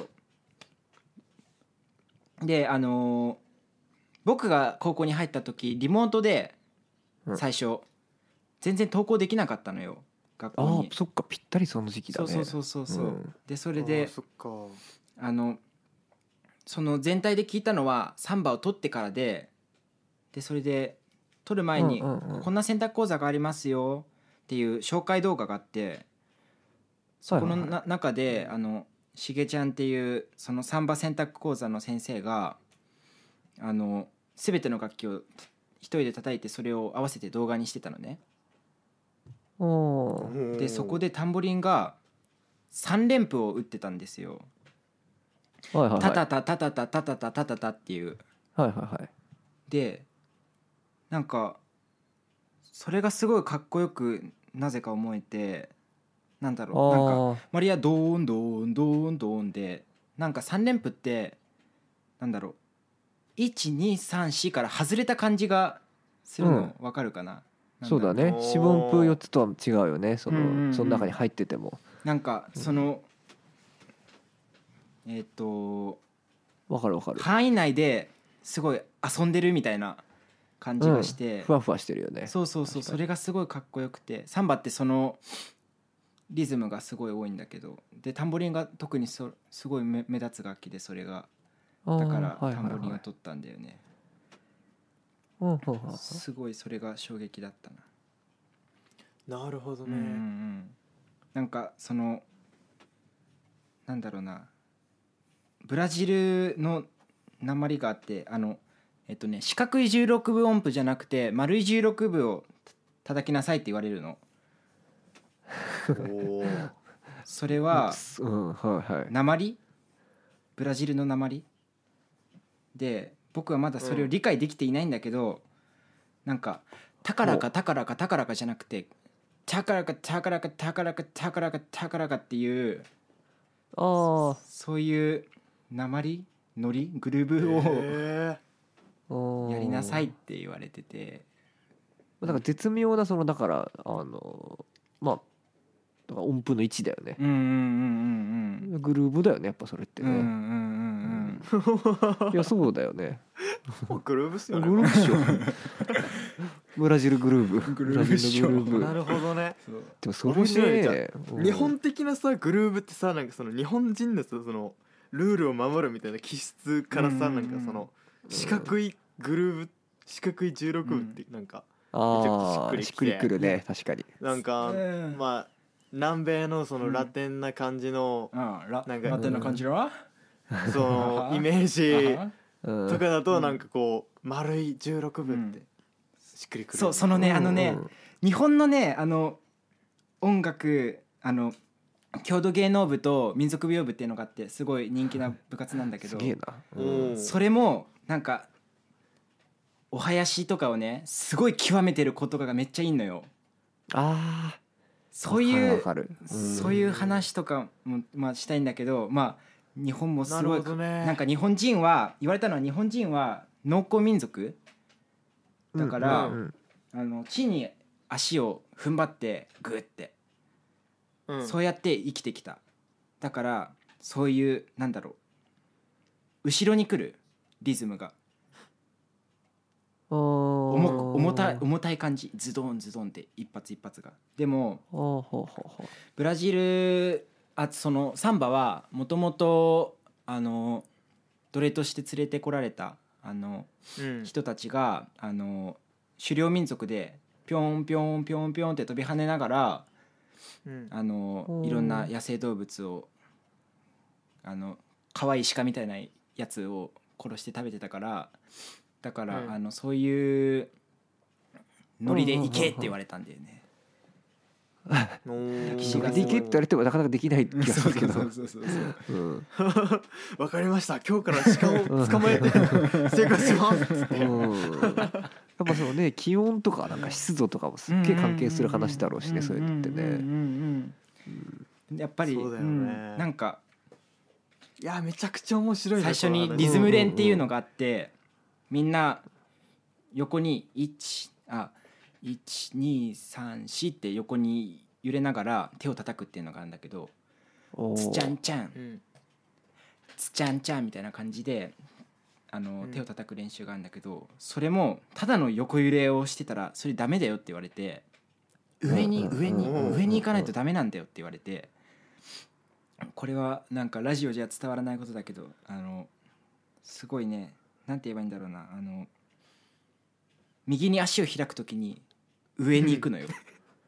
うであのー、僕が高校に入った時リモートで最初、うん、全然登校できなかったのよ。 学校に。 あそっかぴったりその時期だね。 そうそうそうそう、うん、でそれでそっかあのその全体で聞いたのはサンバを取ってからででそれで取る前に、うんうんうん、こんな選択講座がありますよっていう紹介動画があって、そこのな、はいはい、中であのしげちゃんっていうそのサンバ選択講座の先生があの全ての楽器を一人で叩いてそれを合わせて動画にしてたのね。でそこでタンボリンがさん連符を打ってたんですよ。はいはいはい、タタタタタタタタタタタタっていう。 はいはいはい。 でなんかそれがすごいかっこよくなぜか思えて、なんだろう、なんかマリアドーンドーンドーンドーンでなんかさん連符ってなんだろういちにさんしから外れた感じがするの分かるかな、 うん、そうだね。四分符よっつとは違うよね。その、うんうんうん、その中に入っててもなんかその、うん、えっ、ー、と分かる分かる。 範囲内ですごい遊んでるみたいな感じがして、 うん、ふわふわしてるよね。 そうそうそう、それがすごいかっこよくて、サンバってそのリズムがすごい多いんだけど、でタンボリンが特にそすごい目立つ楽器で、それがだからタンボリンを取ったんだよね。すごいそれが衝撃だったな。なるほどね。 うんうん、なんかそのなんだろうな、ブラジルの訛りがあって、あのえっとね四角いじゅうろくぶ音符じゃなくて丸いじゅうろくぶを叩きなさいって言われるの。それは訛ブラジルの訛で、僕はまだそれを理解できていないんだけど、なんかタカラカタカラカタカラカじゃなくてタカラカタカラカタカラカタカラカタカラカっていう、あそういう訛りノリグルーブをやりなさいって言われてて、 だから絶妙なそのだからあのまあだから音符の位置だよね。うんうんうんうんうん。グルーブだよねやっぱそれってね。うんうんうんうん。いやそうだよね。 グルーブっすよね。 グルーブっしょ。ブラジルグルーブ。グルーブっしょ。 なるほどね。 でもそれ面白いじゃん。日本的なさグルーブってさ、なんかその日本人のさそのルールを守るみたいな気質からさ、なんかその四角いグルーブ四角いじゅうろくぶってなんかめちゃくちゃしっくりきて。しっくりくるね確かに。 なんかまあ。南米のそのラテンな感じの、 うん、ラ, なんかラテンな感じの、 そのイメージとかだとなんかこう丸いじゅうろくぶってしっくりくる、ね、 そうそのねあのね、うん、日本のねあの音楽あの郷土芸能部と民族舞踊部っていうのがあってすごい人気な部活なんだけど、 すげえな、 うん、それもなんかお囃子とかをねすごい極めてる子とかがめっちゃいんのよ。 ああそういうそういう話とかも、まあ、したいんだけど、まあ日本もすごい な,、ね、なんか日本人は言われたのは日本人は農耕民族だから、うんうんうん、あの地に足を踏ん張ってグッて、うん、そうやって生きてきた。だからそういうなんだろう後ろに来るリズムが重, 重, たい重たい感じ、ズドンズドンって一発一発が。でもブラジルあそのサンバはもともとあの奴隷として連れてこられたあの、うん、人たちがあの狩猟民族でピョンピョンピョンピョンって飛び跳ねながら、うん、あのいろんな野生動物をあの可愛い鹿みたいなやつを殺して食べてたから、だから、うん、あのそういうノリで行けって言われたんだよね。 歴史がで行けって言われてもなかなかできない気がするけど。 わかりました。今日から鹿を捕まえて生活しますっつって。やっぱそのね気温とかなんか湿度とかもすっげえ関係する話だろうしね、そういうのってね。 やっぱりそうだよね、うん、なんかいやめちゃくちゃ面白い。 最初にリズム連っていうのがあって、みんな横にいちあいちにさんしって横に揺れながら手を叩くっていうのがあるんだけど、つちゃんちゃん、うん、つちゃんちゃんみたいな感じであの、うん、手を叩く練習があるんだけど、それもただの横揺れをしてたらそれダメだよって言われて、 上に上に上に行かないとダメなんだよって言われて、これはなんかラジオじゃ伝わらないことだけど、あのすごいね、なんて言えばいいんだろうな、あの右に足を開くときに上に行くのよ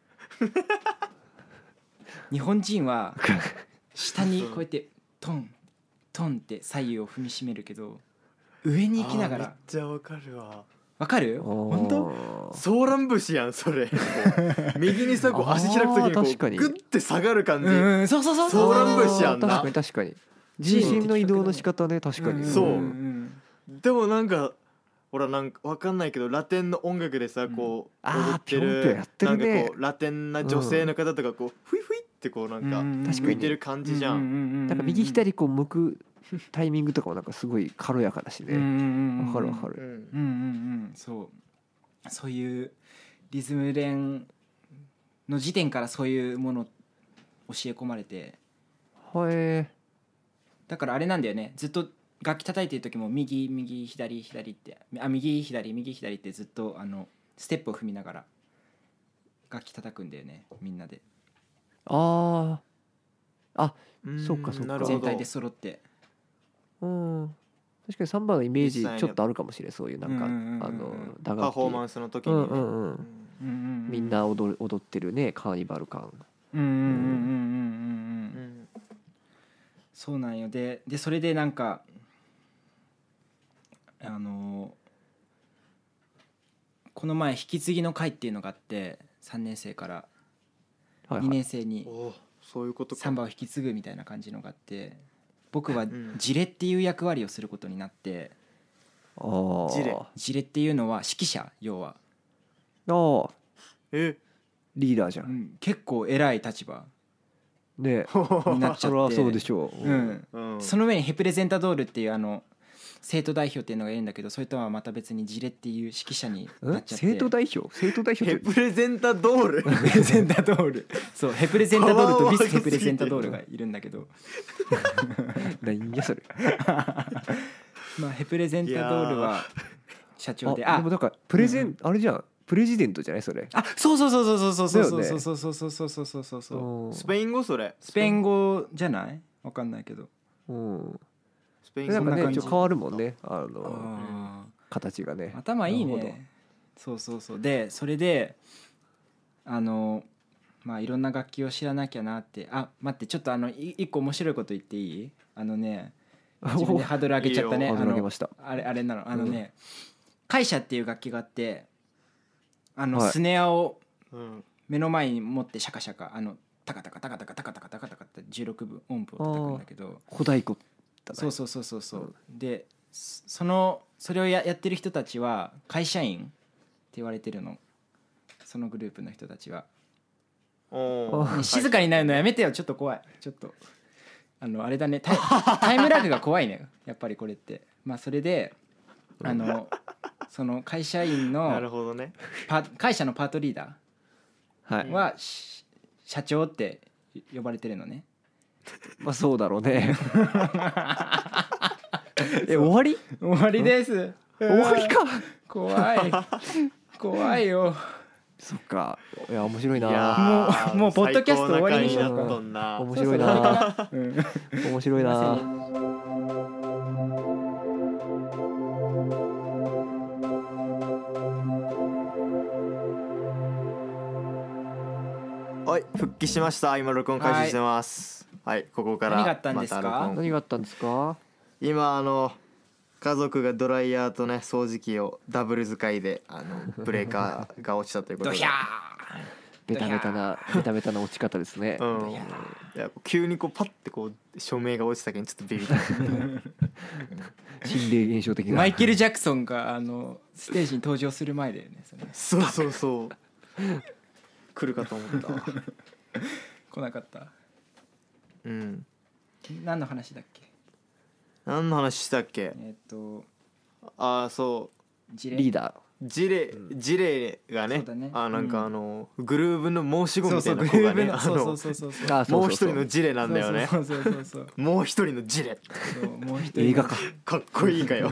日本人は下にこうやってトントンって左右を踏みしめるけど、上に行きながら。めっちゃわかるわ。 わかる？本当？ ソーラン節やんそれ右にさこう足開くときにこうグッて下がる感じ、うん、 そうそうそうソーラン節やんな。 確かに確かに重心の移動の仕方ね、確かに、 そう、うん、でもなんかほらなんかわかんないけどラテンの音楽でさこう踊ってる、なんかこうラテンな女性の方とかこうフイフイってこうなんか向いてる感じじゃん。 なんか右左こう向くタイミングとかもなんかすごい軽やかだしね。わかるわかる。うんうんうん、そうそういうリズム練の時点からそういうものを教え込まれて、 はい。 だからあれなんだよね、ずっと楽器叩いてる時も右右左左ってあ右左右左ってずっとあのステップを踏みながら楽器叩くんだよね、みんなで。 ああ、あ、そっかそっか。 全体で揃って。 うん。確かにサンバのイメージちょっとあるかもしれない、そういうなんか、うんうんうん、あの打楽器パフォーマンスの時に、ね、うんうんうんうん、みんな 踊, 踊ってるねカーニバル感。 うんうんうんうんうんうん。そうなんよ。ででそれでなんかあのこの前引き継ぎの会っていうのがあって、さんねん生からにねん生にサンバを引き継ぐみたいな感じのがあって、僕はジレっていう役割をすることになって、 うん、 ジレジレっていうのは指揮者、要はああえリーダーじゃん、 うん、結構偉い立場ねになっちゃってそれはそうでしょう、 うんうん、その上にヘプレゼンタドールっていうあの生徒代表っていうのがいるんだけど、それとはまた別にジレっていう指揮者になっちゃって、 生徒代表生徒代表ヘプレゼンタドールヘプレゼンタドールそうヘプレゼンタドールとビスヘプレゼンタドールがいるんだけど何やそれまあヘプレゼンタドールは社長で、 あでもなんかプレゼン、うん、あれじゃんプレジデントじゃないそれ。 あ、そうそうそうそうそうそうそうそうそうそうそうそうそうそうそう。 スペイン語それ。 スペイン語じゃない？わかんないけど。 うん。スペイン語なんかね一応変わるもんね。あのあ形がね。 頭いいね。そうそうそう。でそれであのまあいろんな楽器を知らなきゃなって。あ、待ってちょっとあの一個面白いこと言っていい？あのね自分でハードル上げちゃったね。 ハードル上げました。 あれあれなのあのね、カイシャっていう楽器があって。あのスネアを目の前に持ってシャカシャカあのタカタカタカタカタカタカタカタカってじゅうろくぶ音符を叩くんだけど、 小太鼓だね。そうそうそうそうそう、うん、でそのそれを や, やってる人たちは会社員って言われてるの、そのグループの人たちは。お、ね、静かになるのやめてよ、ちょっと怖い、ちょっとあのあれだね、タ イ, タイムラグが怖いねやっぱりこれって。まあそれであのその会社員のなるほどね、 パ会社のパートリーダーは、はい、社長って呼ばれてるのね。 まあそうだろうねえ、終わり？ 終わりです。 終わりか。 怖い怖いよ。 そっか。いや面白いな。 もうもうポッドキャスト終わりにしようか。 面白いな。面白いな。 はい、復帰しました。今録音開始してます。はい、はい、ここから何があったんですか？ ま、何があったんですか？ 今あの家族がドライヤーとね掃除機をダブル使いであのブレーカーが落ちたということで。ドヒャー。 ベタベタなベタベタな落ち方ですね。 うん。いや急にこうパッてこう照明が落ちたけにちょっとビビった。 心霊現象的な。 マイケル・ジャクソンがあのステージに登場する前だよね。それそうそうそう。来るかと思ったわ。 来なかった。 うん。 何の話だっけ？ 何の話したっけ？ えっとああそうジレリーダージレジレがね、あなんかあのグルーヴの申し子みたいな子がね、あのもう一人のジレなんだよね。 そうそうそうそう。 もう一人のジレ。 そうもう一人。 映画か。 かっこいいかよ。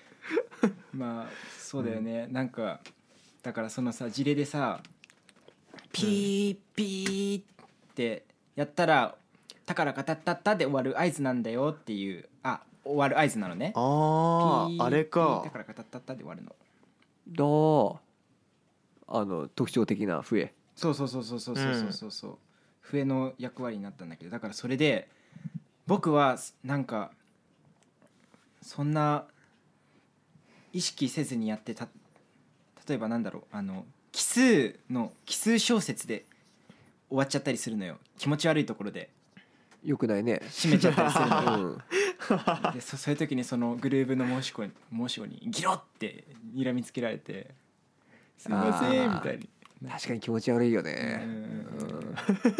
まあそうだよね。なんかだからそのさジレでさ。 ピーピーってやったらタカラカタッタッタで終わる合図なんだよっていう、あ終わる合図なのね。 あああれか。 タカラカタッタッタで終わるのだあの特徴的な笛。 そうそうそうそうそうそうそうそう、うん、笛の役割になったんだけど、だからそれで僕はなんかそんな意識せずにやってた、例えばなんだろう、あの奇数の奇数小節で終わっちゃったりするのよ、気持ち悪いところで。 よくないね、 締めちゃったりするの、うん、で そ, そういう時にそのグルーヴの申し子に申し子にギロって睨みつけられてすいませんみたいに。 確かに気持ち悪いよね。うん、うん、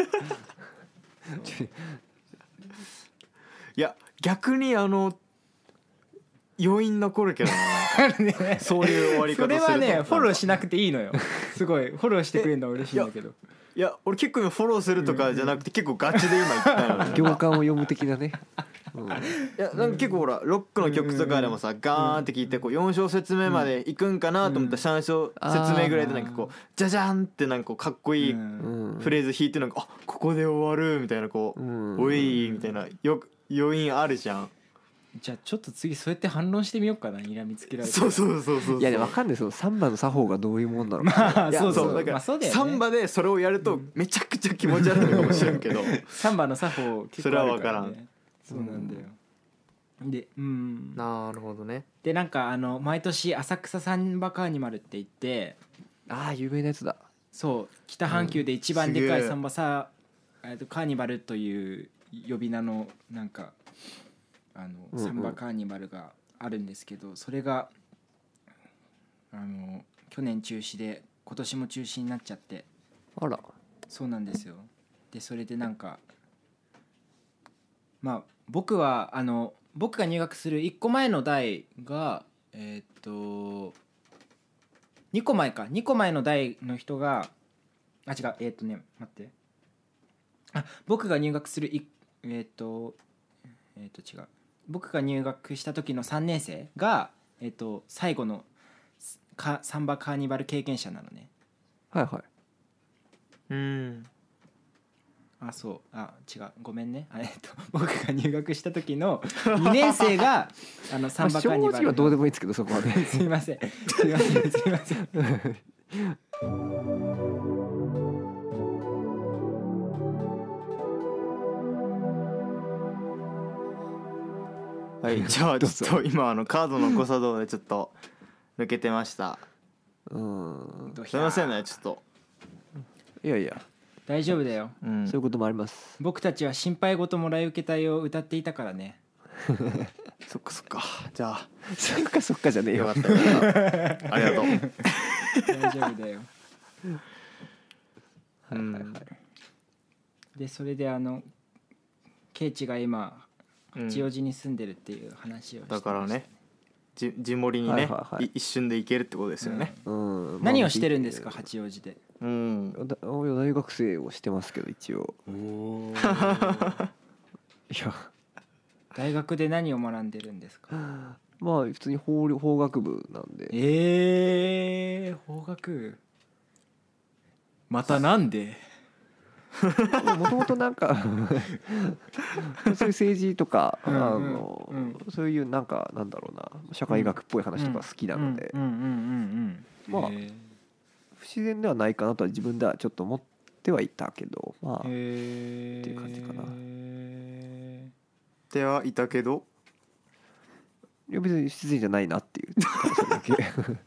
いや逆にあの余韻残るけどなね、そういう終わり方すると。 それはねフォローしなくていいのよ。すごいフォローしてくれるのは嬉しいんだけど。 いや俺結構今フォローするとかじゃなくて結構ガチで今言ったよね。 行間を読む的なね、 うん、いやなんか結構ほらロックの曲とかでもさガーンって聞いてこうよん小節目まで行くんかなと思ったらさん小節目ぐらいでなんかこうジャジャンってなんかかっこいいフレーズ弾いてなんかあここで終わるみたいなこうおいみたいなよ余韻あるじゃん。 じゃあちょっと次そうやって反論してみようかな、睨みつけられて。 そうそうそうそう。 いやでも分かんない、そのサンバの作法がどういうもんなのか。 まあそうそう、だからサンバでそれをやるとめちゃくちゃ気持ち悪いのかもしれんけどサンバの作法結構あるからね。 それは分からん。 そうなんだよ。でうんなるほどね。 でなんかあの毎年浅草サンバカーニバルって言って、 ああ有名なやつだ。 そう北半球で一番でかいサンバサ、うん、カーニバルという呼び名のなんかあのサンバカーニバルがあるんですけど、それがあの去年中止で今年も中止になっちゃって。 あらそうなんですよ。でそれでなんかまあ僕はあの僕が入学するいっこまえの代がえー、っとにこまえかにこまえの代の人があ違うえー、っとね待ってあ僕が入学するいえー、っとえー、っと違う僕が入学した時のさんねん生が、えー、と最後のサンバカーニバル経験者なのね。 はいはい。 うんあそうあ違うごめんねあ、えっと、僕が入学した時のにねん生があのサンバカーニバルの正直はどうでもいいですけどそこはねすいませんすいませんすいませんはいじゃあちょっと今あのカードの誤作動でちょっと抜けてました。 うんすいませんねちょっと。 いやいや大丈夫だよ、 うん、そういうこともあります。 僕たちは心配事もらい受け隊を歌っていたからねそっかそっかじゃあそっかそっかじゃねえよ。 よかったよかったありがとう大丈夫だよはいはいはい。 でそれであのケイチが今八王子に住んでるっていう話をしてました、ね、 だからねじ地盛りにね、はいはいはい、一瞬で行けるってことですよね、 うんうん、何をしてるんですか八王子で。 うん、大学生をしてますけど一応。おいや大学で何を学んでるんですか。 まあ普通に 法, 法学部なんで。 えー、法学部またなんでもともとなんかそういう政治とかあの、うんうん、そういうなんかなんだろうな社会学っぽい話とか好きなのでまあ不自然ではないかなとは自分ではちょっと思ってはいたけどまあっていう感じかな。 ではいたけどいや別に不自然じゃないなっていうだけ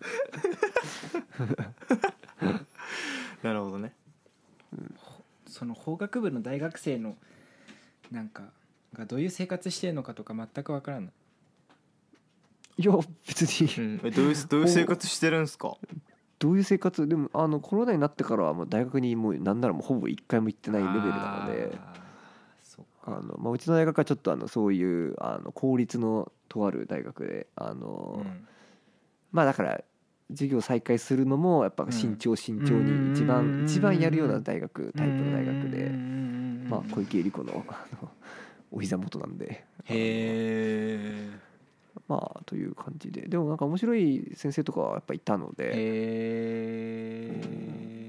なるほどね、 うんその法学部の大学生のなんかがどういう生活してるのかとか全く分からない。 いや別に、 うん、えどういうどういう生活してるんですか。 どういう生活でもあのコロナになってからはもう大学にもうなんならもうほぼ一回も行ってないレベルなのであの、まあ、うちの大学はちょっとあのそういうあの公立のとある大学であの、うん、まあだから授業再開するのもやっぱ慎重慎重に一番一番やるような大学タイプの大学でまあ小池百合子のあのお膝元なんでへえまあという感じででもなんか面白い先生とかはやっぱいたのでへえ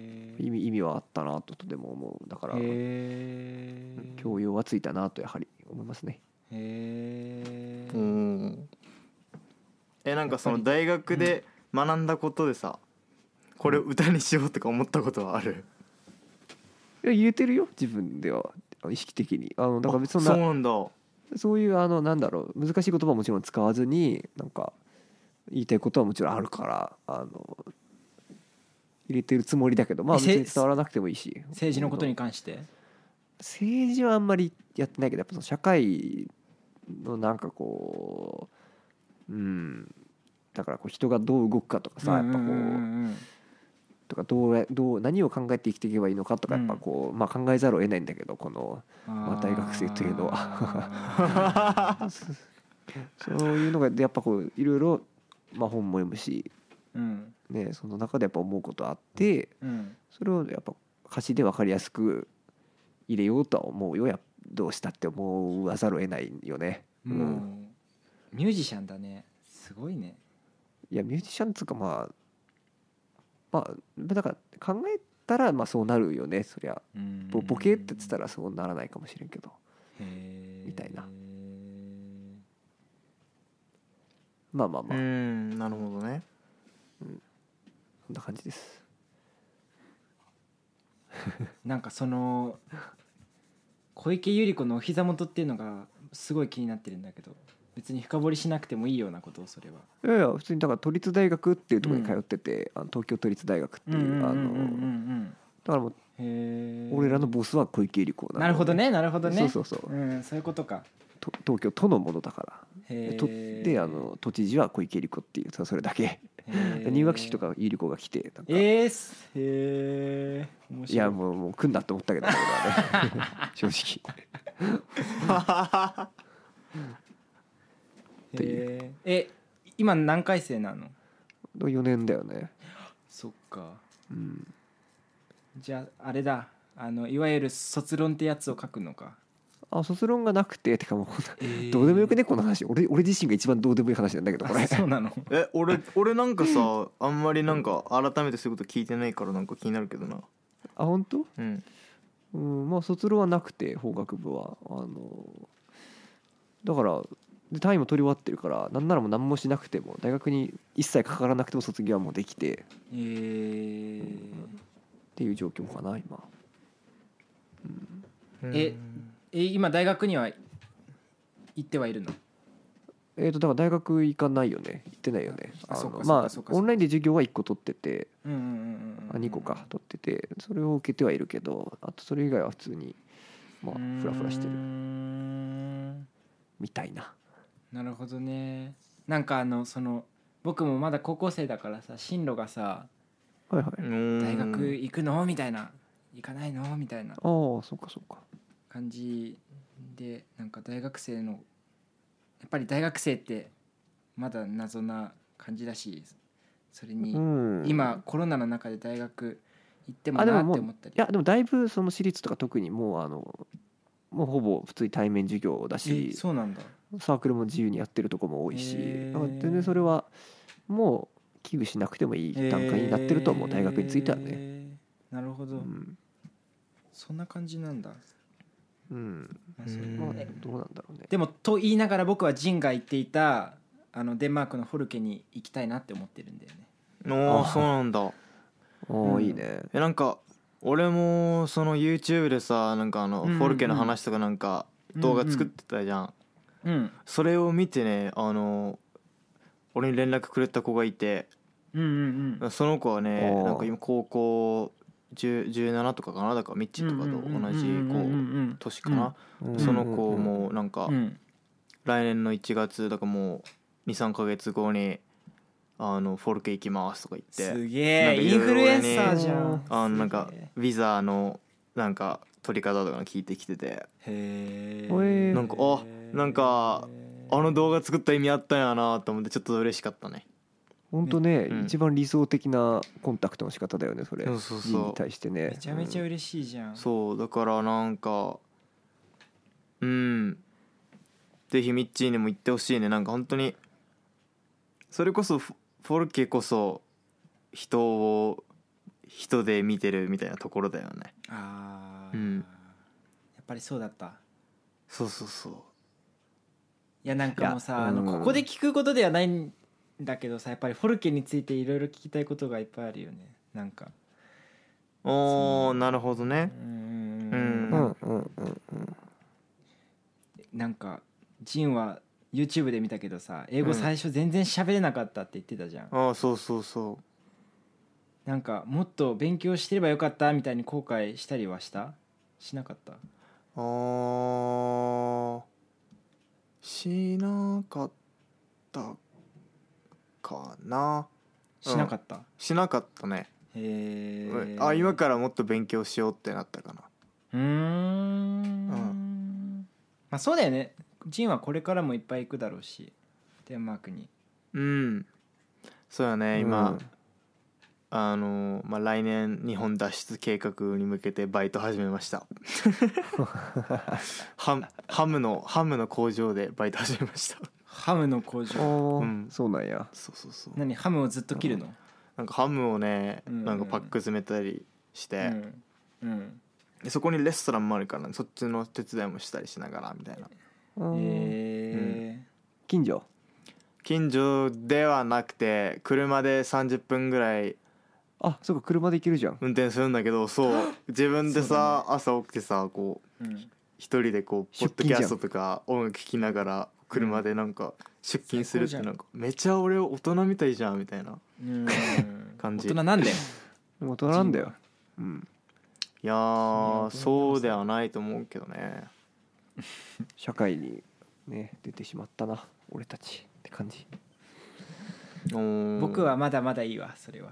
意味意味はあったなととでも思う。だから教養はついたなとやはり思いますね。 へーうんえなんかその大学で学んだことでさ、うん、これ歌にしようとか思ったことはある？ いや言えてるよ自分では意識的に。あのだから別にそんなそうなんだ。 そういうあのなんだろう難しい言葉はもちろん使わずになんか言いたいことはもちろんあるからあの入れてるつもりだけどまあ別に伝わらなくてもいいし。 政治のことに関して政治はあんまりやってないけどやっぱその社会のなんかこううんだからこう人がどう動くかとかさやっぱこうとかどうどう何を考えて生きていけばいいのかとかやっぱこうまあ考えざるを得ないんだけどこのまあ大学生というのはそういうのがやっぱこういろいろまあ本も読むしねその中でやっぱ思うことあってそれをやっぱ歌詞で分かりやすく入れようとは思うよ。やどうしたって思わざるを得ないよね。 もう、うん、ミュージシャンだね。すごいね。 いやミュージシャンっつうかまあまあだから考えたらまあそうなるよねそりゃ。ボボケって言ったらそうならないかもしれんけどみたいな。まあまあまあうんなるほどね。 うんそんな感じです。 なんかその小池百合子のお膝元っていうのがすごい気になってるんだけど別に深掘りしなくてもいいようなことをそれは。 いやいや普通にだから都立大学っていうところに通ってて、うん、あの東京都立大学っていうあのだからもう俺らのボスは小池百合子なので。なるほどねなるほどね。 そうそうそう、 うん、そういうことか。 東京都のものだからとであの都知事は小池百合子っていうそれだけ入学式とか百合子が来てなんかえー、へー面白い。 いやもうもう来んなって思ったけどね正直っていう。え今何回生なの？ よねんだよね。 そっか、 うん、 じゃああれだあのいわゆる卒論ってやつを書くのか。 あ卒論がなくててかもう、えー、どうでもよくねこの話。俺俺自身が一番どうでもいい話なんだけどこれ。 そうなの？ え俺俺なんかさあんまりなんか改めてそういうこと聞いてないからなんか気になるけどな。 あ本当？ うん、 うん、まあ卒論はなくて法学部はあのだからで単位も取り終わってるからなんならもう何もしなくても大学に一切かからなくても卒業はもうできて、 えーうん、 っていう状況かな今、 うん、ええ今大学には行ってはいるの？ えーとだから大学行かないよね行ってないよね。あのまあオンラインで授業はいっこ取っててにこか取っててそれを受けてはいるけどあとそれ以外は普通にまあフラフラしてるみたいな。 なるほどね。なんかあのその僕もまだ高校生だからさ進路がさ、 はいはい、 大学行くのみたいな行かないのみたいなああそうかそうか感じでなんか大学生のやっぱり大学生ってまだ謎な感じだしそれに今コロナの中で大学行ってもなって思ったり。 いやでもだいぶその私立とか特にもうあのもうほぼ普通に対面授業だしそうなんだサークルも自由にやってるとこも多いし全然それはもう危惧しなくてもいい段階になってると思う大学についてはね。 なるほど、うん、そんな感じなんだ。 うん、まあ、それはどうなんだろうね。 でもと言いながら僕はジンが言っていたあのデンマークのフォルケに行きたいなって思ってるんだよね。 おおそうなんだ。 おお、うん、いいね。 えなんか俺もその YouTube でさなんかあの、うんうん、フォルケの話とかなんか動画作ってたじゃん、 うんうん、 それを見てねあの俺に連絡くれた子がいて、 うんうんうん、 その子はねなんか今高校じゅうななとかかなだからミッチとかと同じこう年かな、うんうん、その子もなんか来年のいちがつだからもう にさんかげつごにあのフォルケ行きますとか言ってすげえインフルエンサーじゃん。 あのなんかビザのなんか取り方とか聞いてきててへえなんかあなんかあの動画作った意味あったんやなと思ってちょっと嬉しかったね。 本当ね、うん、一番理想的なコンタクトの仕方だよねそれ。 そうそうそうに対してねめちゃめちゃ嬉しいじゃん、 うん、そうだからなんかうんぜひミッチーにも言ってほしいね。なんか本当にそれこそフォルケこそ人を人で見てるみたいなところだよね。 ああ、 うん、 やっぱりそうだった。 そうそうそう。 いやなんかもうさ、あのここで聞くことではないんだけどさ、やっぱりフォルケについていろいろ聞きたいことがいっぱいあるよね。なんかおー、なるほどね。 うんうんうんうんうん。なんかジンは YouTube で見たけどさ、英語最初全然喋れなかったって言ってたじゃん、 うん、ああそうそうそう。 なんかもっと勉強してればよかったみたいに後悔したりはしたしなかった？ あーしなかったかな。 しなかった、うん、 しなかったね。へえ。あ、今からもっと勉強しようってなったかな。 うーん、うん、まあそうだよね。ジンはこれからもいっぱい行くだろうし、デンマークに。 うんそうやね、今、うん、あのまあ来年日本脱出計画に向けてバイト始めましたハ, ハムのハムの工場でバイト始めました。 ハムの工場、 うん、そうなんや。 そうそうそう。 何、ハムをずっと切るの？ なんかハムをね、うんうん、なんかパック詰めたりして、うんうん、でそこにレストランもあるから、ね、そっちの手伝いもしたりしながらみたいな。 へえ、うん、 近所近所ではなくて車でさんじゅっぷんぐらい。 あ、そうか、車で行けるじゃん。 運転するんだけど、そう自分でさ、ね、朝起きてさこう、うん、一人でこうポッドキャストとか音楽聴きながら車でなんか出勤するってなんかめちゃ俺大人みたいじゃんみたいな感じ。 大人なんだよ。 大人なんだよ。うん。 いやーそうではないと思うけどね。 社会にね出てしまったな俺たちって感じ。 僕はまだまだいいわそれは。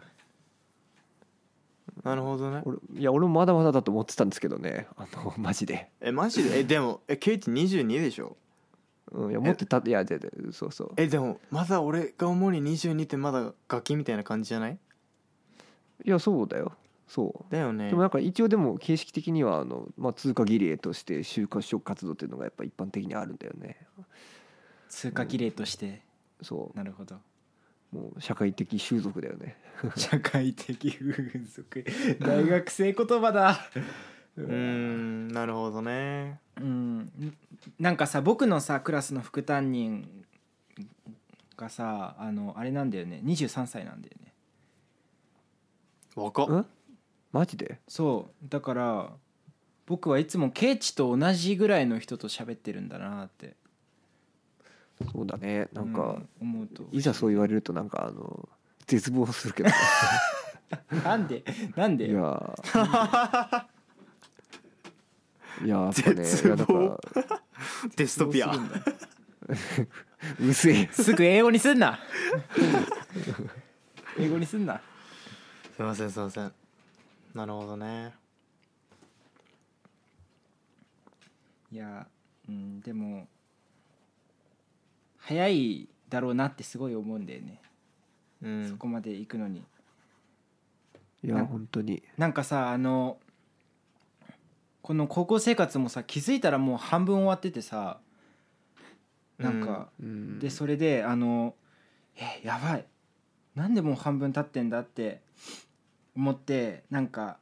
なるほどね。 俺いや俺もまだまだだと思ってたんですけどね、あのマジで。 えマジでえでもえケイチにじゅうにでしょ。 うん、いや持ってたいやででそうそう。 えでもまだ俺が思うににじゅうにってまだガキみたいな感じじゃない？ いやそうだよ。そうだよね。 でもなんか一応でも形式的にはあの、まあ、通過儀礼として就職活動っていうのがやっぱ一般的にあるんだよね。 通過儀礼として、 うん、そうなるほど。 もう社会的習俗だよね。 社会的風俗大学生言葉だ。 うーんなるほどね。 うんなんかさ僕のさクラスの副担任がさあのあれなんだよねにじゅうさんさいなんだよね。 若っ。 マジで？ そうだから僕はいつもケイチと同じぐらいの人と喋ってるんだなって。 そうだねなんか、 うん、思うといざそう言われるとなんかあの絶望するけどなんでなんでいやいややっぱねいやだからデストピアうせえすぐ英語にすんな英語にすんな。 すいませんすいません。なるほどね。 いや、うん、でも早いだろうなってすごい思うんだよね、うん、そこまで行くのに。 いや本当になんかさあのこの高校生活もさ気づいたらもう半分終わっててさなんか、うん、でそれであのえやばいなんでもう半分経ってんだって思ってなんか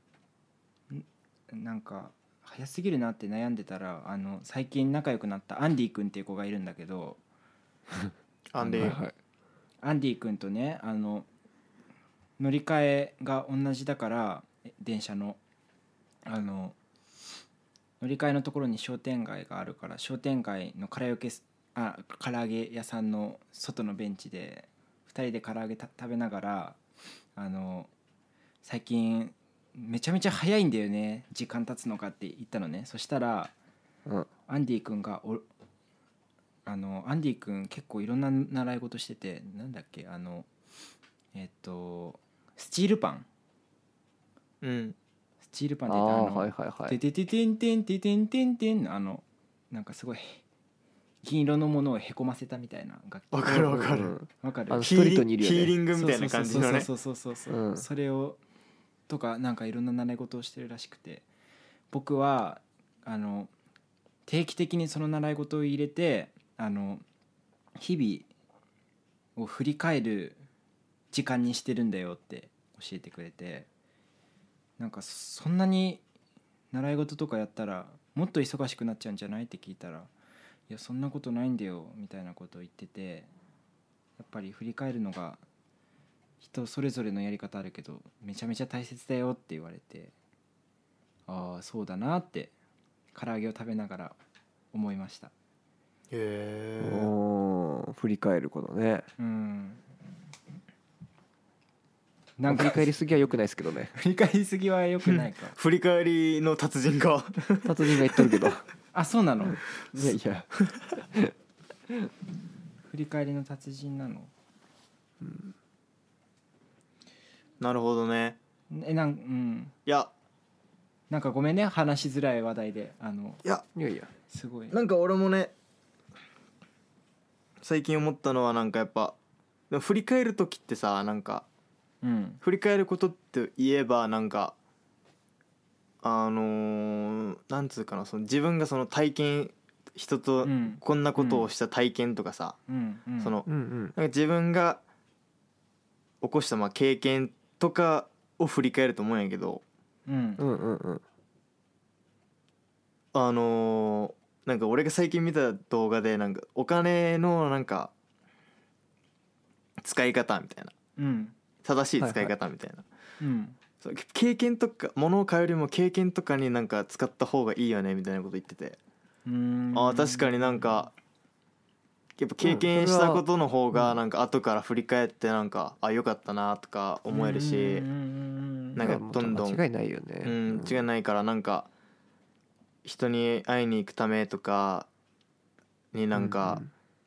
なんか早すぎるなって悩んでたらあの最近仲良くなったアンディ君っていう子がいるんだけどアンディ、はい、 アンディ君とねあの乗り換えが同じだから電車のあの乗り換えのところに商店街があるから商店街のカラオケあ唐揚げ屋さんの外のベンチでふたりで唐揚げた食べながらあの最近めちゃめちゃ早いんだよね時間経つのかって言ったのね。そしたら、うん、アンディ君がおあのアンディ君結構いろんな習い事しててなんだっけあのえっとスチールパン、 うん、 スチールパンって言ったらあのはいはいはい、 テテテテンテンテテンテンテンあのなんかすごい金色のものをへこませたみたいな楽器。 わかるわかるわかる。 あのストリートにいるよね。 ヒーリングみたいな感じのね。 そうそうそうそうそう、うん、それをとかなんかいろんな習い事をしてるらしくて僕はあの定期的にその習い事を入れてあの日々を振り返る時間にしてるんだよって教えてくれてなんかそんなに習い事とかやったらもっと忙しくなっちゃうんじゃないって聞いたら、いやそんなことないんだよみたいなことを言ってて、やっぱり振り返るのが人それぞれのやり方あるけどめちゃめちゃ大切だよって言われて、ああそうだなって唐揚げを食べながら思いました。 へえ。 振り返ることね。 うん。 なんか振り返りすぎは良くないですけどね。 振り返りすぎは良くないか。 振り返りの達人が達人が言ってるけど。 あ、そうなの。 いやいや。 振り返りの達人なの。 うん、なるほどね。 えなんうんいやなんかごめんね話しづらい話題で、あのいやいやいやすごいなんか俺もね最近思ったのはなんかやっぱでも振り返る時ってさなんか、うん、振り返ることって言えばなんかあのー、なんつうかなその自分がその体験人とこんなことをした体験とかさ、うんうん、その、うんうん、なんか自分が起こしたまあ経験とかを振り返ると思うんやけど、うんうんうんうん、あのー、なんか俺が最近見た動画でなんかお金のなんか使い方みたいな、うん、正しい使い方みたいな、はいはい、うん、そう経験とか物を買うよりも経験とかになんか使った方がいいよねみたいなこと言ってて、うーんあ確かになんかやっぱ経験したことの方がなんか後から振り返ってなんかあ良かったなとか思えるし、なんかどんどん間違いないよね、 うん、違いないからなんか人に会いに行くためとかになんか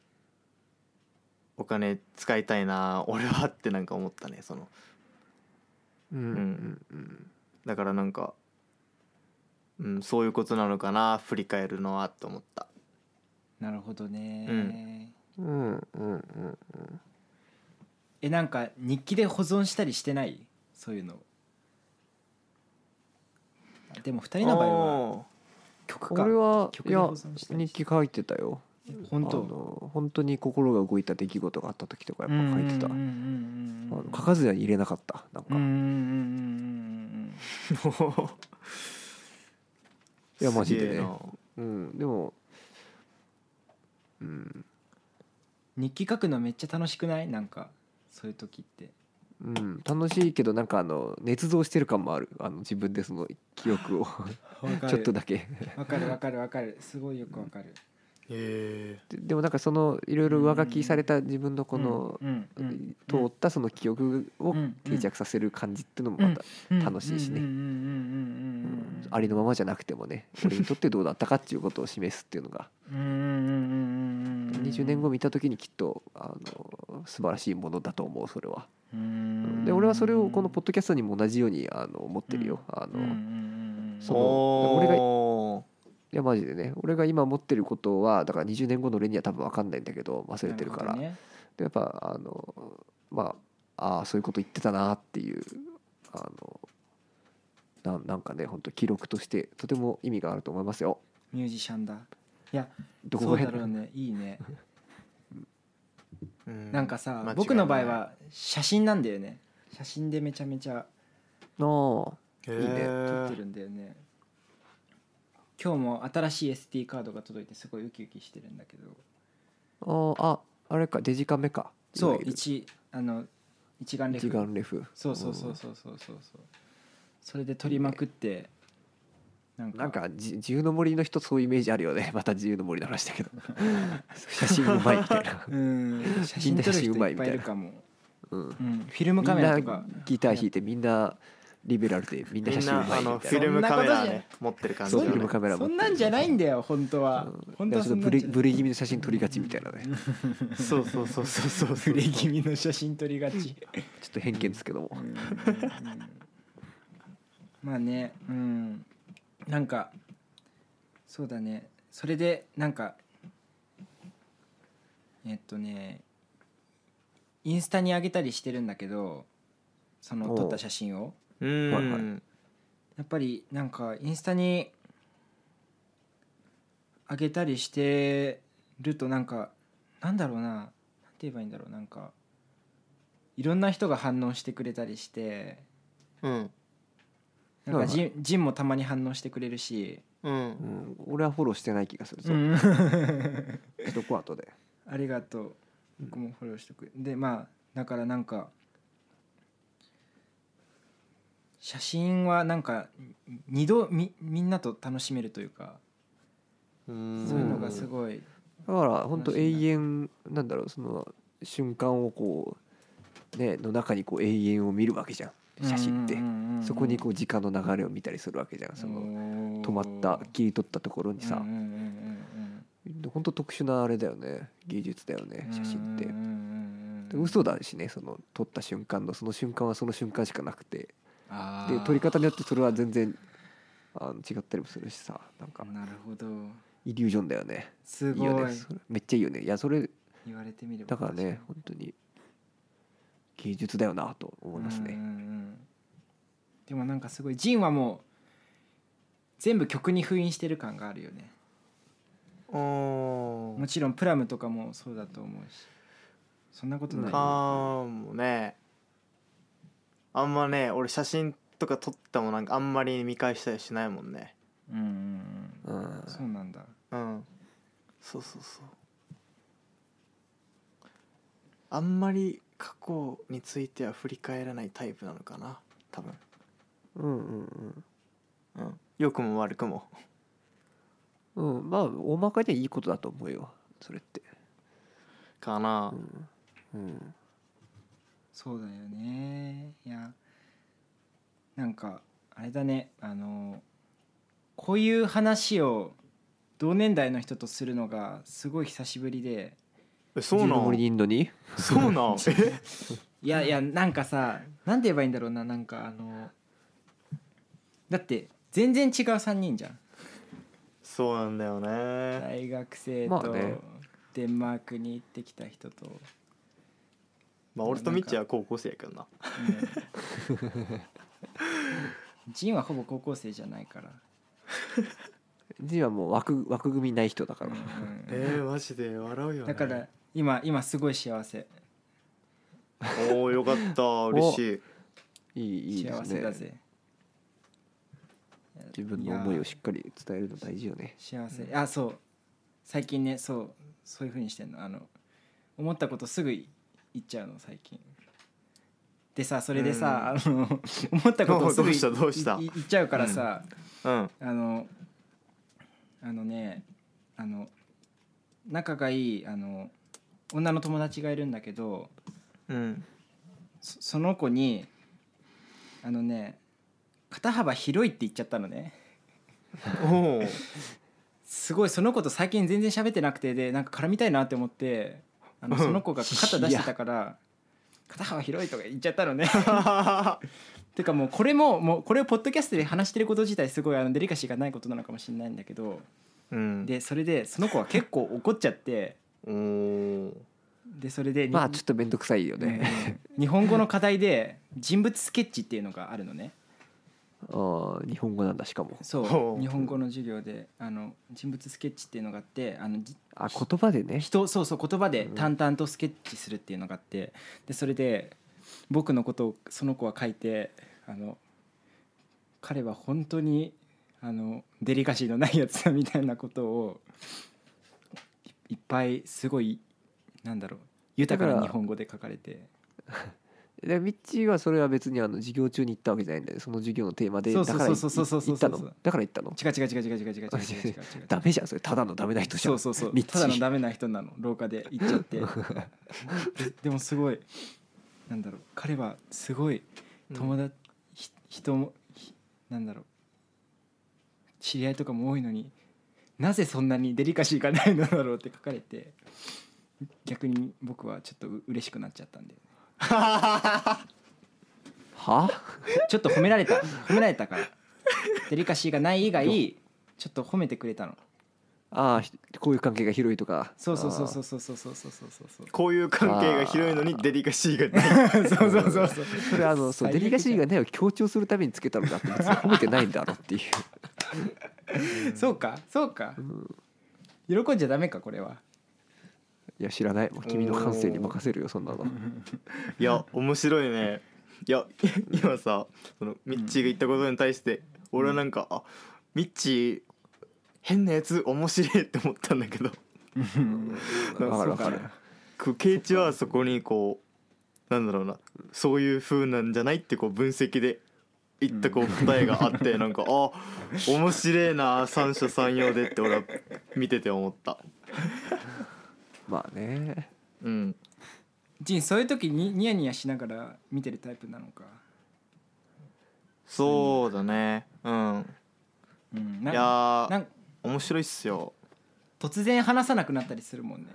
お金使いたいな俺はってなんか思ったねその、うんうんうん、だからなんか、うん、そういうことなのかな振り返るのはって思った。 なるほどね、 うん、うんうんうんうんえなんか日記で保存したりしてないそういうの。でもふたりの場合は曲か俺は曲で保存したりいや日記書いてたよ。 本当あの本当に心が動いた出来事があった時とかやっぱ書いてた。書かずには入れなかったなんか。うんうんうんうんいやマジでね。うんでも。 うん、日記書くのめっちゃ楽しくない？なんかそういう時って、 うん、楽しいけどなんかあの捏造してる感もあるあの自分でその記憶をちょっとだけわかるわかるわかるすごいよくわかる。 へで, でもなんかそのいろいろ上書きされた自分のこの通ったその記憶を定着させる感じっていうのもまた楽しいしね、ありのままじゃなくてもね俺にとってどうだったかっていうことを示すっていうのがにじゅうねんご見た時にきっとあの素晴らしいものだと思うそれは。で俺はそれをこのポッドキャストにも同じようにあの思ってるよ。あのその俺がいやマジでね俺が今持ってることはだからにじゅうねんごの俺には多分分かんないんだけど忘れてるから、ね、でやっぱあのまああそういうこと言ってたなっていうあの な, なんかね本当記録としてとても意味があると思いますよ。 ミュージシャンだ。いやどこそうだろうねいいねなんかさ僕の場合は写真なんだよね。写真でめちゃめちゃああいいね撮ってるんだよね。今日も新しい エスディー カードが届いてすごいウキウキしてるんだけど。あああれかデジカメか。 そう一あの一眼レフ。 一眼レフ。 そうそうそうそうそうそうそう。それで撮りまくって。 なんかなんか自由の森の人そういうイメージあるよね。また自由の森の話だけど写真うまいみたいな。 うん写真撮る人いっぱいいるかも。うん、うん、フィルムカメラとかギター弾いてみんなリベラルでみんな写真うまいみたいな。 フィルムカメラね持ってる感じ。 そうフィルムカメラそんなんじゃないんだよ本当は。 うん、本当はそんなんじゃない。ブレブレ気味の写真撮りがちみたいなね。 そうそうそうそうそうそう。 ブレ気味の写真撮りがち。ちょっと偏見ですけども。うんうんうん、 まあねうんなんかそうだねそれでなんかえっとねインスタに上げたりしてるんだけどその撮った写真をうん、はいはい、やっぱりなんかインスタに上げたりしてるとなんかなんだろうななんて言えばいいんだろうなんかいろんな人が反応してくれたりして、うん、 なんかジン、ジンもたまに反応してくれるし、 うんうん、俺はフォローしてない気がするぞ、うん、しとこ後でありがとう。僕もフォローしてくれで、まあだからなんか写真はなんか二度 み, みんなと楽しめるというか、うんそういうのがすごい。 だから本当永遠なんだろう、その瞬間をこうねの中にこう永遠を見るわけじゃん写真って。そこにこう時間の流れを見たりするわけじゃん。その止まった切り取ったところにさ、本当特殊なあれだよね、技術だよね写真って。嘘だしね、その撮った瞬間のその瞬間はその瞬間しかなくて、で撮り方によってそれは全然あの違ったりもするしさ、なんかなるほどイリュージョンだよね。 すごい、いいよね、 めっちゃいいよね。いやそれ言われてみればだからね本当に芸術だよなと思いますね。うんうんうん、 でもなんかすごいジンはもう全部曲に封印してる感があるよね。もちろんプラムとかもそうだと思うし、そんなことないかもね。あんまね俺写真とか撮ったもなんかあんまり見返したりしないもんね。うんうんうん、うん、そうなんだ。 うんそうそうそう、あんまり過去については振り返らないタイプなのかな多分。うんうんうんうん良くも悪くもうんまあ大まかにはいいことだと思うよそれってかな。 うん、うん、そうだよね。いやなんかあれだね、あのこういう話を同年代の人とするのがすごい久しぶりで。 えそうなん？ インドに？ そうなん？えいやいやなんかさ、なんて言えばいいんだろうな、なんかあのだって全然違うさんにんじゃん。 そうなんだよね。 大学生と、まあね、デンマークに行ってきた人と、 まあ俺とミッチは高校生やけどな、 うん、ジンはほぼ高校生じゃないからジンはもう 枠, 枠組みない人だから、うん、 えー、マジで笑うよね。 だから今今すごい幸せ。 おーよかった嬉しい。いいいいですね。 幸せだぜ。 自分の思いをしっかり伝えるの大事よね。 幸せ、うん、あそう最近ねそうそういう風にしてんの。あの思ったことすぐ言っちゃうの最近でさ。それでさ、うん、あの思ったことをすぐ言っちゃうからさ、うん、あのあのねあの仲がいいあの女の友達がいるんだけど、うん、そ, その子にあのね肩幅広いって言っちゃったのね。おすごいその子と最近全然喋ってなくて、でなんか絡みたいなって思って、あのその子が肩出してたから肩幅広いとか言っちゃったのね。てかもうこれももうこれをポッドキャストで話してること自体すごいあのデリカシーがないことなのかもしれないんだけど、うん、でそれでその子は結構怒っちゃって、でそれでまあちょっと面倒くさいよね、うん、日本語の課題で人物スケッチっていうのがあるのね。 あ日本語なんだ。しかもそう日本語の授業であの人物スケッチっていうのがあって、あのあ言葉でね人そうそう言葉で淡々とスケッチするっていうのがあって、でそれで僕のことをその子は書いて、あの彼は本当にあのデリカシーのないやつだみたいなことをいっぱいすごいなんだろう豊かな日本語で書かれて。 でミッチーはそれは別にあの授業中に行ったわけじゃないんだよ。その授業のテーマでだから行ったの。だから行ったの。 違う違う違う違う違う違う違う違う違う。 ダメじゃんそれ。ただのダメな人じゃん。 そうそうそうただのダメな人なの。廊下で行っちゃってで, でもすごいなんだろう彼はすごい友達、うん、人もなんだろう知り合いとかも多いのになぜそんなにデリカシーがないのだろうって書かれて、逆に僕はちょっと嬉しくなっちゃったんだよね。 はちょっと褒められた褒められたからデリカシーがない以外ちょっと褒めてくれたの。 ああこういう関係が広いとか。 そうそうそうそうそうそうそうそうそうこういう関係が広いのにデリカシーがないそうそうそうそうそれあのそうデリカシーがないを強調するためにつけたのだって別に褒めてないんだろうっていうそうかそうか、うん、喜んじゃダメかこれは。 いや知らない、もう君の感性に任せるよそんなの。 いや面白いね。 いや今さそのミッチーが言ったことに対して、うん、俺はなんか、あミッチー変なやつ面白いって思ったんだけど分かる分かる。 ケイチはそこにこうなんだろうな、そういう風なんじゃないってこう分析で言ったこう答えがあって、うん、なんかあ面白いな三者三様でって俺は見てて思った。 まあね。 うん。 ジンそういう時にニヤニヤしながら見てるタイプなのか。 そうだね。うん。うん、いやー面白いっすよ。 突然話さなくなったりするもんね。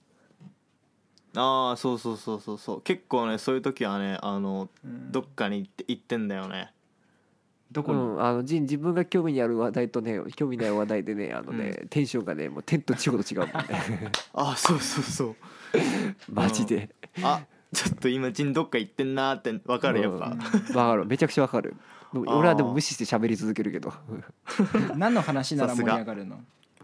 ああそうそうそうそうそう、結構ねそういう時はねあの、うん、どっかに行って行ってんだよね。 どこに、うん、あのジン自分が興味にある話題とね興味ない話題でねあのね、うん、テンションがねもう天と地ほど違うもんねああそうそうそうマジで、 うん、あちょっと今ジンどっか行ってんなーって分かるやっぱ、 うん、分かるめちゃくちゃ分かる。俺はでも無視して喋り続けるけど何の話なら盛り上がるの？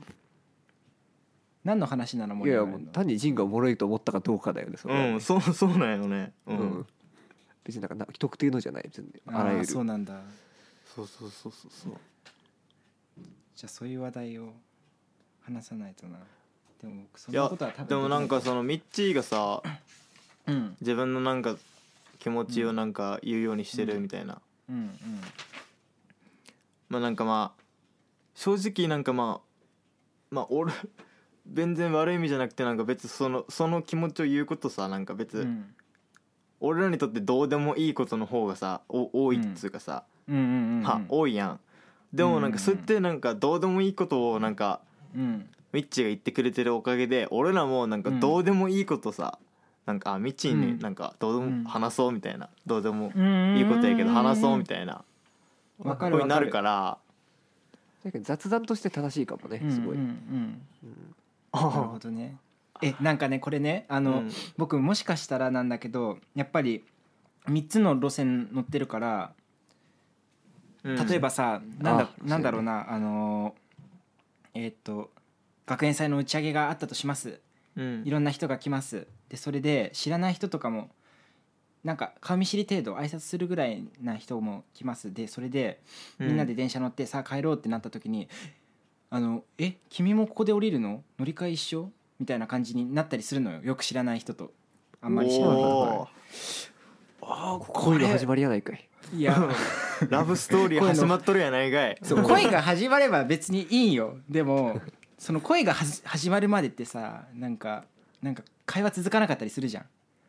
何の話なら盛り上がるの？いやいや単にジンがおもろいと思ったかどうかだよね。それはね、 うんそうそうなんよね、うんうん、 別になんかな特定のじゃない別にあらゆる。あそうなんだ。 そうそうそうそうそう。 じゃあそういう話題を話さないとな。でもそんなことは多分でもなんかそのミッチーがさ、うん、自分のなんか気持ちをなんか言うようにしてるみたいな、うんうんうん、まあなんかまあ正直なんかまあまあ俺全然悪い意味じゃなくてなんか別そのその気持ちを言うことさなんか別、うん、俺らにとってどうでもいいことの方がさお多いっつうかさ、うんうんうんうん、は多いやん。でもなんかそうやってなんかどうでもいいことをなんか、うん、ミッチーが言ってくれてるおかげで俺らもなんかどうでもいいことさ、うん、なんかミッチーになんかどうでも話そうみたいな、うん、どうでもいいことやけど話そうみたいなわかるわかるなるから雑談として正しいかもねすごい、うんうんうんうん、なるほどね。えなんかねこれねあの、うん、僕もしかしたらなんだけどやっぱりみっつの路線乗ってるから、うん、例えばさなんだ、なんだろうなあのえー、っと学園祭の打ち上げがあったとします、うん、いろんな人が来ます。でそれで知らない人とかもなんか顔見知り程度挨拶するぐらいな人も来ます。でそれでみんなで電車乗って、うん、さあ帰ろうってなった時にあのえ君もここで降りるの乗り換え一緒みたいな感じになったりするのよ。よく知らない人とあんまり知らない人とあ恋の始まりやないかい。 いやラブストーリー始まっとるやないかい。 そう恋が始まれば別にいいんよ。でもその恋がはじ始まるまでってさなんかなんか会話続かなかったりするじゃん。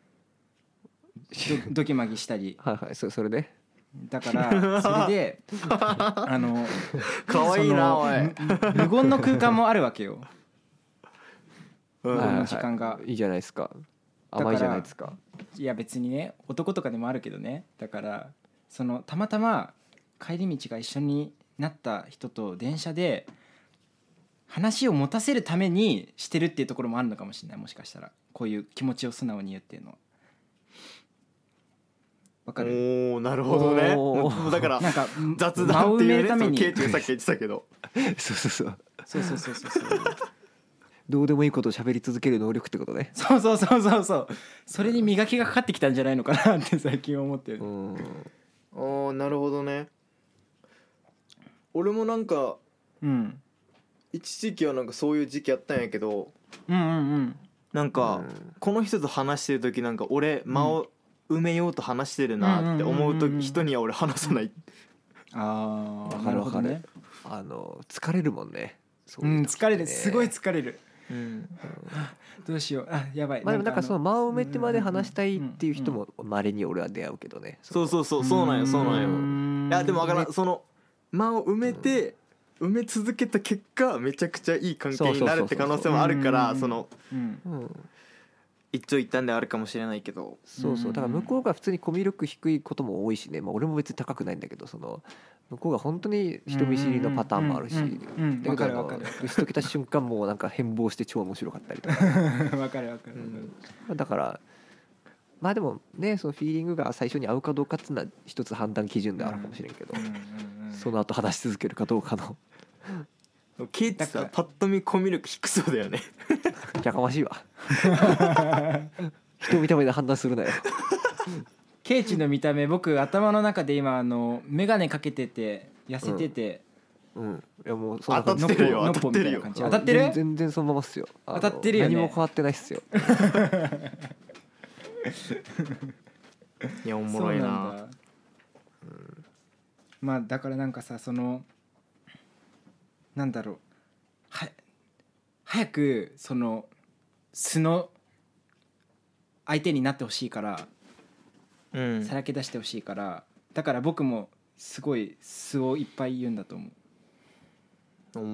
ド, ドキマギしたりはいはい そ, それでだからそれであのかわいいなおい無言の空間もあるわけよ。無言の時間が、 はいはい、いいじゃないですか。甘いじゃないですか。 いや別にね男とかでもあるけどね。だからそのたまたま帰り道が一緒になった人と電車で話を持たせるためにしてるっていうところもあるのかもしれない。もしかしたらこういう気持ちを素直に言うっていうのはわかる。 おーなるほどね。だからなんか雑談っていうねケイチがさっき言ってたけどそうそうそうそうそうそうそうそうどうでもいいことを喋り続ける能力ってことね。 そうそうそうそうそうそれに磨きがかかってきたんじゃないのかなって最近思ってる。うんああなるほどね。俺もなんか、うん、一時期はなんかそういう時期あったんやけど、うんうんうん、なんか、うん、この人と話してる時なんか俺間を埋めようと話してるなって思うと人には俺話さない、うんうんうん、ああなるほどね。 あの疲れるもんね。 そういう時ってね、うん疲れるすごい疲れる。うん、どうしようあやばい。 まあでもなんかその間を埋めてまで話したいっていう人も稀に俺は出会うけどね。 そうそうそうそうなんよそうなんよ。いやでもわからんその間を埋めて埋め続けた結果めちゃくちゃいい関係になるって可能性もあるからその一長一短であるかもしれないけどそうそうだから向こうが普通にコミュ力低いことも多いしね、まあ、俺も別に高くないんだけどその向こうが本当に人見知りのパターンもあるし、だけど打ち解けた瞬間もうなんか変貌して超面白かったりとかわかるわかる、 うん、だからまあでもねそのフィーリングが最初に合うかどうかっていうのは一つ判断基準であるかもしれんけど、その後話し続けるかどうかのケイってさパッと見コミュ力低そうだよねやかましいわ人を見た目で判断するなよケイチの見た目僕頭の中で今あの眼鏡かけてて痩せてて、 うん、うん、いやもうそんな感じ、当たってるよ、当たってるよ、 当たってる？ 全然そのままっすよ。 当たってるよね。 何も変わってないっすよ。 いやおもろいな。そうなんだ、 うん、まあだからなんかさ、そのなんだろう、は早くその素の相手になってほしいから、うん、さらけ出してほしいから、だから僕もすごい素をいっぱい言うんだと思う。 うん、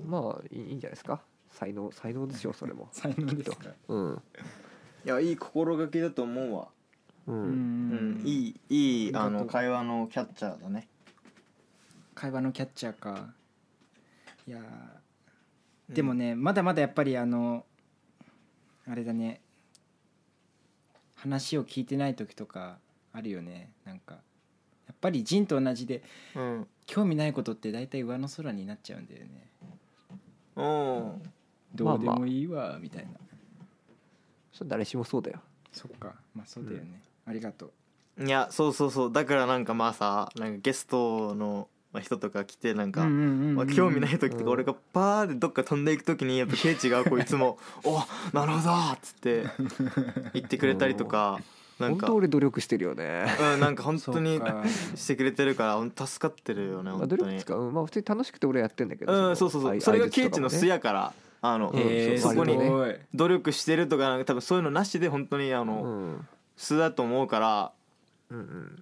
まあいいんじゃないですか。才能才能ですよそれも。 才能ですか。 うん。 いやいい心がけだと思うわ。うん、うん、いいいいあの会話のキャッチャーだね。 会話のキャッチャーか。いやでもね、うん、まだまだやっぱりあのあれだね、話を聞いてない時とかあるよね。なんかやっぱりジンと同じで、うん、興味ないことって大体上の空になっちゃうんだよね。うん、どうでもいいわ、まあまあ、みたいな。 それ誰しもそうだよ。 そっか、まあそうだよね、うん、ありがとう。いやそうそうそう、だからなんかまあさ、なんかゲストの人とか来てなんか興味ない時とか俺がパーってどっか飛んでいく時にやっぱケイチがこういつも「おなるほど」っつって言ってくれたりとか、 なんか本当俺努力してるよね。 うん、なんか本当にしてくれてるから助かってるよね本当に。 努力ですか、うん、まあ普通に楽しくて俺やってんだけど、 うん、そうそうそう、それがケイチの素やから、あの、 えー、 そこに努力してるとかなんか多分そういうのなしで本当にあの、うん、素だと思うから、うんうん、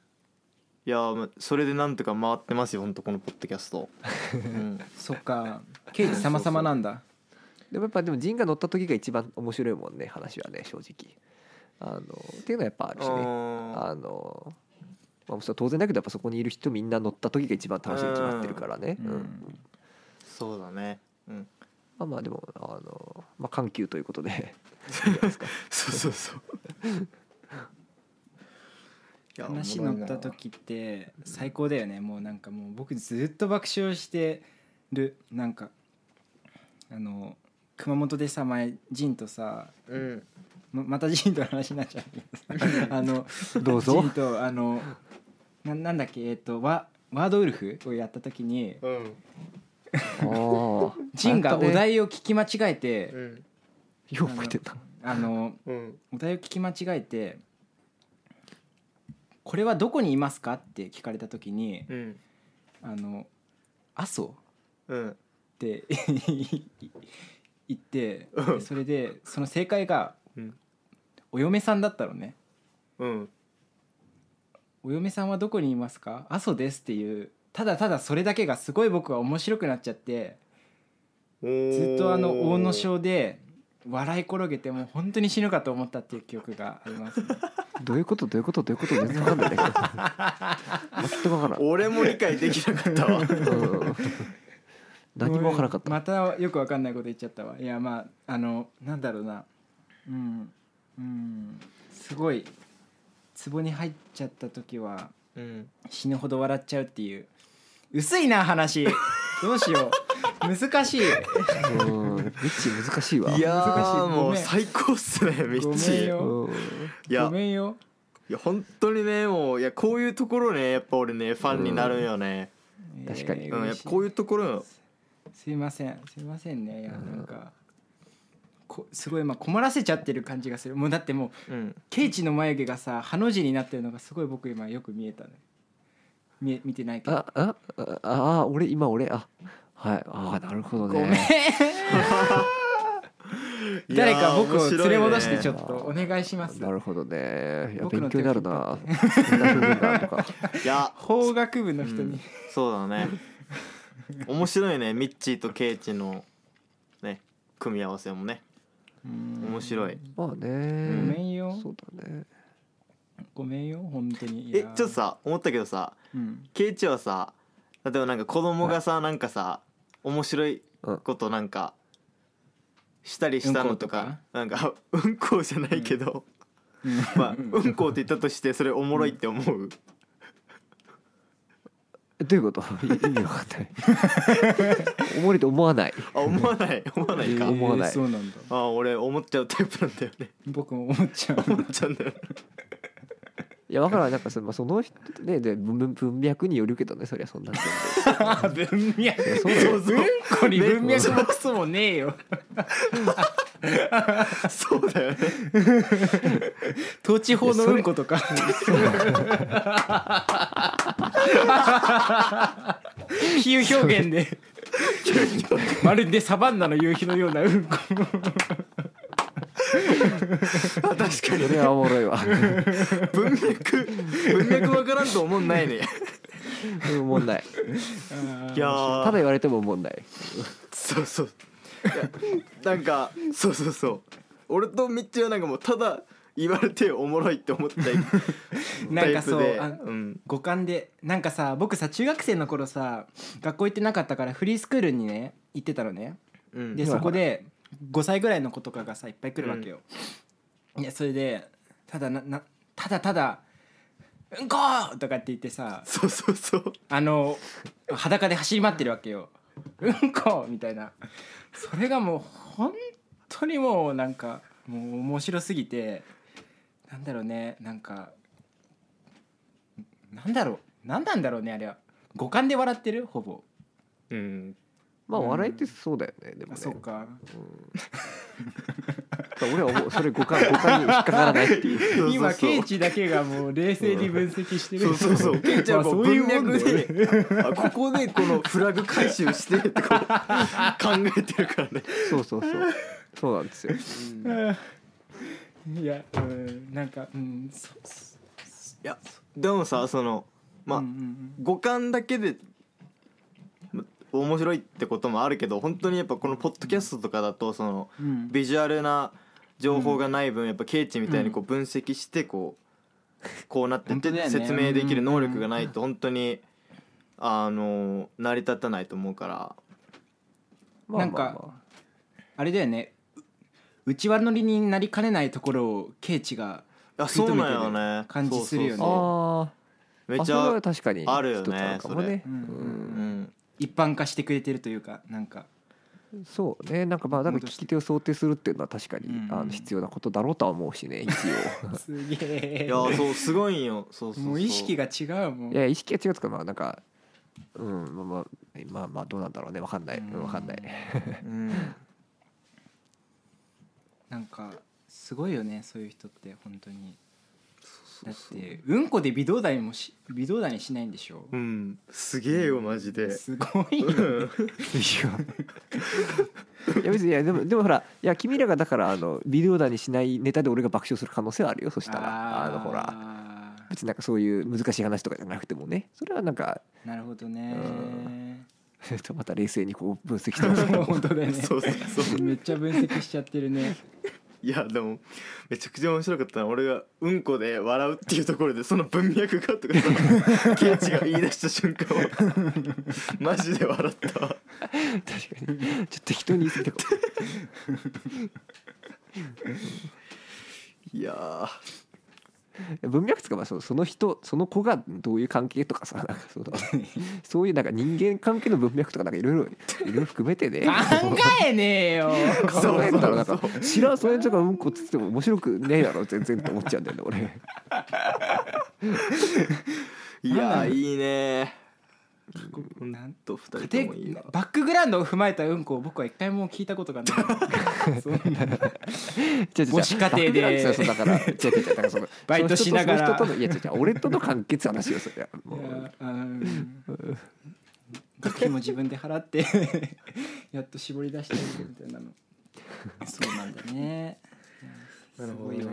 いやそれでなんとか回ってますよ本当このポッドキャスト。 うん、そっか、ケイチ様々なんだ。 でもやっぱでもジンが乗った時が一番面白いもんね、話はね正直。あのっていうのはやっぱあるしね。あの、まあ、それは当然だけどやっぱそこにいる人みんな乗った時が一番楽しいに決まってるからね。うんうん、 そうだね。うん。 まあまあでもあのまあ緩急ということでそうそうそう。 話乗った時って最高だよね。もうなんかもう僕ずっと爆笑してる。なんかあの熊本でさ前ジンとさ、うん、ま, またジンとの話になっちゃうけどあのどうぞ。 ジンとあの な, なんだっけえっ、ー、とワワードウルフをやった時に、うん、ジンがお題を聞き間違えて、うん、 よく覚えてた。 あの、うん、お題を聞き間違えてこれはどこにいますかって聞かれた時に、うん、あの阿蘇、うん、って言って、うん、それでその正解が、うん、お嫁さんだったのね、うん、お嫁さんはどこにいますか、阿蘇ですっていう、ただただそれだけがすごい僕は面白くなっちゃって、ずっとあの大野小で笑い転げてもう本当に死ぬかと思ったっていう記憶があります、ね。 どういうことどういうことどういうこと全然分かんないんだけど全く分からん。 俺も理解できなかったわ、うん、 何も分からなかった。 またよく分かんないこと言っちゃったわ。いやまああのなんだろうな、うんうんすごい壺に入っちゃった時は、うん、死ぬほど笑っちゃうっていう。薄いな話どうしよう難しい。 うんミッチー難しいわ。 いやーもう最高っすねミッチー。 ごめんよ、いやごめんよ。 いや本当にねもういやこういうところねやっぱ俺ねファンになるんよね、 うん、確かに、 うん、やっぱこういうところよ。 すいませんすいませんね。いやなんかこすごいまあ困らせちゃってる感じがする。もうだってもう、うん、ケイチの眉毛がさハの字になってるのがすごい僕今よく見えたね。見, 見てないけど。 ああああ俺今俺あはいあなるほどね。 ごめん誰か僕を連れ戻してちょっとお願いします。 なるほどね。いや勉強になるな。そんな表現があるとか。 いや法学部の人に、うん、 そうだね。面白いねミッチーとケイチのね組み合わせもね面白い。 まあね、ごめんよ。 そうだね。 ごめんよ本当に。 えちょっとさ思ったけどさ、うん、ケイチはさ例えばなんか子供がさ、はい、なんかさ面白いことなんかしたりしたのとか、うん、なんかうんこじゃないけど、うん、まあうんこって言ったとしてそれおもろいって思う、うん、 どういうこと？意味わかんないおもろいと思わない。 あ思わない思わないか、 えー、思わない。 そうなんだ。 あ俺思っちゃうタイプなんだよね。 僕も思っちゃう思っちゃうんだよいいや分からんなんかそのその人ねで文文脈によるけどねそりゃそんなんで文脈そうだようんこに文脈もクソもねえよそうだよね統治法のうんことか比喩表現でまるでサバンナの夕日のようなうんこ確かにそれはおもろいわ文脈文脈わからんと思んないねおもんないいやただ言われてもおもんないそうそういやなんかそうそうそう俺とみっちはなんかもうただ言われておもろいって思ったタイプでなんかそうあ、 うん、 五感でなんかさ僕さ中学生の頃さ学校行ってなかったからフリースクールにね行ってたのね、うん、でそこでごさいぐらいの子とかがさいっぱい来るわけよ、うん、いやそれでただななただただうんことかって言ってさそうそうそうあの裸で走り回ってるわけようんこみたいなそれがもう本当にもうなんかもう面白すぎてなんだろうねなんかなんだろうなんなんだろうねあれは五感で笑ってるほぼうんまあ笑いってそうだよね、うん、でもねそうか、 うん、俺はそれ五感五感に引っかからないっていう今ケイチだけがもう冷静に分析してる、 うん、そうそうそうケイチは文脈であここでこのフラグ回収してってこう考えてるからねそうそうそうそうなんですよ、 うん、いや、うん、なんか、うん、そいやでもさそのまあ、うんうんうん、五感だけで面白いってこともあるけど本当にやっぱこのポッドキャストとかだとその、うん、ビジュアルな情報がない分やっぱケイチみたいにこう分析してこうこうなってって説明できる能力がないと本当にあの成り立たないと思うからなんかあれだよね内輪乗りになりかねないところをケイチが食い止めてる感じするよね。 あめっちゃ確かにあるよねそれ、ね、 うんうん、一般化してくれてるというかなんかそうねなんかまあなんか聞き手を想定するっていうのは確かに、うん、あの必要なことだろうとは思うしね一応すげえいやそうすごいんよそうそうそうもう意識が違うもんいや意識が違うとかまあなんかうんまあまあまあまあどうなんだろうね分かんない分かんない、うん、 なんかすごいよねそういう人って本当にだってうんこで微動だにもし微動だにしないんでしょ。 うんすげえよマジですごいよ、ね、 いや別にいやでもでもほらいや君らがだからあの微動だにしないネタで俺が爆笑する可能性はあるよそしたらあのほら別になんかそういう難しい話とかじゃなくてもねそれはなんかなるほどねとまた冷静にこう分析してます本当だよねそうそうそうめっちゃ分析しちゃってるねいやでもめちゃくちゃ面白かったな俺がうんこで笑うっていうところでその文脈がとかさケイチが言い出した瞬間はマジで笑った確かにちょっと適当に言い過ぎたかいやー文脈つかまあそのその人その子がどういう関係とかさなんかそのそういうなんか人間関係の文脈とかなんかいろいろいろいろ含めてね考えねえよ考えたらなんか知らんそういう人がうんこつっても面白くねえだろ全然って思っちゃうんだよね俺いやいいねなんとふたりともいいわバックグラウンドを踏まえたうんこを僕は一回も聞いたことがない母子家庭でだから違う違うだからそのバイトしながらその人といや違う違う俺との完結話よそれはもう学費も自分で払ってやっと絞り出してるみたいなのそうなんだねなるほどね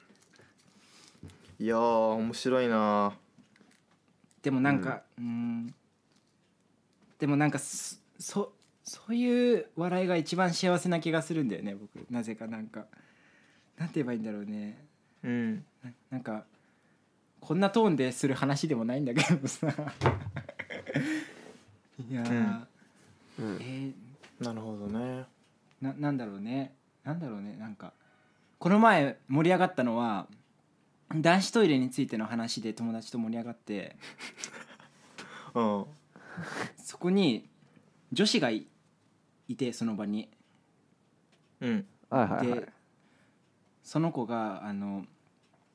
いやー面白いなでもなんか、うん、うんでもなんか そ, そ, そういう笑いが一番幸せな気がするんだよね僕なぜかなんかなんて言えばいいんだろうね、うん、な, なんかこんなトーンでする話でもないんだけどさいやー、 うんうん、えー、なるほどねな, なんだろうねなんだろうねなんかこの前盛り上がったのは男子トイレについての話で友達と盛り上がってうんそこに女子が い, いてその場に、 うんはいはいはい、 でその子があの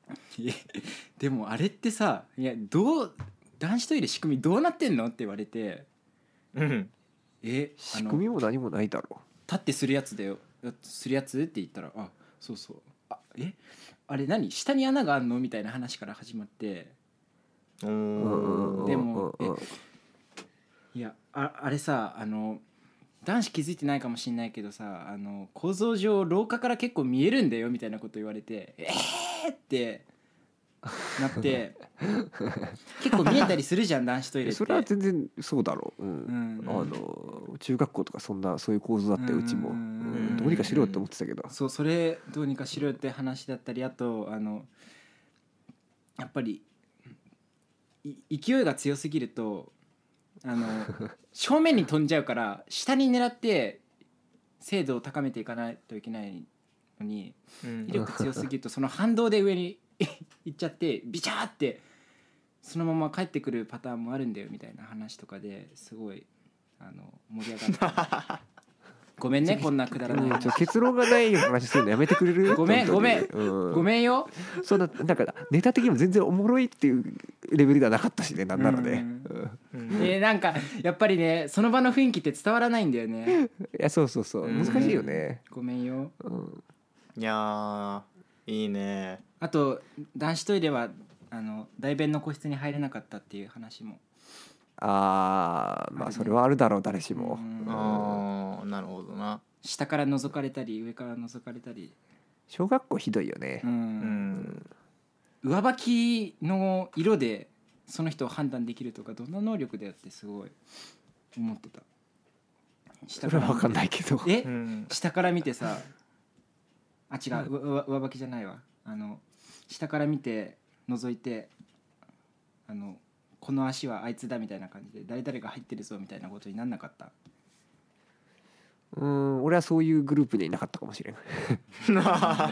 でもあれってさ、いやどう男子トイレ仕組みどうなってんのって言われて、 うんえ仕組みも何もないだろう。 立ってするやつだよ、するやつって言ったら、あそうそう、あえあれ何下に穴があんのみたいな話から始まって、 おうんでもうんうんいや あ, あれさ、あの男子気づいてないかもしんないけどさ、あの構造上廊下から結構見えるんだよみたいなこと言われて、えーってなって結構見えたりするじゃん男子トイレって。 それは全然そうだろう、うんうんあの中学校とかそんなそういう構造だったようちも、 うんうんどうにかしろって思ってたけど、 そうそれどうにかしろって話だったり、あとあのやっぱりい勢いが強すぎるとあの正面に飛んじゃうから下に狙って精度を高めていかないといけないのに、 うん威力強すぎるとその反動で上に行っちゃってビチャーってそのまま帰ってくるパターンもあるんだよみたいな話とかですごいあの盛り上がったごめんねこんなくだらないうんちょ結論がない話するのやめてくれるごめんごめん、 うん、 ごめんよ。 そんななんかネタ的にも全然おもろいっていうレベルではなかったしね、なんならね、 うんうんえーなんかやっぱりねその場の雰囲気って伝わらないんだよね。 いやそうそうそう難しいよね、 ごめんよ。 うんいやーいいね。 あと男子トイレはあの大便の個室に入れなかったっていう話も。 あーまあそれはあるだろう誰しも、 うんあーなるほどな。 下から覗かれたり上から覗かれたり、 小学校ひどいよねう、んうん上履きの色でその人を判断できるとかどんな能力だよってすごい思ってた。 それは分かんないけどえ、 うん下から見てさ、あ違う、上上履きじゃないわ、あの下から見て覗いて、あのこの足はあいつだみたいな感じで誰々が入ってるぞみたいなことになんなかった？ うん俺はそういうグループにいなかったかもしれんあ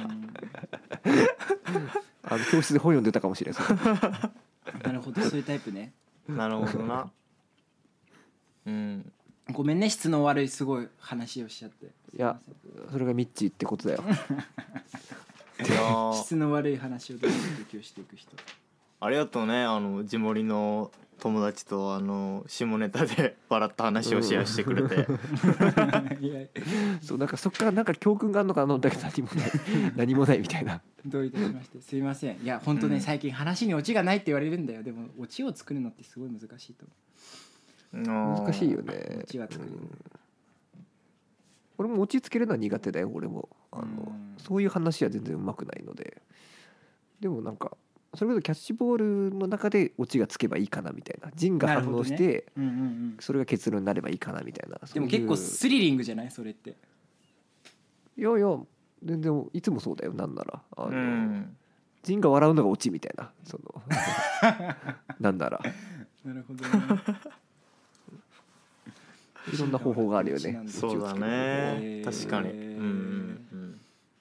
の教室で本読んでたかもしれんそれなるほどそういうタイプね。 なるほどな。うんごめんね質の悪いすごい話をしちゃって。 いやそれがミッチーってことだよいやー質の悪い話をどんどん提供していく人。 ありがとうね。あの地森の友達とあの下ネタで笑った話をシェアしてくれて、 いやそうなんかそっからなんか教訓があるのかなと思ったけど何もない何もないみたいな。 どういたしましてすいません。いや本当ね、 うん最近話にオチがないって言われるんだよ。でもオチを作るのってすごい難しいと思難しいよう。 ねオチは作る、 うん俺も落ち着けるのは苦手だよ俺もあの、 うんそういう話は全然うまくないので、でもなんかそれこそキャッチボールの中でオチがつけばいいかなみたいな、ジンが反応して、 うんうんうん、 それが結論になればいいかなみたいな。 でも結構スリリングじゃないそれって。 いやいや全然いつもそうだよ。なんならあの、 うん、 ジンが笑うのがオチみたいな、そのなんならなるほどねいろんな方法があるよね。 そうだね、確かに、うんうん、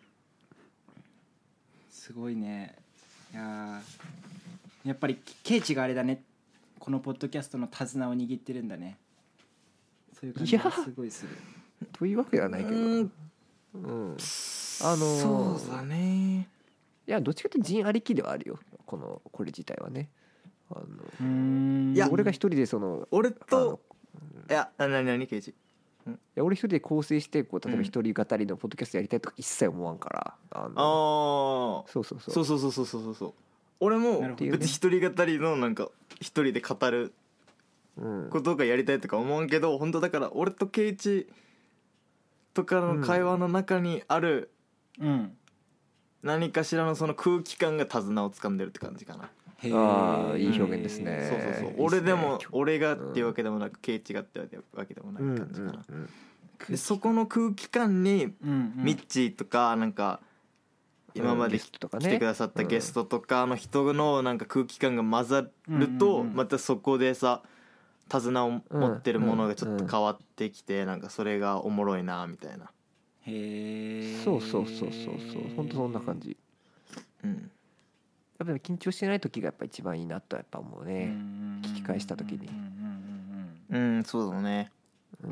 すごいね。いややっぱりケイチがあれだね、このポッドキャストの手綱を握ってるんだね。そういう感じがすごいする。 というわけではないけど、うん、うん、あのそうだね。 いやどっちかというとジンありきではあるよ、このこれ自体はね。あのうーんいや俺が一人でその俺といやなになにケイジ、 いや俺一人で構成してこう例えば一人語りのポッドキャストやりたいとか一切思わんから、あのああそうそうそうそうそうそうそうそうそう俺も別に一人語りのなんか一人で語ることがやりたいとか思わんけど、本当だから俺とケイチとかの会話の中にある何かしらのその空気感が手綱を掴んでるって感じかな。 ああいい表現ですね。 そうそうそう、俺でも俺がっていうわけでもなく、ケイチがっていうわけでもない感じかな。でそこの空気感にミッチーとかなんか今まで来てくださったゲストとかの人のなんか空気感が混ざると、またそこでさ手綱を持ってるものがちょっと変わってきて、なんかそれがおもろいなみたいな。 へえ。 そうそうそうそうそう本当そんな感じ。うんやっぱり緊張してない時がやっぱ一番いいなとやっぱ思うね。聞き返した時に。 うん、うん、そうだね。うん、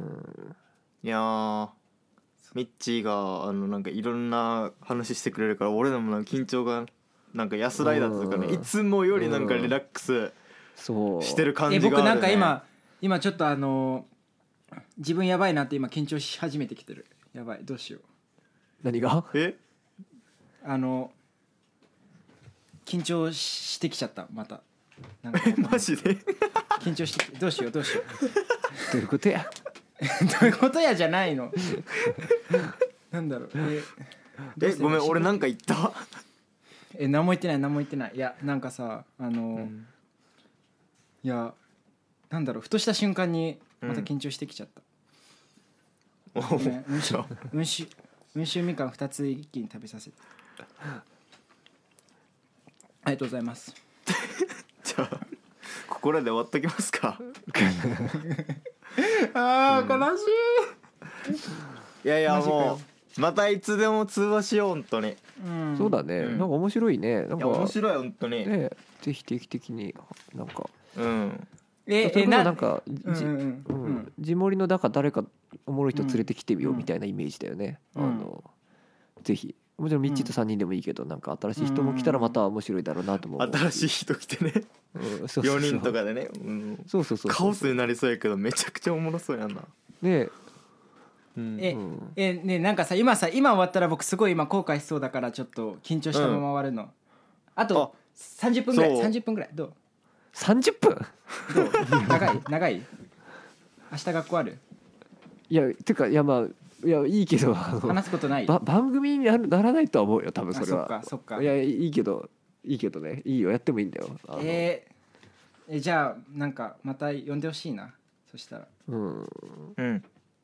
いやーミッチーがあのなんかいろんな話してくれるから俺らもなんか緊張がなんか安らいだとかね、いつもよりなんかリラックスしてる感じがあるね。 え僕なんか今今ちょっとあの自分やばいなって今緊張し始めてきてる。やばいどうしよう。 何が？ えあの緊張してきちゃったまた。なんかマジで緊張してどうしようどうしようどういうことやどういうことやじゃないのなんだろうええごめん俺なんか言ったえ何も言ってない何も言ってない。いやなんかさあの、うん、いやなんだろうふとした瞬間にまた緊張してきちゃった、うんね、温州温州温州みかんふたつ一気に食べさせてありがとうございますじゃあここらで終わっときますかあー、うん、悲しいいやいやもうまたいつでも通話しよう本当に、 うん、そうだね、うん、なんか面白いねなんかいや面白い本当に、 ね、ぜひ定期的になんかうんええなんかじ、うんうん、地盛りのだから誰かおもろい人連れてきてみようみたいなイメージだよね、うん、あのぜひもちろんミッチーとさんにんでもいいけど、なんか新しい人も来たらまた面白いだろうなと思う。 新しい人来てね、うん、そうそうそうよにんとかでね、うん、 そうそうそうそうカオスになりそうやけどめちゃくちゃおもろそうやな。 ねうん、え、うん、えねなんかさ今さ今終わったら僕すごい今後悔しそうだからちょっと緊張したまま終わるの、うん、あとさんじゅっぷんぐらいさんじゅっぷんぐらいどうさんじゅっぷんどう長い長い明日学校ある？ いやてかいやまあいやいいけど話すことないば番組にならないとは思うよ多分それは。 そっかそっか。 いやいいけどいいけどねいいよやってもいいんだよ。 えー、えじゃあなんかまた呼んでほしいなそしたら。 うんうん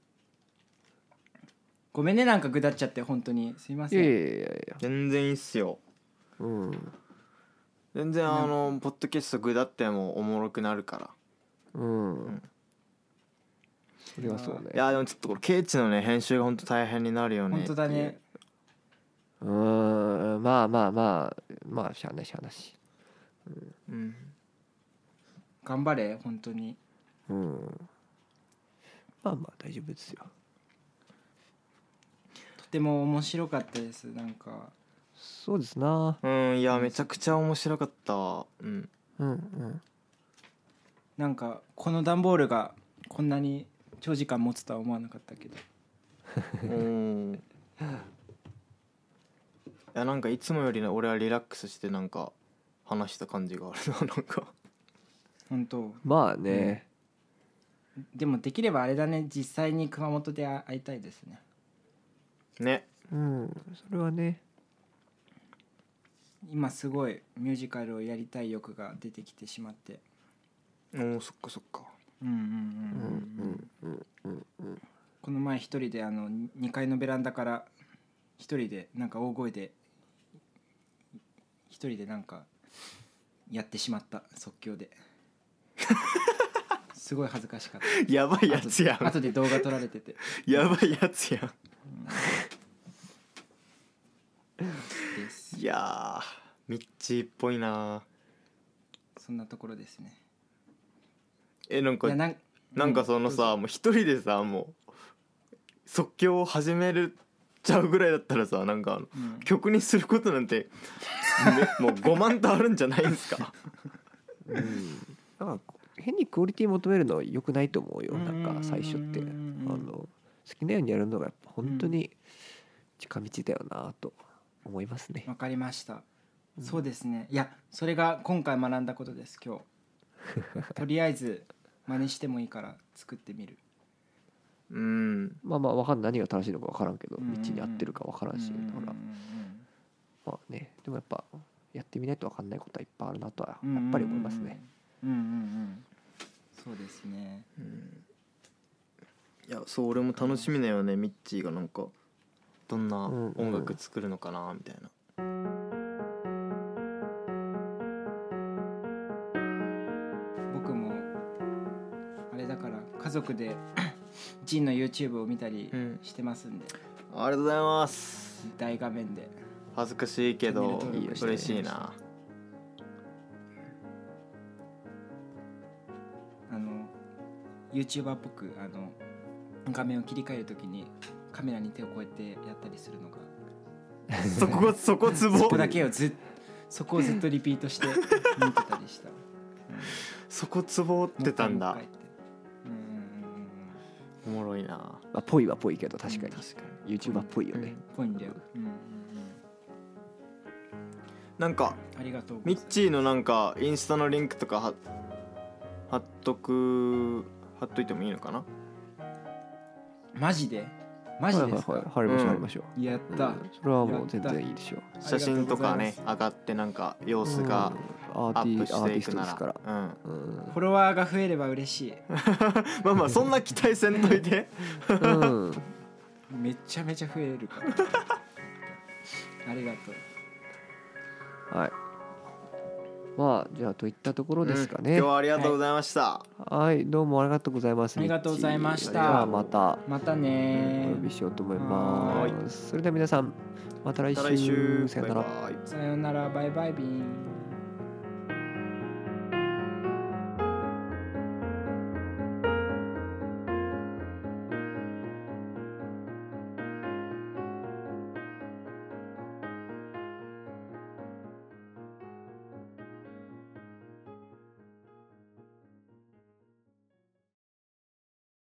ごめんねなんかぐだっちゃって本当にすいません。 いやいやいやいや全然いいっすよ。 うん全然あのポッドキャストぐだってもおもろくなるから。 うん、うんそれはそうね。 いやでもちょっとこれケイチのね編集が本当大変になるよね。 本当だね。 うーんまあまあまあまあしゃあないしゃあなし、 うん、うん、 頑張れ本当に。 うんまあまあ大丈夫ですよ。 とても面白かったですなんか。 そうですな。 うんいやめちゃくちゃ面白かった。うんうんうんなんかこの段ボールがこんなに長時間持つとは思わなかったけどうんいやなんかいつもよりね俺はリラックスしてなんか話した感じがあるななんか本当まあね、 うん、でもできればあれだね実際に熊本で会いたいですね。 ねうんそれはね今すごいミュージカルをやりたい欲が出てきてしまって。 おーそっかそっか。 うんうんうんうんうんうんこの前一人であのにかいのベランダから一人でなんか大声で一人でなんかやってしまった即興ですごい恥ずかしかった。 やばいやつやん。 後で動画撮られててやばいやつやん、 うん、ですいやーミッチーっぽいな。 そんなところですね。 えなんかな ん, なんかそのさ、うん、もう一人でさもう即興を始めるちゃうぐらいだったらさなんか、うん、曲にすることなんてもうごまんとあるんじゃないんすか。 うんなんか変にクオリティ求めるのは良くないと思うよ。なんか最初ってあの好きなようにやるのがやっぱ本当に近道だよなと思いますね。 わかりました、うん、そうですね。いやそれが今回学んだことです今日とりあえず真似してもいいから作ってみる。 うんまあまあ分かんない何が正しいのか分からんけど道に合ってるか分からんしほらまあねでもやっぱやってみないと分かんないことはいっぱいあるなとはやっぱり思いますね。 うんうんうんそうですね、 うん、いやそう俺も楽しみだよねミッチーがなんかどんな音楽作るのかなみたいな。 僕もあれだから家族でジンの YouTube を見たりしてますんで、 うん、ありがとうございます。 大画面で恥ずかしいけど嬉しいな。 あの YouTuber っぽくあの画面を切り替えるときにカメラに手をこうやってやったりするのがそこそこツボそこだけをずそこをずっとリピートして見てたりした、うん、 そこツボってたんだ。うん、おもろいな。 まあ、ぽいはぽいけど確かに、うん、確かに YouTuber っぽいよね、 ぽいんだよ、うんうんうん、 なんかありがとうミッチーのなんかインスタのリンクとかは貼っとく貼っといてもいいのかな。 マジでマジですか。 はいはいはい、貼りましょう貼りましょう。やった、うん、 それはもう全然いいでしょう。 写真とかね上がってなんか様子がアップしていくなら、うん、 フォロワーが増えれば嬉しいまあまあそんな期待せんといて、うん、 めちゃめちゃ増えるからありがとう。はい、まあじゃあといったところですかね、うん、 今日はありがとうございました。 はい、はい、どうもありがとうございます。 ありがとうございました。 ではまたまたねお呼びしようと思います。それでは皆さんまた来週、 また来週さよなら。 さよなら、バイバイビーン。